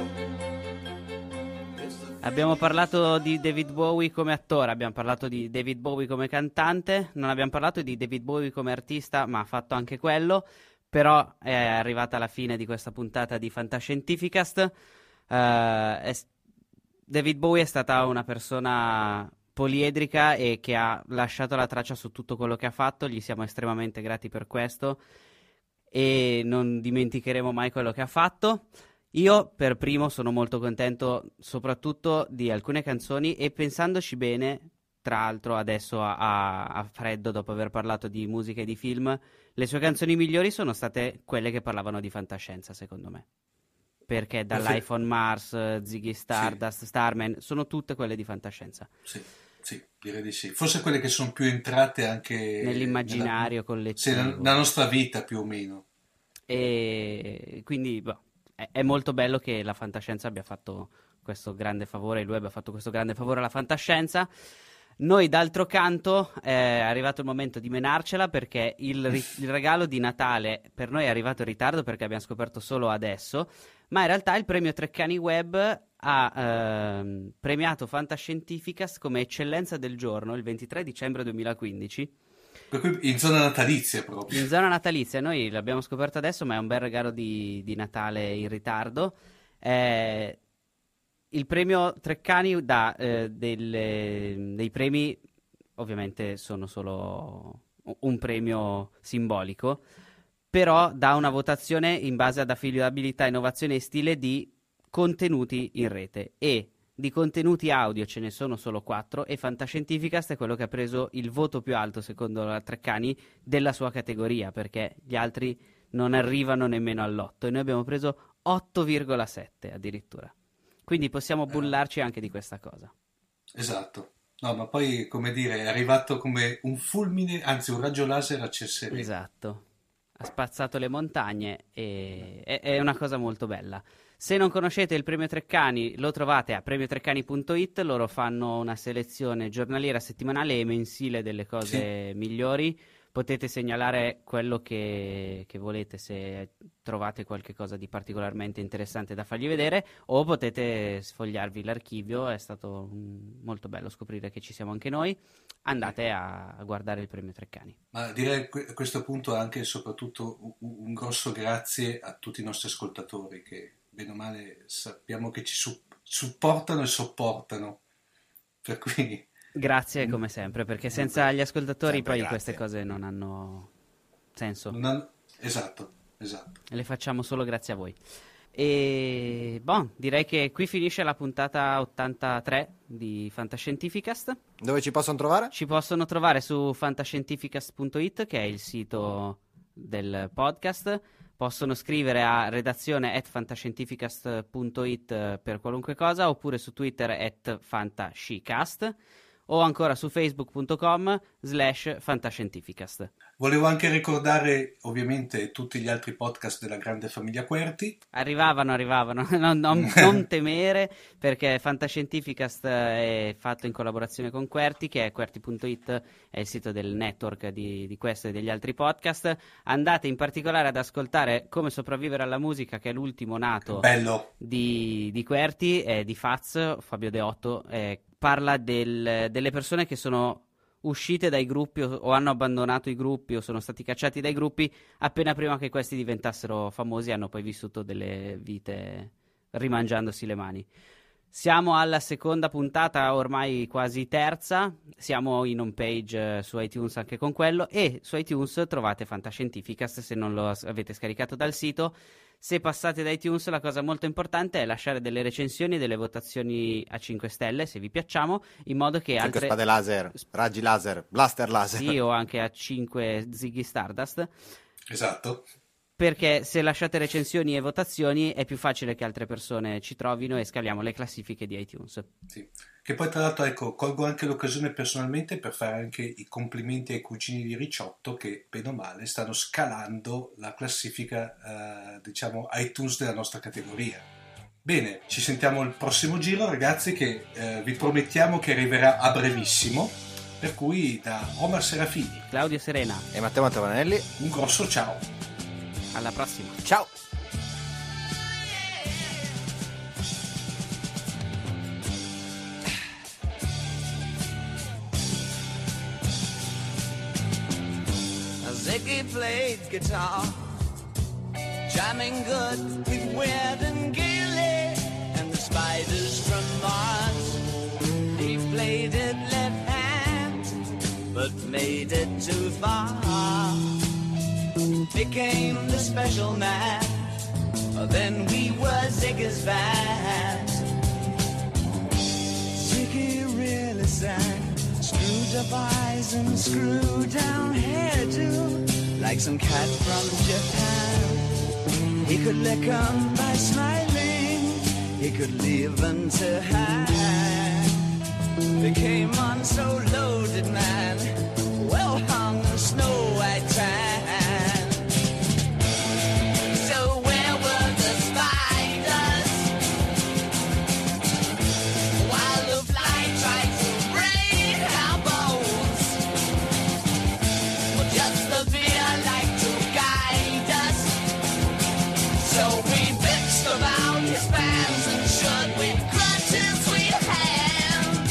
Speaker 2: Abbiamo parlato di David Bowie come attore, abbiamo parlato di David Bowie come cantante, non abbiamo parlato di David Bowie come artista, ma ha fatto anche quello, però è arrivata la fine di questa puntata di Fantascientificast. Uh, è, David Bowie è stata una persona poliedrica e che ha lasciato la traccia su tutto quello che ha fatto, gli siamo estremamente grati per questo e non dimenticheremo mai quello che ha fatto. Io per primo sono molto contento soprattutto di alcune canzoni e pensandoci bene, tra l'altro adesso a, a, a freddo dopo aver parlato di musica e di film, le sue canzoni migliori sono state quelle che parlavano di fantascienza secondo me, perché dall'Life on Mars, Ziggy Stardust, sì. Starman, sono tutte quelle di fantascienza.
Speaker 1: Sì, sì, direi di sì. Forse quelle che sono più entrate anche
Speaker 2: nell'immaginario
Speaker 1: nella,
Speaker 2: collettivo.
Speaker 1: Sì, nella nostra vita più o meno.
Speaker 2: E quindi boh, è, è molto bello che la fantascienza abbia fatto questo grande favore, lui abbia fatto questo grande favore alla fantascienza. Noi d'altro canto è arrivato il momento di menarcela perché il, ri- il regalo di Natale per noi è arrivato in ritardo perché abbiamo scoperto solo adesso, ma in realtà il premio Treccani Web ha ehm, premiato Fantascientificast come eccellenza del giorno il ventitré dicembre duemilaquindici.
Speaker 1: Per cui in zona natalizia proprio.
Speaker 2: In zona natalizia, noi l'abbiamo scoperto adesso, ma è un bel regalo di, di Natale in ritardo. Eh, il premio Treccani dà eh, delle, dei premi, ovviamente sono solo un premio simbolico, però dà una votazione in base ad affidabilità, innovazione e stile di contenuti in rete e Di contenuti audio ce ne sono solo quattro e Fantascientificast è quello che ha preso il voto più alto, secondo la Treccani, della sua categoria, perché gli altri non arrivano nemmeno all'otto e noi abbiamo preso otto virgola sette addirittura. Quindi possiamo bullarci anche di questa cosa.
Speaker 1: Esatto. No, ma poi, come dire, è arrivato come un fulmine, anzi un raggio laser a ciel sereno.
Speaker 2: Esatto. Ha spazzato le montagne e è, è una cosa molto bella. Se non conoscete il Premio Treccani, lo trovate a premio treccani punto it. Loro fanno una selezione giornaliera, settimanale e mensile delle cose sì. migliori. Potete segnalare quello che, che volete se trovate qualche cosa di particolarmente interessante da fargli vedere, o potete sfogliarvi l'archivio. È stato mm, molto bello scoprire che ci siamo anche noi. Andate a, a guardare il Premio Treccani.
Speaker 1: Ma direi a questo punto anche e soprattutto un, un grosso grazie a tutti i nostri ascoltatori che bene o male sappiamo che ci su- supportano e sopportano, per cui
Speaker 2: grazie come sempre, perché senza gli ascoltatori
Speaker 3: sempre
Speaker 2: poi
Speaker 3: grazie.
Speaker 2: queste cose non hanno senso.
Speaker 1: non hanno... esatto, esatto.
Speaker 2: Le facciamo solo grazie a voi. E bon, direi che qui finisce la puntata ottantatré di Fantascientificast.
Speaker 3: Dove ci possono trovare?
Speaker 2: Ci possono trovare su fantascientificast punto it, che è il sito del podcast. Possono scrivere a redazione at fantascientificast punto it per qualunque cosa, oppure su Twitter at fantascicast, o ancora su facebook punto com slash fantascientificast.
Speaker 1: Volevo anche ricordare ovviamente tutti gli altri podcast della grande famiglia Querti.
Speaker 2: Arrivavano, arrivavano, non, non, non temere, perché Fantascientificast è fatto in collaborazione con Querti, che è querti punto it, è il sito del network di, di questo e degli altri podcast. Andate in particolare ad ascoltare Come sopravvivere alla musica, che è l'ultimo nato
Speaker 1: Bello.
Speaker 2: di, di Querti, è di Faz, Fabio Deotto, eh, parla del, delle persone che sono uscite dai gruppi o, o hanno abbandonato i gruppi o sono stati cacciati dai gruppi appena prima che questi diventassero famosi, hanno poi vissuto delle vite rimangiandosi le mani. Siamo alla seconda puntata, ormai quasi terza, siamo in home page eh, su iTunes anche con quello, e su iTunes trovate Fantascientificast se non lo avete scaricato dal sito. Se passate da iTunes, la cosa molto importante è lasciare delle recensioni e delle votazioni a cinque stelle, se vi piacciamo, in modo che
Speaker 3: cinque
Speaker 2: altre...
Speaker 3: spade laser, raggi laser, blaster laser.
Speaker 2: Sì, o anche a cinque Ziggy Stardust.
Speaker 1: Esatto.
Speaker 2: Perché se lasciate recensioni e votazioni è più facile che altre persone ci trovino e scaliamo le classifiche di iTunes.
Speaker 1: Sì. Che poi tra l'altro, ecco, colgo anche l'occasione personalmente per fare anche i complimenti ai cugini di Ricciotto che, bene o male, stanno scalando la classifica, eh, diciamo, iTunes della nostra categoria. Bene, ci sentiamo il prossimo giro, ragazzi, che eh, vi promettiamo che arriverà a brevissimo. Per cui da Omar Serafini,
Speaker 2: Claudio Serena,
Speaker 3: E Matteo Mantavanelli,
Speaker 1: un grosso ciao.
Speaker 2: alla prossima.
Speaker 3: ciao!
Speaker 4: Ziggy played guitar, jamming good with Weird and Gilly and the Spiders from Mars. He played it left hand, but made it too far. Became the special man, then we were Ziggy's band. Ziggy really sang, screwed up eyes and screwed down hairdo, like some cat from Japan. He could lick 'em by smiling, he could leave them to hang. Became on so loaded man, well hung in snow white tan. So where were the spiders while the fly tried to break our bones? Well, just the beer like to guide us. So we bitched about his fans and should with grudges we hands.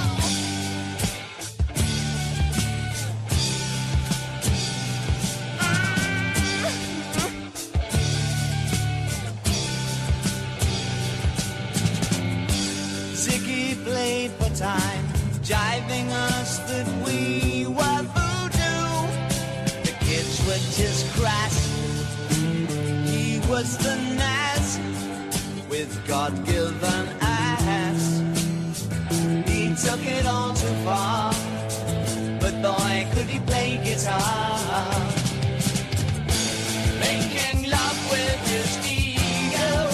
Speaker 4: Ziggy played for time, jiving us that we were voodoo. The kids were just crass, he was the Nas with God-given ass. took it all too far. But boy, could he play guitar. Making love with his ego.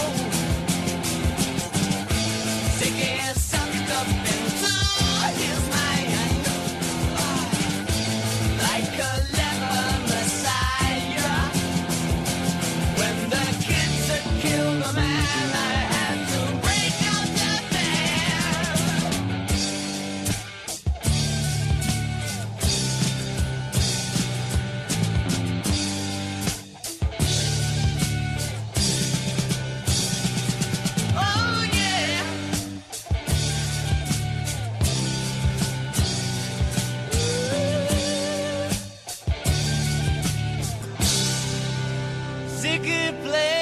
Speaker 4: Sticking his sucked up into his mind. Like a leper messiah. When the kids had killed the man, I had to break out the band. Oh yeah. Ziggy play